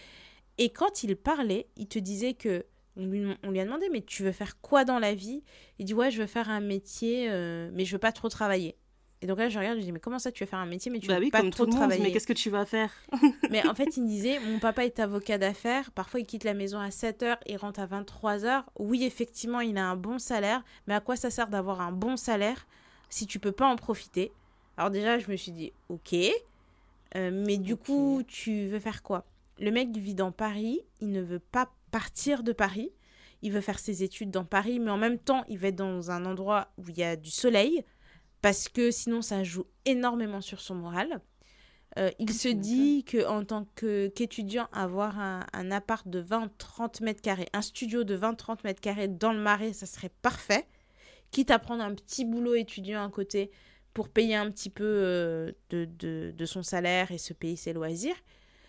Et quand il parlait, il te disait que... On lui, on lui a demandé, mais tu veux faire quoi dans la vie ? Il dit, ouais, je veux faire un métier, euh, mais je veux pas trop travailler. Et donc là, je regarde, je dis, mais comment ça, tu vas faire un métier, mais tu bah vas oui, pas comme trop tout le monde, travailler. Mais qu'est-ce que tu vas faire? Mais en fait, il me disait, mon papa est avocat d'affaires, parfois il quitte la maison à sept heures, il rentre à vingt-trois heures. Oui, effectivement, il a un bon salaire, mais à quoi ça sert d'avoir un bon salaire si tu peux pas en profiter? Alors déjà, je me suis dit, ok, euh, mais du okay. coup, tu veux faire quoi? Le mec vit dans Paris, il ne veut pas partir de Paris, il veut faire ses études dans Paris, mais en même temps, il va être dans un endroit où il y a du soleil, parce que sinon, ça joue énormément sur son moral. Euh, il se dit qu'en tant que, qu'étudiant, avoir un, un appart de vingt à trente mètres carrés, un studio de vingt à trente mètres carrés dans le Marais, ça serait parfait. Quitte à prendre un petit boulot étudiant à côté pour payer un petit peu euh, de, de, de son salaire et se payer ses loisirs.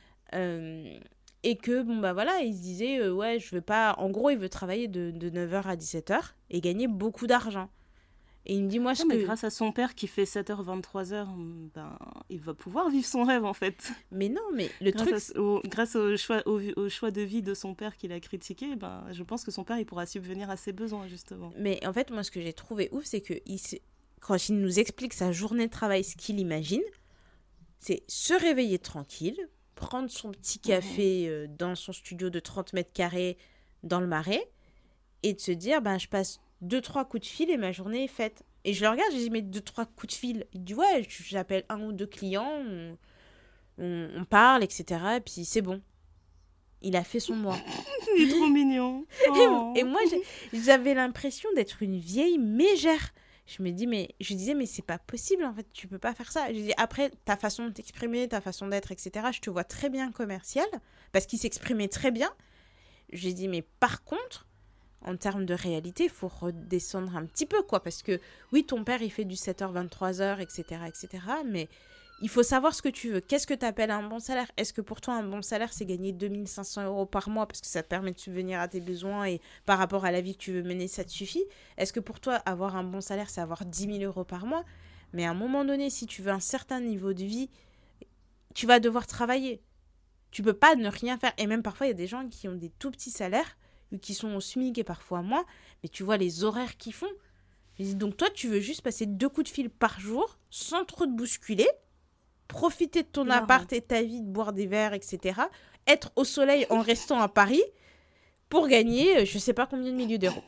Euh, et que, bon, bah voilà, il se disait, euh, ouais, je veux pas... En gros, il veut travailler de, de neuf heures à dix-sept heures et gagner beaucoup d'argent. Et il me dit, moi, je... Non, mais que... grâce à son père qui fait sept heures, vingt-trois heures, ben, il va pouvoir vivre son rêve, en fait. Mais non, mais le grâce truc... À, au, grâce au choix, au, au choix de vie de son père qu'il a critiqué, ben, je pense que son père, il pourra subvenir à ses besoins, justement. Mais en fait, moi, ce que j'ai trouvé ouf, c'est que il se... quand il nous explique sa journée de travail, ce qu'il imagine, c'est se réveiller tranquille, prendre son petit café mmh. euh, dans son studio de trente mètres carrés dans le Marais, et de se dire, ben, je passe deux, trois coups de fil et ma journée est faite. Et je le regarde, je dis, mais deux, trois coups de fil. Il dit, ouais, j'appelle un ou deux clients, on, on, on parle, et cetera. Et puis c'est bon. Il a fait son mois. Il est trop mignon. Oh. Et, et moi, j'ai, j'avais l'impression d'être une vieille mégère. Je me dis, mais, je disais, mais c'est pas possible, en fait, tu peux pas faire ça. Je dis, après, ta façon de t'exprimer, ta façon d'être, et cetera, je te vois très bien commercial, parce qu'il s'exprimait très bien. J'ai dit, mais par contre, en termes de réalité, il faut redescendre un petit peu, quoi. Parce que, oui, ton père, il fait du sept heures, vingt-trois heures, et cetera, et cetera. Mais il faut savoir ce que tu veux. Qu'est-ce que tu appelles un bon salaire? Est-ce que pour toi, un bon salaire, c'est gagner deux mille cinq cents euros par mois parce que ça te permet de subvenir à tes besoins et par rapport à la vie que tu veux mener, ça te suffit? Est-ce que pour toi, avoir un bon salaire, c'est avoir dix mille euros par mois? Mais à un moment donné, si tu veux un certain niveau de vie, tu vas devoir travailler. Tu peux pas ne rien faire. Et même parfois, il y a des gens qui ont des tout petits salaires, qui sont au SMIC et parfois moins, mais tu vois les horaires qu'ils font. Donc toi, tu veux juste passer deux coups de fil par jour, sans trop te bousculer, profiter de ton non. appart et ta vie, de boire des verres, et cetera. Être au soleil en restant à Paris pour gagner, je sais pas combien de milliers d'euros.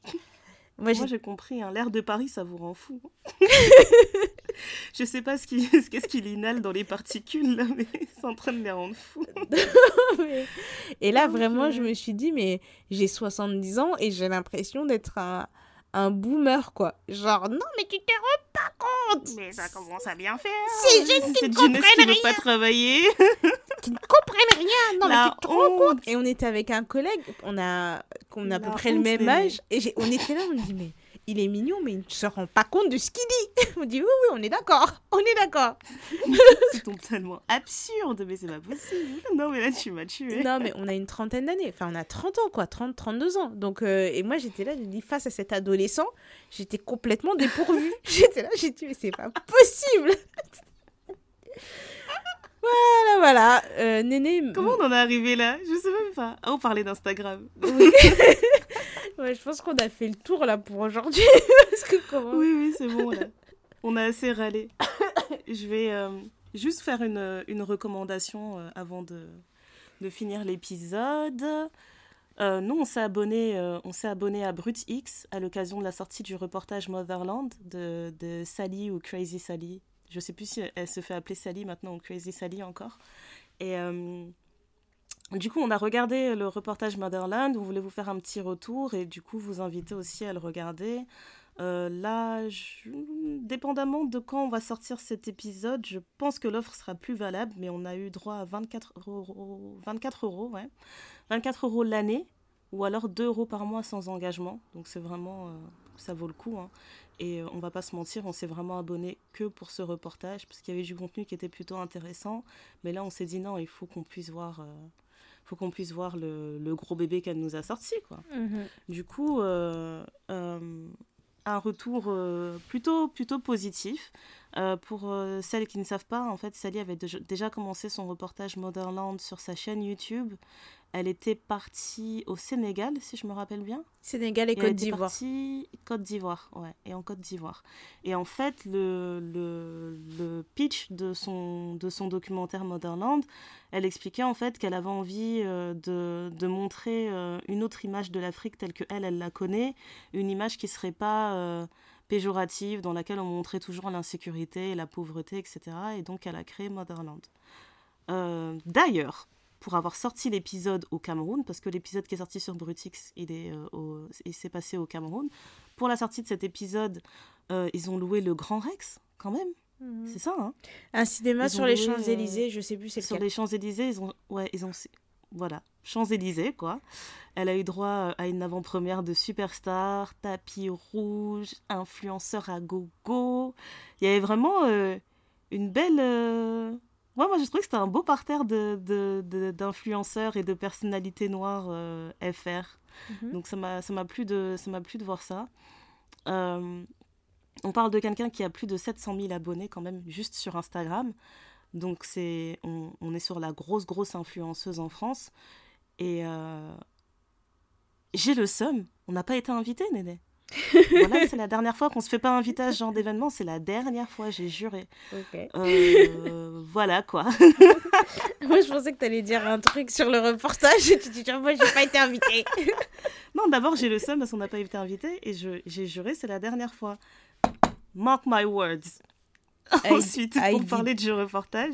Moi, j'ai, Moi, j'ai compris, hein, l'air de Paris, ça vous rend fou. Je sais pas ce, qui, ce qu'est-ce qu'il inhale dans les particules, là, mais c'est en train de les rendre fous. mais... Et là, vraiment, je me suis dit, mais j'ai soixante-dix ans et j'ai l'impression d'être un, un boomer, quoi. Genre, non, mais tu te rends pas compte. Mais ça commence à bien faire. Ces jeunes qui ne comprennent rien. Qui ne veut pas travailler. Qui ne comprennent rien. Non, La mais tu te rends compte. Et on était avec un collègue, on a, on a à peu près le même âge. Et j'ai, on était là, on dit, mais il est mignon, mais il ne se rend pas compte de ce qu'il dit. On dit, oui, oui, on est d'accord. On est d'accord. C'est totalement absurde, mais c'est pas possible. Non, mais là, tu m'as tué. Non, mais on a une trentaine d'années. Enfin, on a trente ans, quoi. trente, trente-deux ans. Donc, euh, et moi, j'étais là, je dis, face à cet adolescent, j'étais complètement dépourvue. J'étais là, j'ai dit, mais c'est pas possible. Voilà, voilà. Euh, Néné... Comment on en est arrivé là? Je sais même pas. Ah, on parlait d'Instagram. Oui. Ouais, je pense qu'on a fait le tour là pour aujourd'hui. Parce que comment... Oui, oui, c'est bon là. On a assez râlé. Je vais euh, juste faire une, une recommandation euh, avant de, de finir l'épisode. Euh, nous, on s'est abonné, euh, on s'est abonné à BrutX à l'occasion de la sortie du reportage Motherland de, de Sally ou Crazy Sally. Je sais plus si elle se fait appeler Sally maintenant ou Crazy Sally encore. Et euh, du coup, on a regardé le reportage Motherland. On voulait vous faire un petit retour et du coup, vous inviter aussi à le regarder. Euh, là, je... dépendamment de quand on va sortir cet épisode, je pense que l'offre sera plus valable, mais on a eu droit à vingt-quatre euros, vingt-quatre euros, ouais. vingt-quatre euros l'année ou alors deux euros par mois sans engagement. Donc, c'est vraiment... Euh, ça vaut le coup, hein. Et on va pas se mentir, on s'est vraiment abonné que pour ce reportage parce qu'il y avait du contenu qui était plutôt intéressant. Mais là, on s'est dit non, il faut qu'on puisse voir, euh, faut qu'on puisse voir le, le gros bébé qu'elle nous a sorti, quoi. Mm-hmm. Du coup, euh, euh, un retour euh, plutôt, plutôt positif. Euh, pour euh, celles qui ne savent pas, en fait, Sally avait de- déjà commencé son reportage Motherland sur sa chaîne YouTube. elle était partie au Sénégal, si je me rappelle bien. Sénégal et, et Côte d'Ivoire. Partie... Côte d'Ivoire, ouais, et en Côte d'Ivoire. Et en fait, le, le, le pitch de son, de son documentaire Motherland, elle expliquait en fait qu'elle avait envie euh, de, de montrer euh, une autre image de l'Afrique telle qu'elle, elle la connaît, une image qui ne serait pas euh, péjorative, dans laquelle on montrait toujours l'insécurité, la pauvreté, et cetera. Et donc, elle a créé Motherland. Euh, d'ailleurs, pour avoir sorti l'épisode au Cameroun, parce que l'épisode qui est sorti sur Brutix, il, est, euh, au, il s'est passé au Cameroun. Pour la sortie de cet épisode, euh, ils ont loué le Grand Rex, quand même. Mmh. C'est ça, hein. Un cinéma ils sur les loué, Champs-Élysées, euh, je sais plus c'est Sur lequel. les Champs-Élysées, ils ont... Ouais, ils ont... Voilà, Champs-Élysées, quoi. Elle a eu droit à une avant-première de superstar, tapis rouge, influenceur à gogo. Il y avait vraiment euh, une belle... Euh... Ouais, moi, je trouvais que c'était un beau parterre de, de, de, d'influenceurs et de personnalités noires euh, F R. Mm-hmm. Donc, ça m'a, ça m'a plu de, ça m'a plu de voir ça. Euh, on parle de quelqu'un qui a plus de sept cent mille abonnés quand même, juste sur Instagram. Donc, c'est, on, on est sur la grosse, grosse influenceuse en France. Et euh, j'ai le seum. On n'a pas été invité, Néné. Voilà, c'est la dernière fois qu'on se fait pas inviter à ce genre d'événement, c'est la dernière fois, j'ai juré. Ok. Euh, voilà quoi. Moi je pensais que t'allais dire un truc sur le reportage et tu te dis moi j'ai pas été invitée. Non, d'abord j'ai le seum parce qu'on n'a pas été invité et je, j'ai juré c'est la dernière fois. Mark my words. I, Ensuite I pour did. Parler du reportage,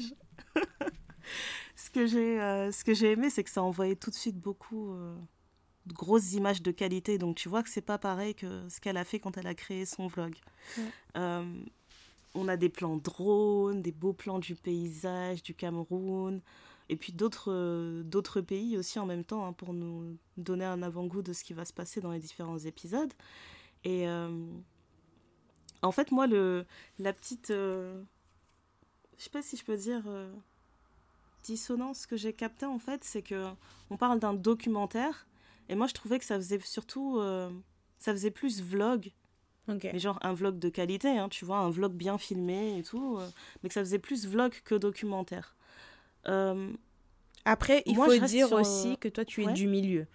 ce que j'ai euh, ce que j'ai aimé c'est que ça envoyait tout de suite beaucoup. Euh... de grosses images de qualité, donc tu vois que c'est pas pareil que ce qu'elle a fait quand elle a créé son vlog. Ouais. Euh, on a des plans drones, des beaux plans du paysage, du Cameroun, et puis d'autres, euh, d'autres pays aussi en même temps, hein, pour nous donner un avant-goût de ce qui va se passer dans les différents épisodes. Et euh, en fait, moi, le, la petite... Euh, je sais pas si je peux dire... Euh, dissonance que j'ai captée, en fait, c'est qu'on parle d'un documentaire. Et moi, je trouvais que ça faisait surtout... Euh, ça faisait plus vlog. Okay. Mais genre un vlog de qualité, hein, tu vois, un vlog bien filmé et tout. Euh, mais que ça faisait plus vlog que documentaire. Euh, Après, il moi, faut dire sur... aussi que toi, tu es ouais. du milieu.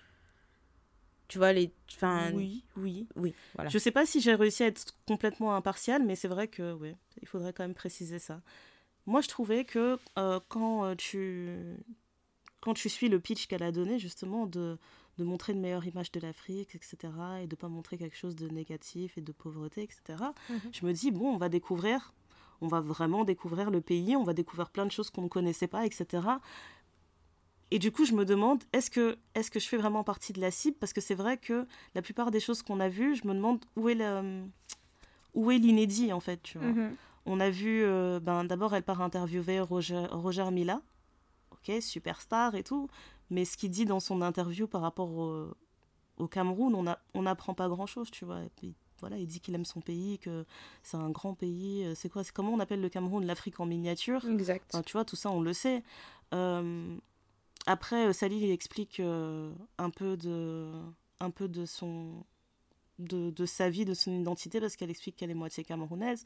Tu vois, les... Enfin... Oui, oui. Oui, voilà. Je sais pas si j'ai réussi à être complètement impartiale, mais c'est vrai que, ouais, il faudrait quand même préciser ça. Moi, je trouvais que euh, quand, euh, tu... quand tu suis le pitch qu'elle a donné, justement, de... de montrer une meilleure image de l'Afrique, et cetera, et de ne pas montrer quelque chose de négatif et de pauvreté, et cetera, mm-hmm. je me dis, bon, on va découvrir, on va vraiment découvrir le pays, on va découvrir plein de choses qu'on ne connaissait pas, et cetera. Et du coup, je me demande, est-ce que, est-ce que je fais vraiment partie de la cible ? Parce que c'est vrai que la plupart des choses qu'on a vues, je me demande où est, le, où est l'inédit, en fait, tu vois. Mm-hmm. On a vu, euh, ben, d'abord, elle part interviewer Roger, Roger Mila, ok, superstar et tout. Mais ce qu'il dit dans son interview par rapport au, au Cameroun, on n'apprend pas grand-chose, tu vois. Et puis, voilà, il dit qu'il aime son pays, que c'est un grand pays. C'est quoi, c'est comment on appelle le Cameroun ? L'Afrique en miniature. Exact. Enfin, tu vois, tout ça, on le sait. Euh, après, Sally il explique euh, un peu de, un peu de son, de, de sa vie, de son identité, parce qu'elle explique qu'elle est moitié camerounaise.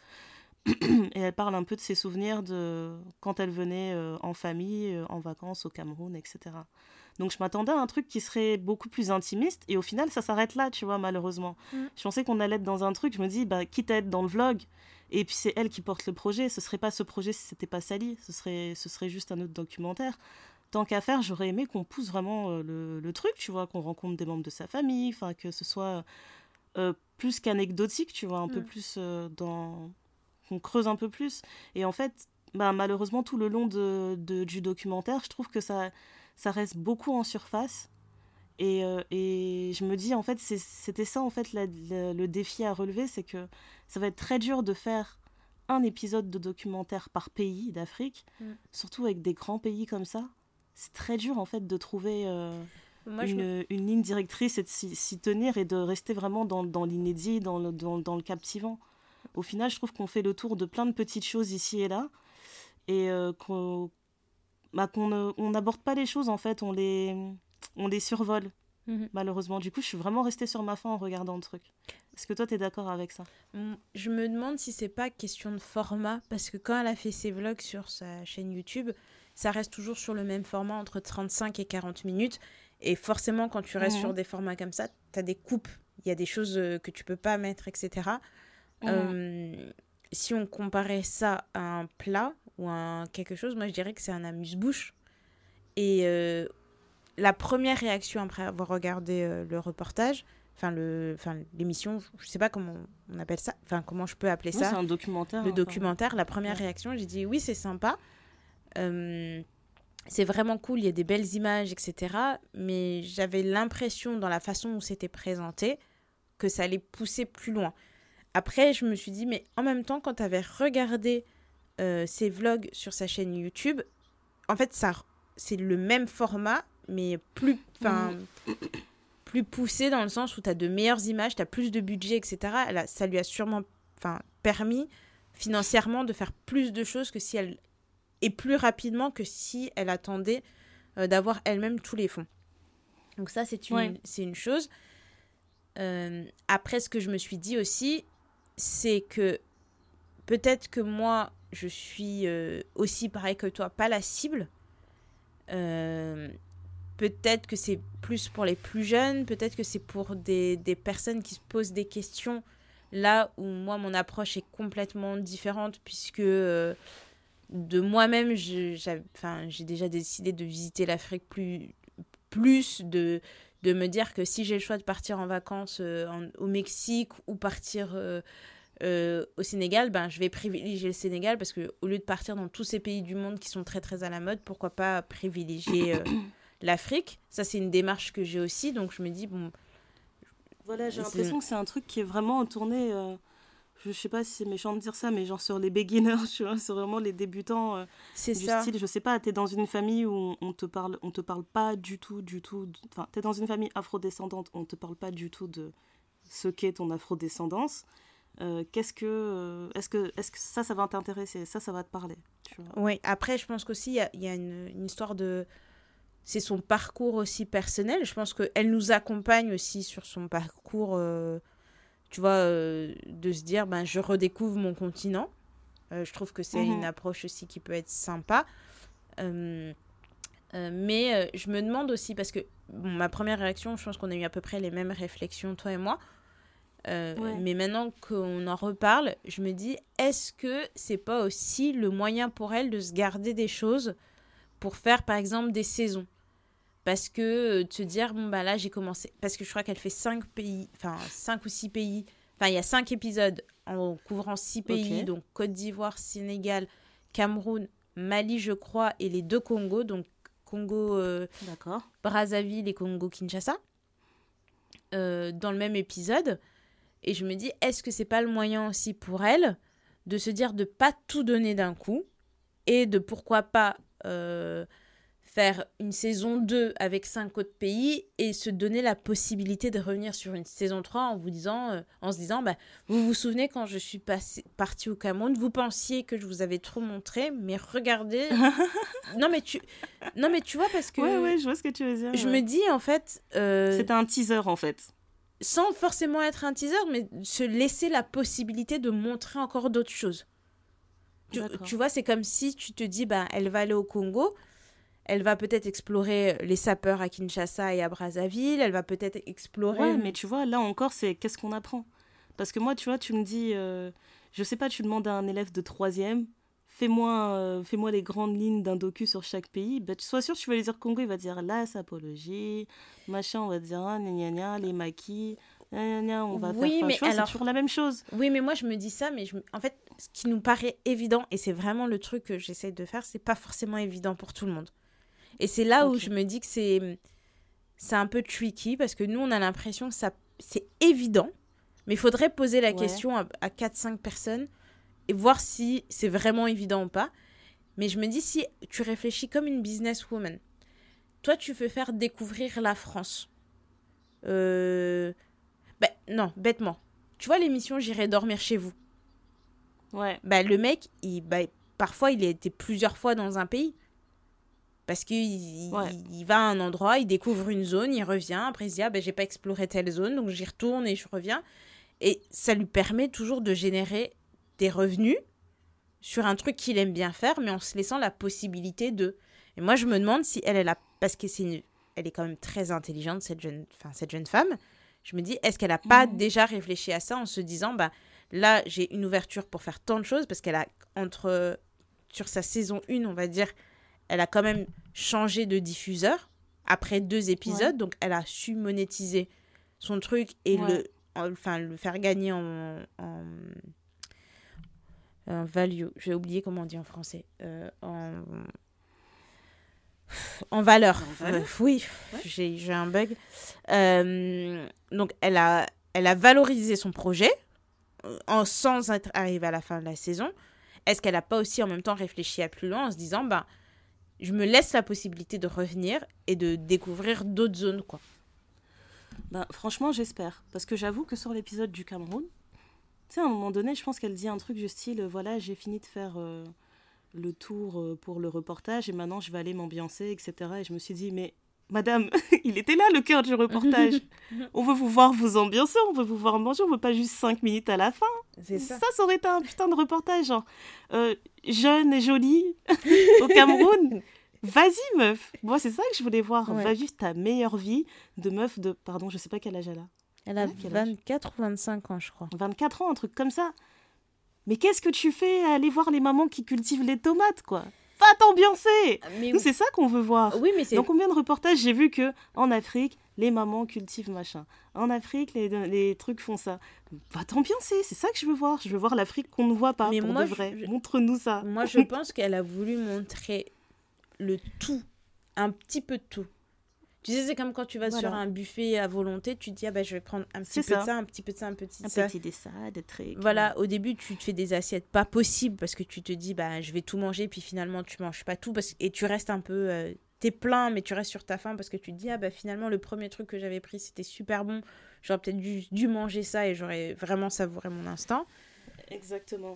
Et elle parle un peu de ses souvenirs de quand elle venait euh, en famille, euh, en vacances au Cameroun, et cetera. Donc je m'attendais à un truc qui serait beaucoup plus intimiste, et au final ça s'arrête là, tu vois, malheureusement. Mm. Je pensais qu'on allait être dans un truc, je me dis, bah, quitte à être dans le vlog, et puis c'est elle qui porte le projet, ce serait pas ce projet si c'était pas Sally, ce serait, ce serait juste un autre documentaire. Tant qu'à faire, j'aurais aimé qu'on pousse vraiment euh, le, le truc, tu vois, qu'on rencontre des membres de sa famille, enfin que ce soit euh, plus qu'anecdotique, tu vois, un mm. peu plus euh, dans... qu'on creuse un peu plus. Et en fait, bah, malheureusement, tout le long de, de, du documentaire, je trouve que ça, ça reste beaucoup en surface. Et, euh, et je me dis, en fait, c'est, c'était ça, en fait, la, la, le défi à relever, c'est que ça va être très dur de faire un épisode de documentaire par pays d'Afrique, mm. surtout avec des grands pays comme ça. C'est très dur, en fait, de trouver euh, Moi, une, me... une ligne directrice et de s'y, s'y tenir et de rester vraiment dans, dans l'inédit, dans le, dans, dans le captivant. Au final, je trouve qu'on fait le tour de plein de petites choses ici et là et euh, qu'on bah, qu'on on n'aborde pas les choses, en fait, on les, on les survole, mm-hmm. malheureusement. Du coup, je suis vraiment restée sur ma faim en regardant le truc. Est-ce que toi, tu es d'accord avec ça ? Je me demande si c'est pas question de format, parce que quand elle a fait ses vlogs sur sa chaîne YouTube, ça reste toujours sur le même format, entre trente-cinq et quarante minutes. Et forcément, quand tu restes mmh. sur des formats comme ça, tu as des coupes. Il y a des choses que tu peux pas mettre, et cetera. Mmh. Euh, si on comparait ça à un plat ou à un quelque chose, moi, je dirais que c'est un amuse-bouche. Et euh, la première réaction après avoir regardé euh, le reportage, enfin le, enfin l'émission, je sais pas comment on appelle ça, enfin comment je peux appeler oui, ça. C'est un documentaire. Le enfin... documentaire, la première ouais. réaction, j'ai dit oui, c'est sympa, euh, c'est vraiment cool, il y a des belles images, et cetera. Mais j'avais l'impression dans la façon où c'était présenté que ça allait pousser plus loin. Après, je me suis dit, mais en même temps, quand tu avais regardé euh, ses vlogs sur sa chaîne YouTube, en fait, ça, c'est le même format, mais plus, mmh. plus poussé dans le sens où tu as de meilleures images, tu as plus de budget, et cetera. Elle a, ça lui a sûrement permis financièrement de faire plus de choses que si elle... et plus rapidement que si elle attendait euh, d'avoir elle-même tous les fonds. Donc ça, c'est une, ouais. c'est une chose. Euh, après, ce que je me suis dit aussi, c'est que peut-être que moi, je suis euh, aussi pareil que toi, pas la cible. Euh, peut-être que c'est plus pour les plus jeunes, peut-être que c'est pour des, des personnes qui se posent des questions, là où moi, mon approche est complètement différente, puisque euh, de moi-même, je, j'ai, j'ai déjà décidé de visiter l'Afrique plus, plus de... de me dire que si j'ai le choix de partir en vacances euh, en, au Mexique ou partir euh, euh, au Sénégal, ben, je vais privilégier le Sénégal parce qu'au lieu de partir dans tous ces pays du monde qui sont très très à la mode, pourquoi pas privilégier euh, l'Afrique. Ça, c'est une démarche que j'ai aussi, donc je me dis, bon... Voilà, j'ai l'impression que c'est un truc qui est vraiment tourné... Euh... Je sais pas si c'est méchant de dire ça, mais genre sur les beginners, tu vois, c'est vraiment les débutants euh, c'est du ça. style, je sais pas, t'es dans une famille où on te parle, on te parle pas du tout, du tout, enfin, t'es dans une famille afrodescendante, on te parle pas du tout de ce qu'est ton afrodescendance. Euh, qu'est-ce que, euh, est-ce que, est-ce que ça, ça va t'intéresser, ça, ça va te parler, tu vois. Oui, après, je pense qu'aussi, il y a, y a une, une histoire de... C'est son parcours aussi personnel. Je pense qu'elle nous accompagne aussi sur son parcours... Euh... tu vois, euh, de se dire, ben, je redécouvre mon continent. Euh, je trouve que c'est mmh. une approche aussi qui peut être sympa. Euh, euh, mais euh, je me demande aussi, parce que bon, ma première réaction, je pense qu'on a eu à peu près les mêmes réflexions, toi et moi. Euh, ouais. Mais maintenant qu'on en reparle, je me dis, est-ce que c'est pas aussi le moyen pour elle de se garder des choses pour faire, par exemple, des saisons ? Parce que euh, de se dire, bon, bah là, j'ai commencé... Parce que je crois qu'elle fait cinq pays, enfin, cinq ou six pays. Enfin, il y a cinq épisodes en couvrant six pays. Okay. Donc, Côte d'Ivoire, Sénégal, Cameroun, Mali, je crois, et les deux Congos. Donc, Congo euh, Brazzaville et Congo Kinshasa. Euh, dans le même épisode. Et je me dis, est-ce que c'est pas le moyen aussi pour elle de se dire de pas tout donner d'un coup et de pourquoi pas... Euh, faire une saison deux avec cinq autres pays et se donner la possibilité de revenir sur une saison trois en vous disant, euh, en se disant, bah, vous vous souvenez quand je suis passé, partie au Cameroun, vous pensiez que je vous avais trop montré, mais regardez. non, mais tu... non, mais tu vois, parce que... Ouais, ouais, je vois ce que tu veux dire. Je ouais. me dis, en fait... Euh... C'était un teaser, en fait. Sans forcément être un teaser, mais se laisser la possibilité de montrer encore d'autres choses. Tu, tu vois, c'est comme si tu te dis, bah, elle va aller au Congo... Elle va peut-être explorer les sapeurs à Kinshasa et à Brazzaville. Elle va peut-être explorer... Ouais, mais tu vois, là encore, c'est qu'est-ce qu'on apprend ? Parce que moi, tu vois, tu me dis... Euh, je sais pas, tu demandes à un élève de troisième, fais-moi, euh, fais-moi les grandes lignes d'un docu sur chaque pays. Bah, tu sois sûr, tu vas lui dire Congo, il va dire la sapologie, machin, on va dire ah, gna, gna, gna, les maquis, gna, gna, gna, on va oui, faire... mais vois, alors... c'est toujours la même chose. Oui, mais moi, je me dis ça, mais je... en fait, ce qui nous paraît évident, et c'est vraiment le truc que j'essaie de faire, c'est pas forcément évident pour tout le monde. Et c'est là okay. où je me dis que c'est, c'est un peu tricky, parce que nous, on a l'impression que ça, c'est évident, mais il faudrait poser la ouais. question à, à quatre cinq personnes et voir si c'est vraiment évident ou pas. Mais je me dis, si tu réfléchis comme une businesswoman, toi, tu veux faire découvrir la France. Euh... Ben, non, bêtement. Tu vois l'émission « J'irai dormir chez vous ». Ouais. Ben, le mec, il, ben, parfois, il a été plusieurs fois dans un pays. Parce qu'il ouais. il, il va à un endroit, il découvre une zone, il revient. Après, il se dit, ah, ben, j'ai pas exploré telle zone, donc j'y retourne et je reviens. Et ça lui permet toujours de générer des revenus sur un truc qu'il aime bien faire, mais en se laissant la possibilité de... Et moi, je me demande si elle, elle a... Parce que c'est une... elle est quand même très intelligente, cette jeune, enfin, cette jeune femme. Je me dis, est-ce qu'elle n'a pas mmh. déjà réfléchi à ça en se disant, bah, là, j'ai une ouverture pour faire tant de choses, parce qu'elle a, entre... sur sa saison un, on va dire, elle a quand même changé de diffuseur après deux épisodes, ouais. donc elle a su monétiser son truc et ouais. le, enfin, le faire gagner en, en, en value. J'ai oublié comment on dit en français. Euh, en, en valeur. En valeur. Euh, oui, ouais. j'ai, j'ai un bug. Euh, donc, elle a, elle a valorisé son projet en, sans être arrivée à la fin de la saison. Est-ce qu'elle n'a pas aussi en même temps réfléchi à plus loin en se disant, bah, je me laisse la possibilité de revenir et de découvrir d'autres zones, quoi. Ben, franchement, j'espère. Parce que j'avoue que sur l'épisode du Cameroun, tu sais, à un moment donné, je pense qu'elle dit un truc du style, voilà, j'ai fini de faire euh, le tour euh, pour le reportage et maintenant je vais aller m'ambiancer, et cetera. Et je me suis dit, mais madame, il était là le cœur du reportage. On veut vous voir vous ambiancer, on veut vous voir manger, on veut pas juste cinq minutes à la fin. C'est ça. Ça, ça aurait été un putain de reportage, genre, euh, jeune et jolie au Cameroun. Vas-y, meuf. Moi, c'est ça que je voulais voir. Ouais. Va vivre ta meilleure vie de meuf de... Pardon, je sais pas quel âge elle a. Elle a ouais, vingt-quatre ou vingt-cinq ans, je crois. vingt-quatre ans, un truc comme ça. Mais qu'est-ce que tu fais à aller voir les mamans qui cultivent les tomates, quoi ? Va t'ambiancer. Mais Nous, oui. c'est ça qu'on veut voir. Oui, mais c'est... Dans combien de reportages j'ai vu que en Afrique, les mamans cultivent machin. En Afrique, les, les trucs font ça. Va t'ambiancer, c'est ça que je veux voir. Je veux voir l'Afrique qu'on ne voit pas, mais pour moi, de vrai. Je... Montre-nous ça. Moi, je pense qu'elle a voulu montrer le tout, un petit peu de tout. Tu sais, c'est comme quand tu vas voilà. sur un buffet à volonté, tu te dis, ah ben, je vais prendre un petit c'est peu ça. de ça, un petit peu de ça, un petit un de ça. Un petit de ça, des trucs. Voilà, au début, tu te fais des assiettes pas possibles parce que tu te dis, bah, je vais tout manger, puis finalement, tu manges pas tout. Parce... Et tu restes un peu... Euh, t'es plein, mais tu restes sur ta faim parce que tu te dis, ah bah finalement, le premier truc que j'avais pris, c'était super bon. J'aurais peut-être dû, dû manger ça et j'aurais vraiment savouré mon instant. Exactement.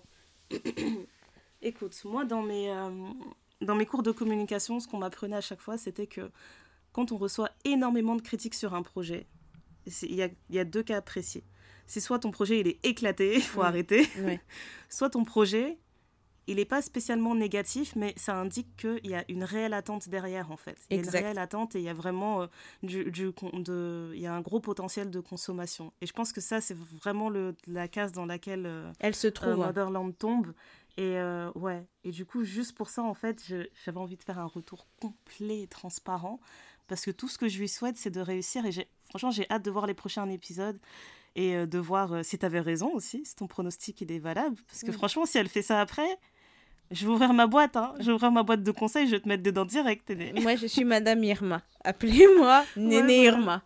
Écoute, moi, dans mes... Euh... Dans mes cours de communication, ce qu'on m'apprenait à chaque fois, c'était que quand on reçoit énormément de critiques sur un projet, il y a, y a deux cas précis. C'est soit ton projet, il est éclaté, il faut oui. arrêter. Oui. Soit ton projet, il n'est pas spécialement négatif, mais ça indique qu'il y a une réelle attente derrière, en fait. Il y a exact. une réelle attente et il y a vraiment euh, du, du, de, il y a un gros potentiel de consommation. Et je pense que ça, c'est vraiment le, la case dans laquelle euh, Elle se trouve, euh, Motherland tombe. Et euh, ouais, et du coup, juste pour ça, en fait, je, j'avais envie de faire un retour complet et transparent, parce que tout ce que je lui souhaite, c'est de réussir, et j'ai, franchement, j'ai hâte de voir les prochains épisodes, et euh, de voir euh, si t'avais raison aussi, si ton pronostic, il est valable, parce que mmh. franchement, si elle fait ça après, je vais ouvrir ma boîte, hein, je vais ouvrir ma boîte de conseils, je vais te mettre dedans direct. Et... Moi, je suis Madame Irma, appelez-moi Néné ouais, Irma.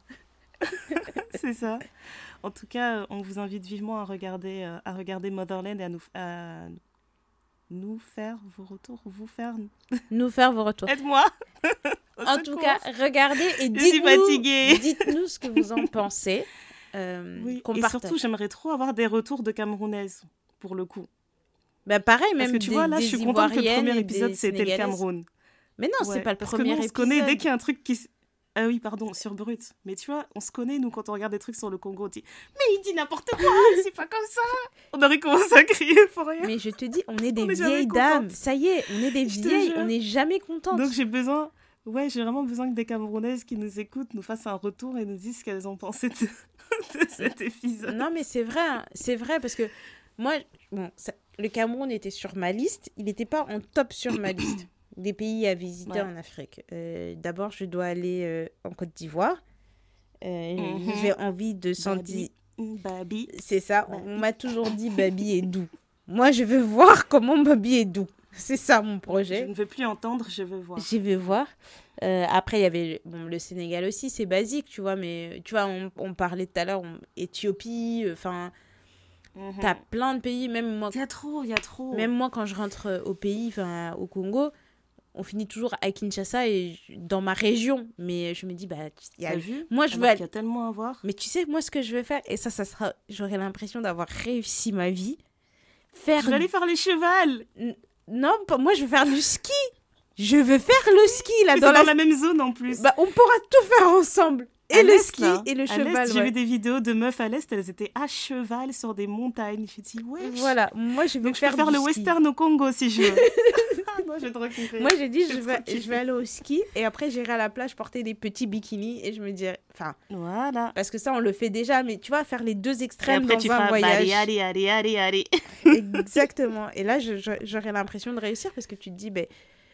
C'est ça. En tout cas, on vous invite vivement à regarder, euh, à regarder Motherland et à nous... À... nous faire vos retours, vous faire... Nous faire vos retours. Aide-moi. En tout cas, regardez et dites-nous, dites-nous ce que vous en pensez. Euh, oui, et partage. Surtout, j'aimerais trop avoir des retours de Camerounaises, pour le coup. Bah pareil, même Parce que tu des, vois, là, des je suis contente que le premier épisode, c'était le Cameroun. Mais non, ouais, c'est pas le parce premier que nous, on épisode. se connaît dès qu'il y a un truc qui... Ah oui, pardon, sur Brut. Mais tu vois, on se connaît, nous, quand on regarde des trucs sur le Congo, on dit « Mais il dit n'importe quoi, c'est pas comme ça !» On aurait commencé à crier pour rien. Mais je te dis, on est des on vieilles dames. Ça y est, on est des vieilles, on n'est jamais contentes. Donc j'ai besoin... Ouais, j'ai vraiment besoin que des Camerounaises qui nous écoutent nous fassent un retour et nous disent ce qu'elles ont pensé de, de cet épisode. Non, mais c'est vrai, hein. C'est vrai, parce que moi, bon, ça... le Cameroun était sur ma liste, il n'était pas en top sur ma liste des pays à visiter ouais. en Afrique. Euh, d'abord, je dois aller euh, en Côte d'Ivoire. Euh, mm-hmm. J'ai envie de sentir... Babi. C'est ça, Babi. On m'a toujours dit Babi est doux. Moi, je veux voir comment Babi est doux. C'est ça mon projet. Je ne veux plus entendre, je veux voir. Je veux voir. Euh, après, il y avait bon, le Sénégal aussi, c'est basique, tu vois. Mais tu vois, on, on parlait tout à l'heure, on... Éthiopie, enfin... Mm-hmm. T'as plein de pays, même moi... Il y a trop, il y a trop. Même moi, quand je rentre au pays, enfin, au Congo... On finit toujours à Kinshasa et dans ma région. Mais je me dis, bah, y a... T'as vu moi, je veux aller... Il y a tellement à voir. Mais tu sais, moi, ce que je veux faire, et ça, ça sera... J'aurai l'impression d'avoir réussi ma vie. Faire... Je vais aller faire les chevals. N- non, pas... moi, je veux faire du ski. je veux faire le ski là dans, dans, la... dans la même zone en plus. Bah, on pourra tout faire ensemble. Et à le ski là. et le à cheval. J'ai ouais. vu des vidéos de meufs à l'Est, elles étaient à cheval sur des montagnes. J'ai dit, ouais. Voilà, moi je veux Donc, faire, je peux faire le ski. western au Congo si je veux. Moi, je vais Moi j'ai dit, je vais, je vais aller au ski et après j'irai à la plage porter des petits bikinis et je me dirais. Enfin, voilà. Parce que ça, on le fait déjà, mais tu vois, faire les deux extrêmes après, dans tu un feras, voyage. Allez, allez, allez, allez, allez. Exactement. Et là, je, je, j'aurais l'impression de réussir parce que tu te dis, ben.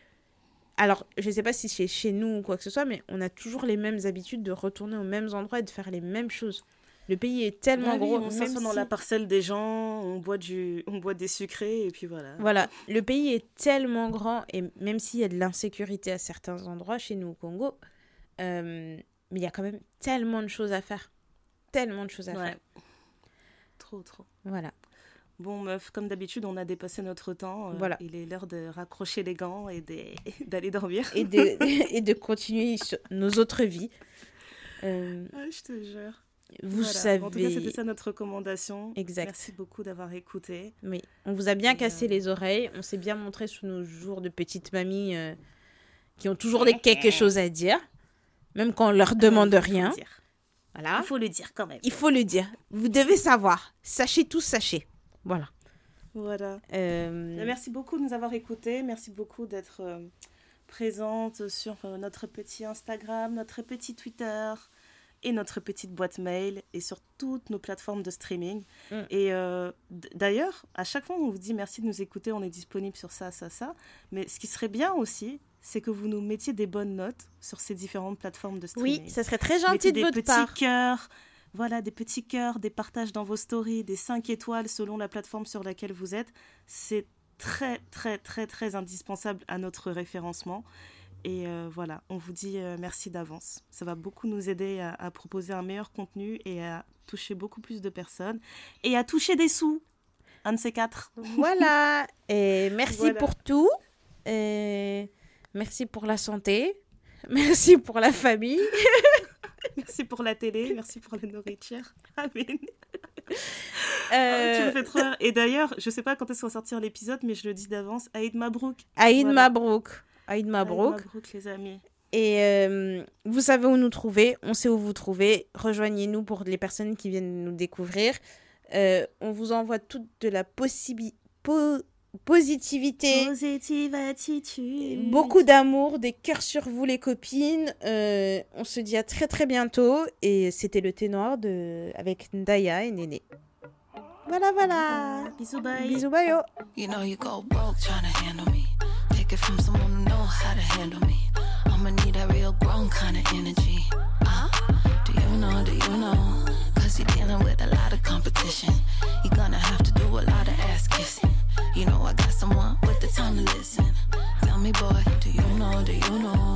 Alors, je ne sais pas si c'est chez nous ou quoi que ce soit, mais on a toujours les mêmes habitudes de retourner aux mêmes endroits et de faire les mêmes choses. Le pays est tellement oui, gros. On s'assoit dans si... la parcelle des gens, on boit, du... on boit des sucrés et puis voilà. Voilà, le pays est tellement grand et même s'il y a de l'insécurité à certains endroits, chez nous au Congo, euh, mais il y a quand même tellement de choses à faire. Tellement de choses à ouais. faire. Trop, trop. Voilà. Bon, meuf, comme d'habitude, on a dépassé notre temps. Euh, voilà. Il est l'heure de raccrocher les gants et de... d'aller dormir. Et de, et de continuer sur nos autres vies. Euh... Ah, je te jure. Vous voilà. savez... En tout cas, c'était ça notre recommandation. Exact. Merci beaucoup d'avoir écouté. Oui, on vous a bien et cassé euh... les oreilles. On s'est bien montré sous nos jours de petites mamies euh, qui ont toujours des quelque chose à dire. Même quand on leur demande ah, rien. Voilà. Il faut le dire quand même. Il faut le dire. Vous devez savoir. Sachez tout, sachez. Voilà. Voilà. Euh... Merci beaucoup de nous avoir écoutés. Merci beaucoup d'être euh, présente sur euh, notre petit Instagram, notre petit Twitter et notre petite boîte mail et sur toutes nos plateformes de streaming. Mm. Et euh, d- d'ailleurs, à chaque fois, on vous dit merci de nous écouter. On est disponible sur ça, ça, ça. Mais ce qui serait bien aussi, c'est que vous nous mettiez des bonnes notes sur ces différentes plateformes de streaming. Oui, ça serait très gentil de votre part. Mettez des petits cœurs. Voilà, des petits cœurs, des partages dans vos stories, des cinq étoiles selon la plateforme sur laquelle vous êtes. C'est très, très, très, très indispensable à notre référencement. Et euh, voilà, on vous dit euh, merci d'avance. Ça va beaucoup nous aider à, à proposer un meilleur contenu et à toucher beaucoup plus de personnes. Et à toucher des sous. Un de ces quatre. Voilà. Et merci voilà. pour tout. Et merci pour la santé. Merci pour la famille. Merci pour la télé, merci pour la nourriture. Amen. Euh... Oh, tu me fais trop rire. Et d'ailleurs, je sais pas quand est-ce qu'on va sortir l'épisode, mais je le dis d'avance, Aïd Mabrouk. Aïd voilà. Mabrouk. Aïd Mabrouk. Aïd Mabrouk, les amis. Et euh, vous savez où nous trouver, on sait où vous trouver. Rejoignez-nous pour les personnes qui viennent nous découvrir. Euh, on vous envoie toute de la possibilité... Po- positivité, positive attitude, beaucoup d'amour, des cœurs sur vous les copines. Euh, on se dit à très très bientôt et c'était le thé noir de avec Ndaya et Néné. Voilà voilà. Bisous bye. Bisous bye. Yo. You know you go broke trying to handle me. Take it from someone who know how to handle me. I'ma need that real grown kind of energy. Uh, do you know? Do you know? Cause you're dealing with a lot of competition. You're gonna have to do a lot of ass kissing. You know I got someone with the time to listen. Tell me boy, do you know, do you know?